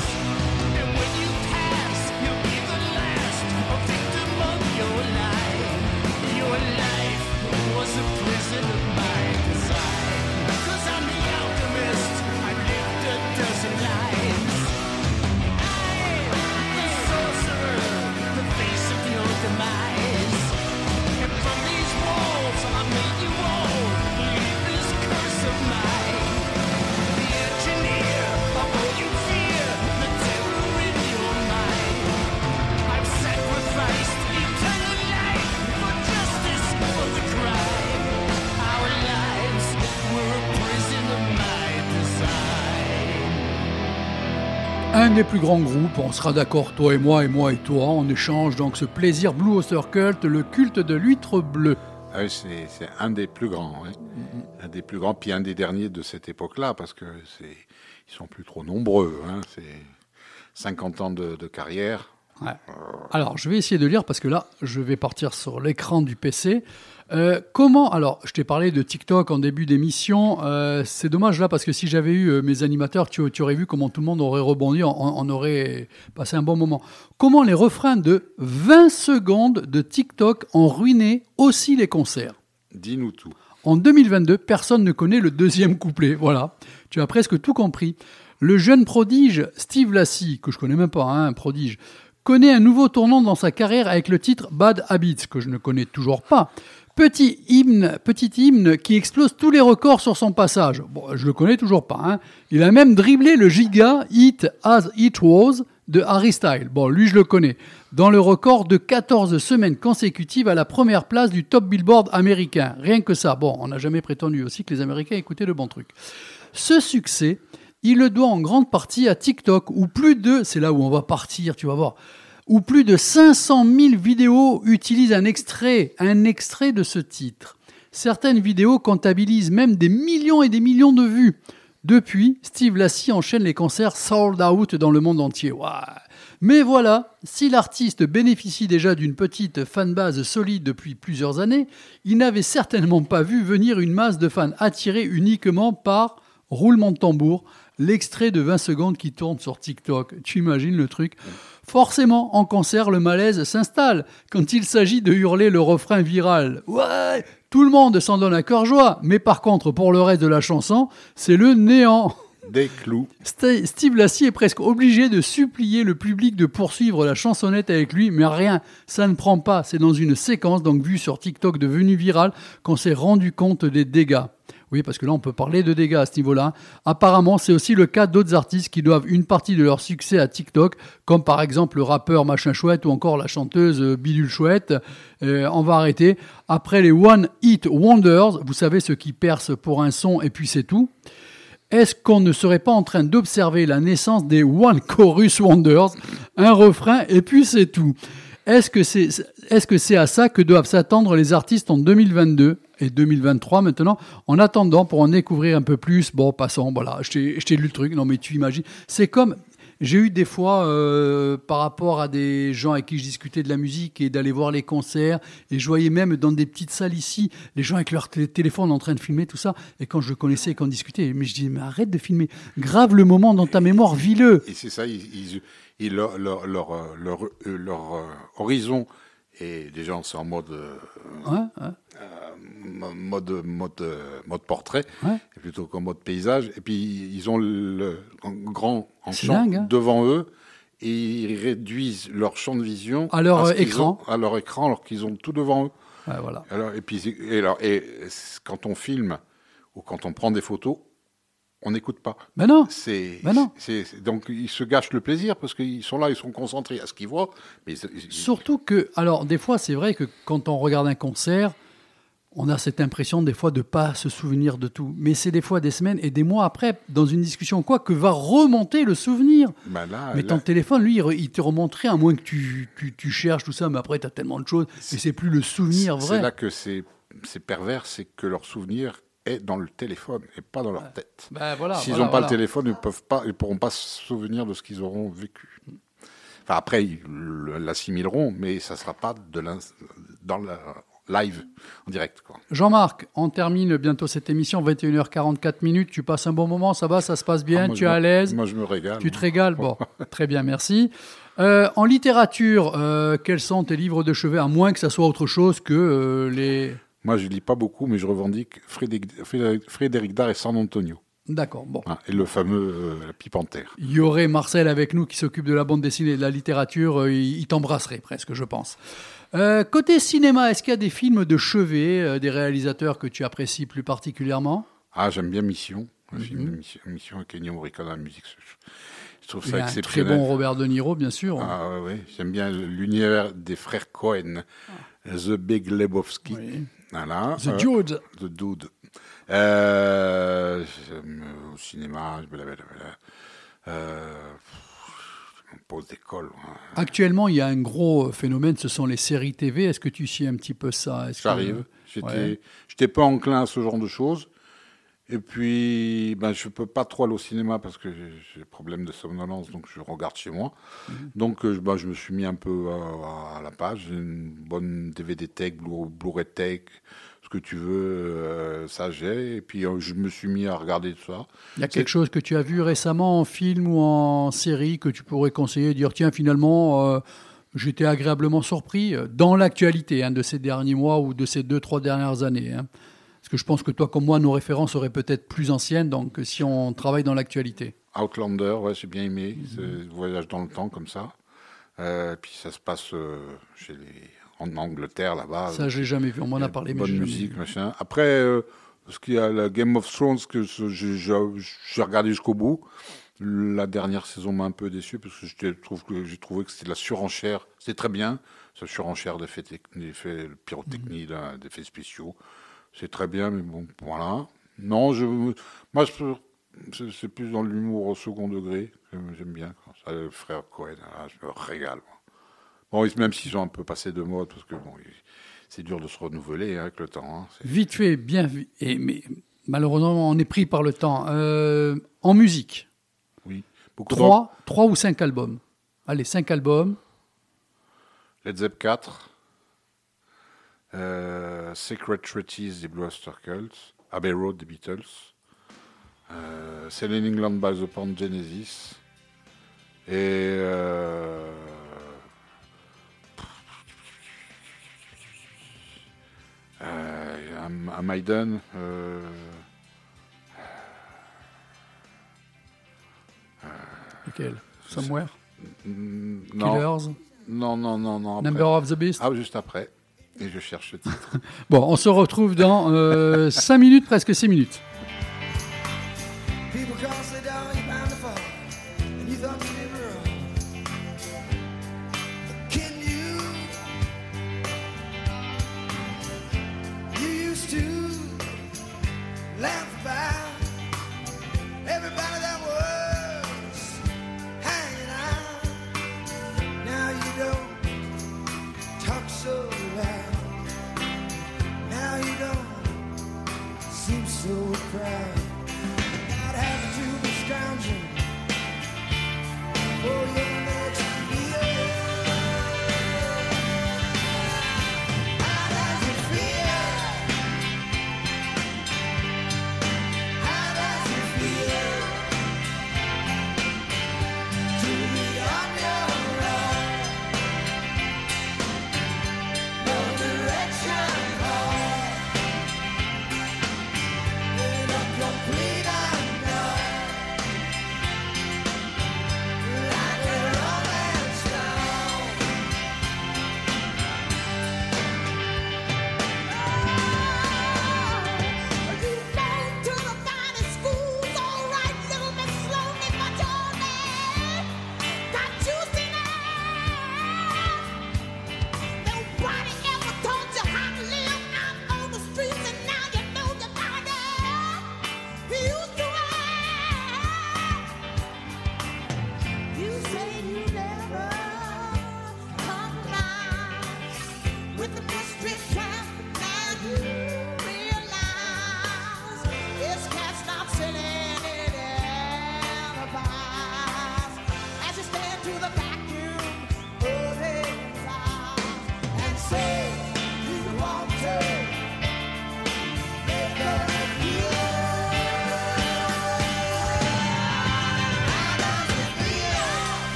un des plus grands groupes, on sera d'accord, toi et moi, et moi et toi, on échange donc ce plaisir Blue Oyster Cult, le culte de l'huître bleue. Ah oui, c'est, c'est un des plus grands, oui. mm-hmm. un des plus grands, puis un des derniers de cette époque-là, parce que c'est, ils sont plus trop nombreux, hein. C'est cinquante ans de, de carrière. Ouais. Alors, je vais essayer de lire, parce que là, je vais partir sur l'écran du P C. Euh, comment, alors, je t'ai parlé de TikTok en début d'émission, euh, c'est dommage là, parce que si j'avais eu euh, mes animateurs, tu, tu aurais vu comment tout le monde aurait rebondi, on, on aurait passé un bon moment. Comment les refrains de vingt secondes de TikTok ont ruiné aussi les concerts? Dis-nous tout. En deux mille vingt-deux, personne ne connaît le deuxième couplet, voilà, tu as presque tout compris. Le jeune prodige Steve Lacy, que je connais même pas, hein, un prodige, connaît un nouveau tournant dans sa carrière avec le titre Bad Habits, que je ne connais toujours pas. Petit hymne, petit hymne qui explose tous les records sur son passage. Bon, je le connais toujours pas. Hein. Il a même dribblé le giga hit As It Was de Harry Styles. Bon, lui je le connais. Dans le record de quatorze semaines consécutives à la première place du top Billboard américain. Rien que ça. Bon, on n'a jamais prétendu aussi que les Américains écoutaient de bons trucs. Ce succès, il le doit en grande partie à TikTok, où plus de, c'est là où on va partir, tu vas voir, où plus de cinq cent mille vidéos utilisent un extrait, un extrait de ce titre. Certaines vidéos comptabilisent même des millions et des millions de vues. Depuis, Steve Lacy enchaîne les concerts sold out dans le monde entier. Wow. Mais voilà, si l'artiste bénéficie déjà d'une petite fanbase solide depuis plusieurs années, il n'avait certainement pas vu venir une masse de fans attirés uniquement par roulement de tambour, l'extrait de vingt secondes qui tourne sur TikTok. Tu imagines le truc ? Forcément, en concert, le malaise s'installe quand il s'agit de hurler le refrain viral. Ouais, tout le monde s'en donne à cœur joie, mais par contre, pour le reste de la chanson, c'est le néant. Des clous. St- Steve Lacy est presque obligé de supplier le public de poursuivre la chansonnette avec lui, mais rien, ça ne prend pas. C'est dans une séquence, donc vue sur TikTok, devenue virale, qu'on s'est rendu compte des dégâts. Oui, parce que là, on peut parler de dégâts à ce niveau-là. Apparemment, c'est aussi le cas d'autres artistes qui doivent une partie de leur succès à TikTok, comme par exemple le rappeur Machin Chouette ou encore la chanteuse Bidule Chouette. Euh, on va arrêter. Après les One Hit Wonders, vous savez, ceux qui percent pour un son et puis c'est tout. Est-ce qu'on ne serait pas en train d'observer la naissance des One Chorus Wonders, un refrain et puis c'est tout? Est-ce que c'est, est-ce que c'est à ça que doivent s'attendre les artistes en deux mille vingt-deux et deux mille vingt-trois maintenant? En attendant, pour en découvrir un peu plus, bon, passons, voilà, je t'ai, je t'ai lu le truc, non mais tu imagines, c'est comme, j'ai eu des fois, euh, par rapport à des gens avec qui je discutais de la musique et d'aller voir les concerts, et je voyais même dans des petites salles ici, les gens avec leur t- téléphone en train de filmer, tout ça, et quand je le connaissais et qu'on discutait, mais je disais, mais arrête de filmer, grave le moment dans ta mémoire, vis-le. Et c'est ça, ils, ils, ils, leur, leur, leur, leur, leur, leur euh, horizon, et les gens sont en mode, euh, Ouais, ouais. euh, mode, mode, mode portrait, Ouais. plutôt qu'en mode paysage. Et puis, ils ont le, un grand en C'est champ dingue, hein. devant eux, et ils réduisent leur champ de vision À leur, ce euh, qu'ils écran. ont- à leur écran, alors qu'ils ont tout devant eux. Ouais, voilà. Alors, et puis, c'est- et alors, et quand on filme ou quand on prend des photos, on n'écoute pas. Ben non. C'est, Ben non. c'est, c'est- donc ils se gâchent le plaisir parce qu'ils sont là, ils sont concentrés à ce qu'ils voient. Mais ils- ils- Surtout que, alors des fois c'est vrai que quand on regarde un concert, on a cette impression des fois de pas se souvenir de tout. Mais c'est des fois des semaines et des mois après, dans une discussion quoi, que va remonter le souvenir. ben là, Mais là, ton téléphone, lui, il re- il te remonterait, à moins que tu, tu, tu cherches tout ça, mais après tu as tellement de choses et c'est plus le souvenir c'est vrai. là que c'est, c'est pervers, c'est que leur souvenir est dans le téléphone et pas dans leur tête. Ben voilà, S'ils n'ont voilà, pas voilà. le téléphone, ils peuvent pas, ils pourront pas se souvenir de ce qu'ils auront vécu. Enfin après, ils le- l'assimileront, mais ça sera pas de l'in- dans le live en direct, quoi. Jean-Marc, on termine bientôt cette émission, vingt et une heures quarante-quatre minutes. Tu passes un bon moment, ça va, ça se passe bien, Ah, moi, tu je es me- à l'aise. Moi, je me régale. Tu te régales? Bon, très bien, merci. Euh, en littérature, euh, quels sont tes livres de chevet, à moins que ça soit autre chose que euh, les... Moi, je lis pas beaucoup, mais je revendique Frédéric, Frédéric, Frédéric Dard et San Antonio. D'accord, bon. Hein, et le fameux euh, La Pipe en terre. Il y aurait Marcel avec nous qui s'occupe de la bande dessinée et de la littérature, euh, il, il t'embrasserait presque, je pense. Euh, côté cinéma, est-ce qu'il y a des films de chevet, euh, des réalisateurs que tu apprécies plus particulièrement? Ah, j'aime bien Mission, un Mhm. film de Mission, Mission avec Ennio Morricone à la musique. Je, je trouve Il y ça a un très exceptionnel. bon Robert De Niro, bien sûr. Ah ouais, ouais. J'aime bien l'univers des frères Cohen, The Big Lebowski. Oui. Voilà. The Euh, Dude. The Dude. Euh, j'aime, euh, au cinéma, blablabla. Euh, pause d'école. Hein. Actuellement, il y a un gros phénomène, ce sont les séries T V. Est-ce que tu suis un petit peu ça? Est-ce J'arrive. que... J'étais, Ouais. j'étais pas enclin à ce genre de choses. Et puis, ben, je peux pas trop aller au cinéma parce que j'ai, j'ai des problèmes de somnolence, donc je regarde chez moi. Mhm. Donc, euh, ben, je me suis mis un peu à, à la page. J'ai une bonne D V D tech, Blu- Blu-ray tech, ce que tu veux, euh, ça j'ai. Et puis, euh, je me suis mis à regarder tout ça. Il y a quelque chose que tu as vu récemment en film ou en série que tu pourrais conseiller, dire tiens, finalement, euh, j'étais agréablement surpris euh, dans l'actualité hein, de ces derniers mois ou de ces deux, trois dernières années. Hein. Parce que je pense que toi, comme moi, nos références seraient peut-être plus anciennes, donc si on travaille dans l'actualité. Outlander, ouais, j'ai bien aimé. C'est un voyage dans le temps comme ça. Euh, puis ça se passe euh, chez les... en Angleterre, là-bas. Ça, je l'ai jamais vu. On m'en Il y a parlé, mais bonne j'ai jamais musique, vu. machin. Après, euh, parce qu'il y a la Game of Thrones que je- je- je- j'ai regardé jusqu'au bout. La dernière saison m'a un peu déçu parce que je trouve que j'ai trouvé que c'était de la surenchère. C'était très bien, cette surenchère d'effets, tec- d'effets pyrotechniques, là, d'effets spéciaux. C'est très bien, mais bon, voilà. Non, je, moi, je, c'est, c'est plus dans l'humour au second degré. J'aime, j'aime bien. Quoi. Ça, le frère Cohen, là, je me régale. Moi. Bon, ils- même s'ils ont un peu passé de mode, parce que bon, ils- c'est dur de se renouveler hein, avec le temps. Hein. C'est- Vite fait, bien vu. Et, mais malheureusement, on est pris par le temps. Euh, en musique, Oui. Beaucoup de trois, trois ou cinq albums. Allez, cinq albums. Led Zepp quatre, euh, Secret Treaties des Blue Oyster Cult, Abbey Road des Beatles, euh, Sailing England by the Pond Genesis, et euh, euh, un, un Maiden, euh, Lequel? Somewhere? mm, non, Killers? non, non, non, non, après. Number of the Beast? Ah, juste après, et je cherche le titre. Bon, on se retrouve dans euh, cinq minutes, presque six minutes. People can't sit down, you bound to fall. And you thought you did wrong. Can you? You used to laugh about everybody that was hanging out. Now you don't talk so loud. Now you don't seem so proud.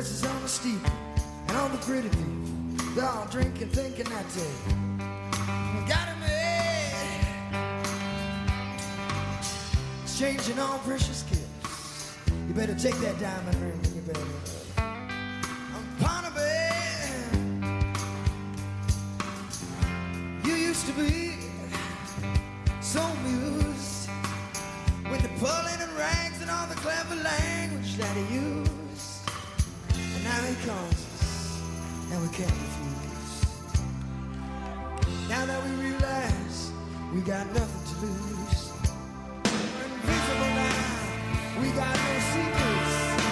hearses on the steeple, and all the pretty people, they're all drinking, thinking that day. Got him made, exchanging all precious gifts. You better take that diamond ring, and you better. Upon a bed, you used to be so amused with the pulling and rags and all the clever language that he used. And now he calls us, and we can't refuse. Now that we realize we got nothing to lose, we're invisible now, we got no secrets.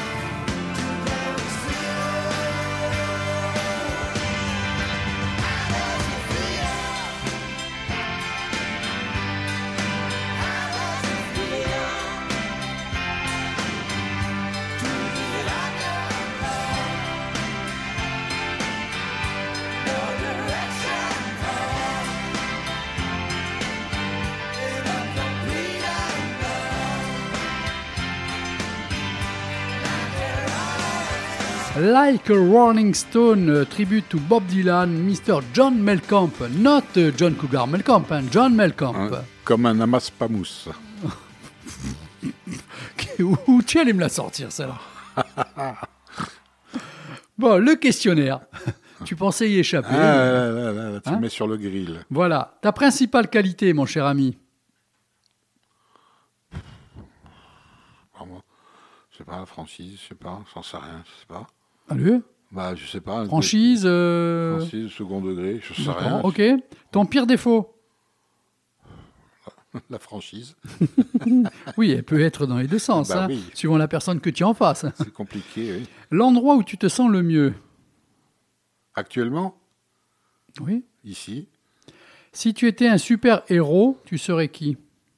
Like a Rolling Stone, uh, tribute to Bob Dylan, mister John Mellencamp, not uh, John Cougar Mellencamp, hein, John Mellencamp. Hein, comme un amas pas mousse. Où tu allais me la sortir, celle-là? Bon, le questionnaire. Tu pensais y échapper. Ah, là, là, là, là, tu Hein le mets sur le grill. Voilà. Ta principale qualité, mon cher ami? Vraiment, je sais pas, franchise, je sais pas, j'en sais rien, je sais pas. Allez. Bah, je sais pas. Franchise. Euh... Franchise, second degré, je sais D'accord, rien. ok. Ton pire défaut? La franchise. Oui, elle peut être dans les deux sens, Bah hein, oui. suivant la personne que tu es en face. C'est compliqué, oui. L'endroit où tu te sens le mieux? Actuellement, Oui. ici, Si tu étais un super-héros, tu serais qui?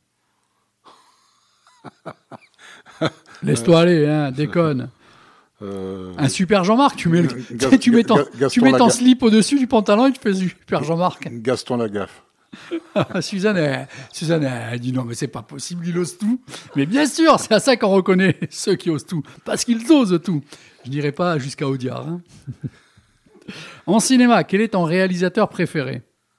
Laisse-toi aller, hein, déconne. euh, Un super Jean-Marc, tu mets, le- Gas- tu mets ton, Ga- Gaston tu mets ton Lagaffe. slip au-dessus du pantalon et tu fais super Jean-Marc. Gaston Lagaffe. Suzanne, elle, Suzanne elle dit non, mais c'est pas possible, il ose tout. Mais bien sûr, c'est à ça qu'on reconnaît ceux qui osent tout, parce qu'ils osent tout. Je dirais pas jusqu'à Audiard. Hein. En cinéma, quel est ton réalisateur préféré?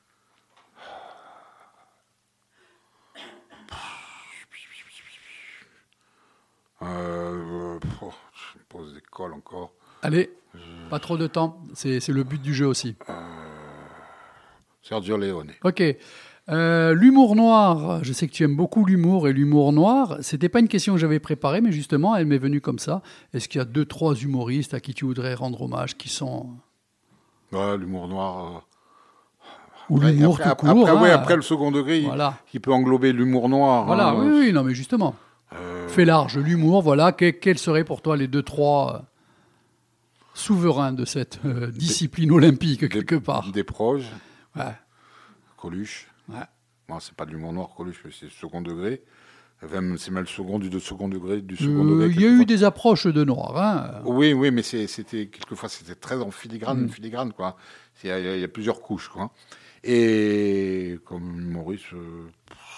Euh, oh, je me pose des cols encore. Allez, pas trop de temps, c'est c'est le but du jeu aussi. Sergio Leone. Ok. Euh, l'humour noir, je sais que tu aimes beaucoup l'humour et l'humour noir. C'était pas une question que j'avais préparée, mais justement, elle m'est venue comme ça. Est-ce qu'il y a deux, trois humoristes à qui tu voudrais rendre hommage, qui sont... Ouais, l'humour noir. euh, Ou après- l'humour après, tout court. après, hein. ouais, après le second degré, il- Voilà. qui peut englober l'humour noir. Voilà, hein. oui, oui, non, mais justement. Euh, Fais large, l'humour, voilà. Que- quels seraient pour toi les deux, trois euh, souverains de cette euh, discipline olympique, des, quelque part? Des proches, Ouais. Coluche. Ouais. Bon, c'est pas de l'humour noir, Coluche, mais c'est second degré. Même, c'est mal le second, du de second degré, du second Euh, degré. Il y a quelquefois. eu des approches de noir. Hein. Oui, oui, mais c'est- c'était quelquefois c'était très en filigrane, Mm. filigrane quoi. Il y, a, il y a plusieurs couches quoi. Et comme Maurice, euh,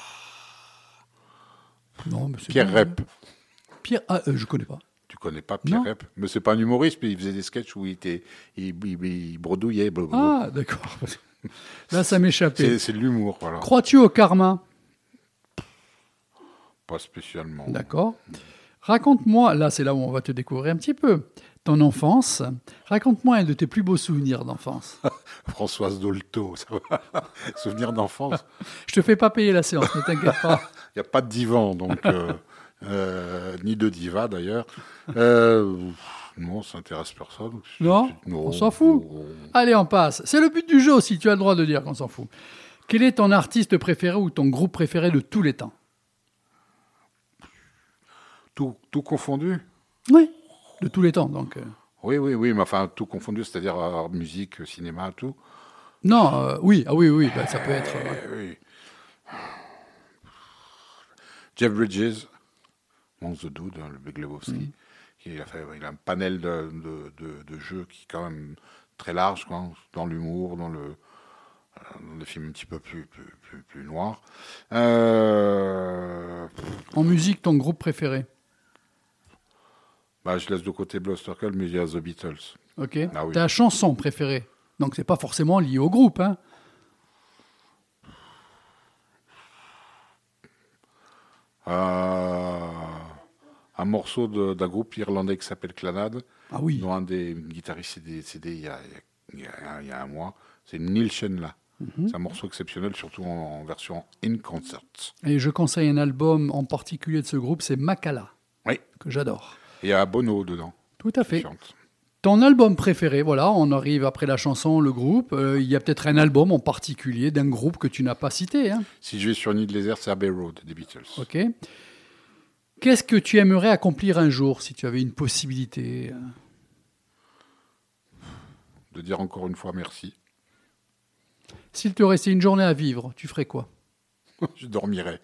Non, mais c'est Pierre bien. Rep, Pierre, ah, euh, je connais pas. tu connais pas Pierre Non. Rep, mais c'est pas un humoriste, mais il faisait des sketchs où il était, il, il, il bredouillait. blablabla. Ah, d'accord. Là, ça m'échappait. C'est c'est de l'humour, voilà. Crois-tu au karma? Pas spécialement. D'accord. Raconte-moi, là, c'est là où on va te découvrir un petit peu, ton enfance. Raconte-moi un de tes plus beaux souvenirs d'enfance. Françoise Dolto, ça va. Souvenir d'enfance. Je te fais pas payer la séance, ne t'inquiète pas. Il n'y a pas de divan, donc euh, euh, ni de diva d'ailleurs. Euh, non, ça n'intéresse personne. Non, on s'en fout. Allez, on passe. C'est le but du jeu aussi, tu as le droit de dire qu'on s'en fout. Quel est ton artiste préféré ou ton groupe préféré de tous les temps? Tout, tout confondu. Oui, de tous les temps, donc. euh. Oui, oui, oui, mais enfin, tout confondu, c'est-à-dire euh, musique, cinéma, tout. Non, euh, oui, ah oui, oui, bah, ça peut être... euh, Eh oui. Jeff Bridges, Monks the Dude, hein, le Big Lebowski, il, a fait, il a un panel de, de, de, de jeux qui est quand même très large, quoi, dans l'humour, dans le, dans des films un petit peu plus, plus, plus, plus noirs. Euh, En musique, ton groupe préféré? Bah, je laisse de côté Blue Circle, mais il y a The Beatles. Ok. Ah oui. Ta chanson préférée. Donc, c'est pas forcément lié au groupe. Hein. Euh, un morceau de- d'un groupe irlandais qui s'appelle Clannad, Ah oui. dont un des guitaristes s'est décédé il y a, il y a- il y a un mois. C'est Neil Shenla. Mhm. C'est un morceau exceptionnel, surtout en, en version in concert. Et je conseille un album en particulier de ce groupe, c'est Makala, Oui. que j'adore. Et il y a Bono dedans. Tout à fait. qui chante. Ton album préféré, voilà, on arrive après la chanson, le groupe. Euh, il y a peut-être un album en particulier d'un groupe que tu n'as pas cité. Hein. Si je vais sur une île déserte, c'est Abbey Road des Beatles. Ok. Qu'est-ce que tu aimerais accomplir un jour si tu avais une possibilité? De dire encore une fois merci. S'il te restait une journée à vivre, tu ferais quoi? Je dormirai.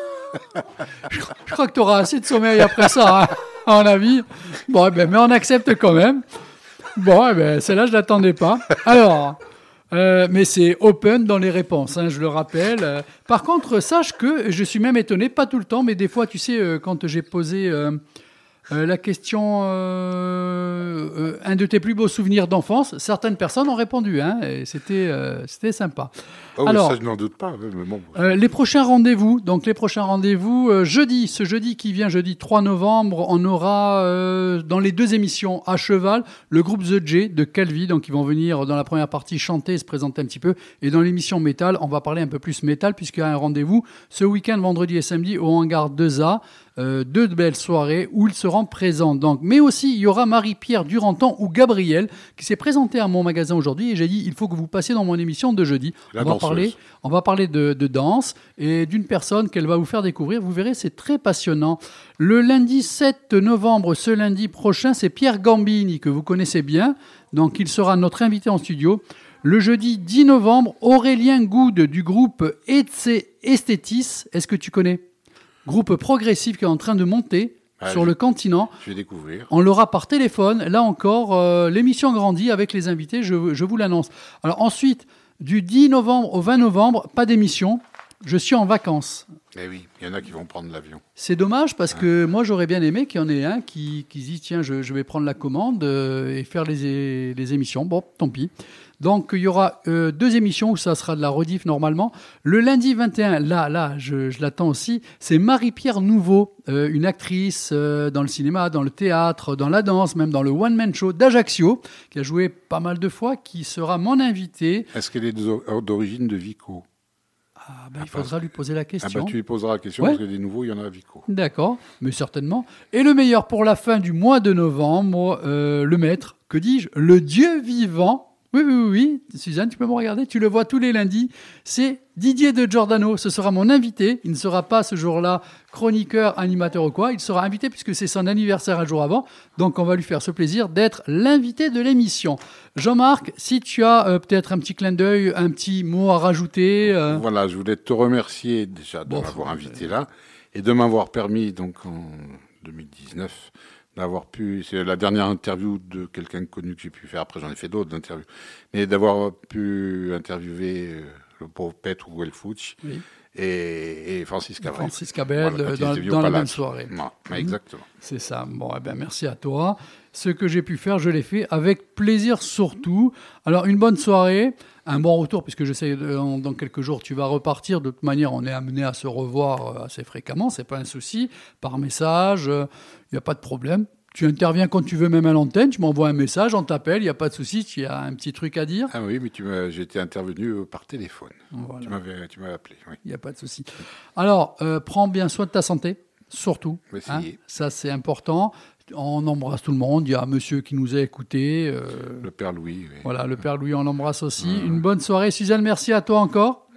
Je crois que tu auras assez de sommeil après ça, hein, à mon avis. Bon, eh ben, mais on accepte quand même. Bon, eh ben, celle-là, je ne l'attendais pas. Alors, euh, mais c'est open dans les réponses, hein, je le rappelle. Euh, par contre, sache que je suis même étonné, pas tout le temps, mais des fois, tu sais, euh, quand j'ai posé euh, euh, la question euh, euh, un de tes plus beaux souvenirs d'enfance, certaines personnes ont répondu, hein, et c'était, euh, c'était sympa. Oh, oui, Alors, ça, je n'en doute pas. Mais bon, Euh, les prochains rendez-vous, donc les prochains rendez-vous, euh, jeudi, ce jeudi qui vient, jeudi trois novembre, on aura euh, dans les deux émissions à cheval le groupe The J de Calvi, donc ils vont venir dans la première partie chanter et se présenter un petit peu, et dans l'émission métal, on va parler un peu plus métal puisqu'il y a un rendez-vous ce week-end, vendredi et samedi au hangar deux A, euh, deux belles soirées où ils seront présents. Donc, mais aussi il y aura Marie-Pierre Duranton ou Gabriel qui s'est présenté à mon magasin aujourd'hui et j'ai dit il faut que vous passiez dans mon émission de jeudi. La on va danseuse. parler On va parler de, de danse et d'une personne qu'elle va vous faire découvrir. Vous verrez, c'est très passionnant. Le lundi sept novembre, ce lundi prochain, c'est Pierre Gambini, que vous connaissez bien. Donc, il sera notre invité en studio. Le jeudi dix novembre, Aurélien Goude du groupe Etse Esthetis. Est-ce que tu connais? Groupe progressif qui est en train de monter Ah, sur je- le continent. je vais découvrir. On l'aura par téléphone. Là encore, euh, l'émission grandit avec les invités, je, je vous l'annonce. Alors ensuite, du dix novembre au vingt novembre, pas d'émission. Je suis en vacances. Eh oui, il y en a qui vont prendre l'avion. C'est dommage parce que moi, j'aurais bien aimé qu'il y en ait un qui, qui se dit tiens, je, je vais prendre la commande euh, et faire les, les émissions. Bon, tant pis. Donc, il y aura euh, deux émissions où ça sera de la rediff normalement. Le lundi vingt et un, là, là, je, je l'attends aussi, c'est Marie-Pierre Nouveau, euh, une actrice euh, dans le cinéma, dans le théâtre, dans la danse, même dans le one-man show d'Ajaccio, qui a joué pas mal de fois, qui sera mon invité. Est-ce qu'elle est d'o- d'origine de Vico? Ah, ben, il faudra lui poser la Ah question. bah, tu lui poseras la question Ouais. parce que des nouveaux, il y en a à Vico. D'accord, mais certainement. Et le meilleur pour la fin du mois de novembre, euh, le maître, que dis-je, le Dieu vivant. Oui, oui, oui, oui, Suzanne, tu peux me regarder, tu le vois tous les lundis. C'est Didier de Giordano, ce sera mon invité. Il ne sera pas ce jour-là chroniqueur, animateur ou quoi. Il sera invité puisque c'est son anniversaire un jour avant. Donc on va lui faire ce plaisir d'être l'invité de l'émission. Jean-Marc, si tu as euh, peut-être un petit clin d'œil, un petit mot à rajouter. euh, Voilà, je voulais te remercier déjà de Bon, m'avoir faut- invité là et de m'avoir permis, donc en deux mille dix-neuf, d'avoir pu. C'est la dernière interview de quelqu'un de connu que j'ai pu faire. Après, j'en ai fait d'autres d'interviews. Mais d'avoir pu interviewer euh, le pauvre Pet ou Welfouch Oui. et, et Francis Cabrel. Francis Cabrel, Voilà, quand euh, ils dans, étaient venus dans au la même Palace. soirée. Non, Mhm. exactement. C'est ça. Bon, eh ben, merci à toi. Ce que j'ai pu faire, je l'ai fait avec plaisir surtout. Alors, une bonne soirée, un bon retour, puisque je sais, dans, dans quelques jours, tu vas repartir. De toute manière, on est amené à se revoir euh, assez fréquemment, c'est pas un souci. Par message, il n'y a pas de problème. Tu interviens quand tu veux, même à l'antenne, tu m'envoies un message, on t'appelle, il n'y a pas de souci, tu as un petit truc à dire. Ah oui, mais tu m'as, j'ai été intervenu euh, par téléphone. Voilà. Tu m'avais, tu m'avais appelé. Oui. Il n'y a pas de souci. Alors, euh, prends bien soin de ta santé, surtout. On va hein. essayer. Ça, c'est important. On embrasse tout le monde. Il y a un monsieur qui nous a écoutés. euh, Le père Louis. Oui. Voilà, le père Louis, on l'embrasse aussi. Une bonne soirée. Suzanne, merci à toi encore.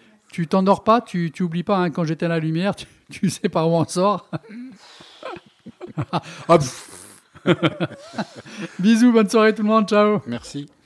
Tu t'endors pas, tu tu oublies pas, hein, quand j'éteins la lumière, tu, tu sais par où on sort. Ah, pff. Bisous, bonne soirée tout le monde, ciao. Merci.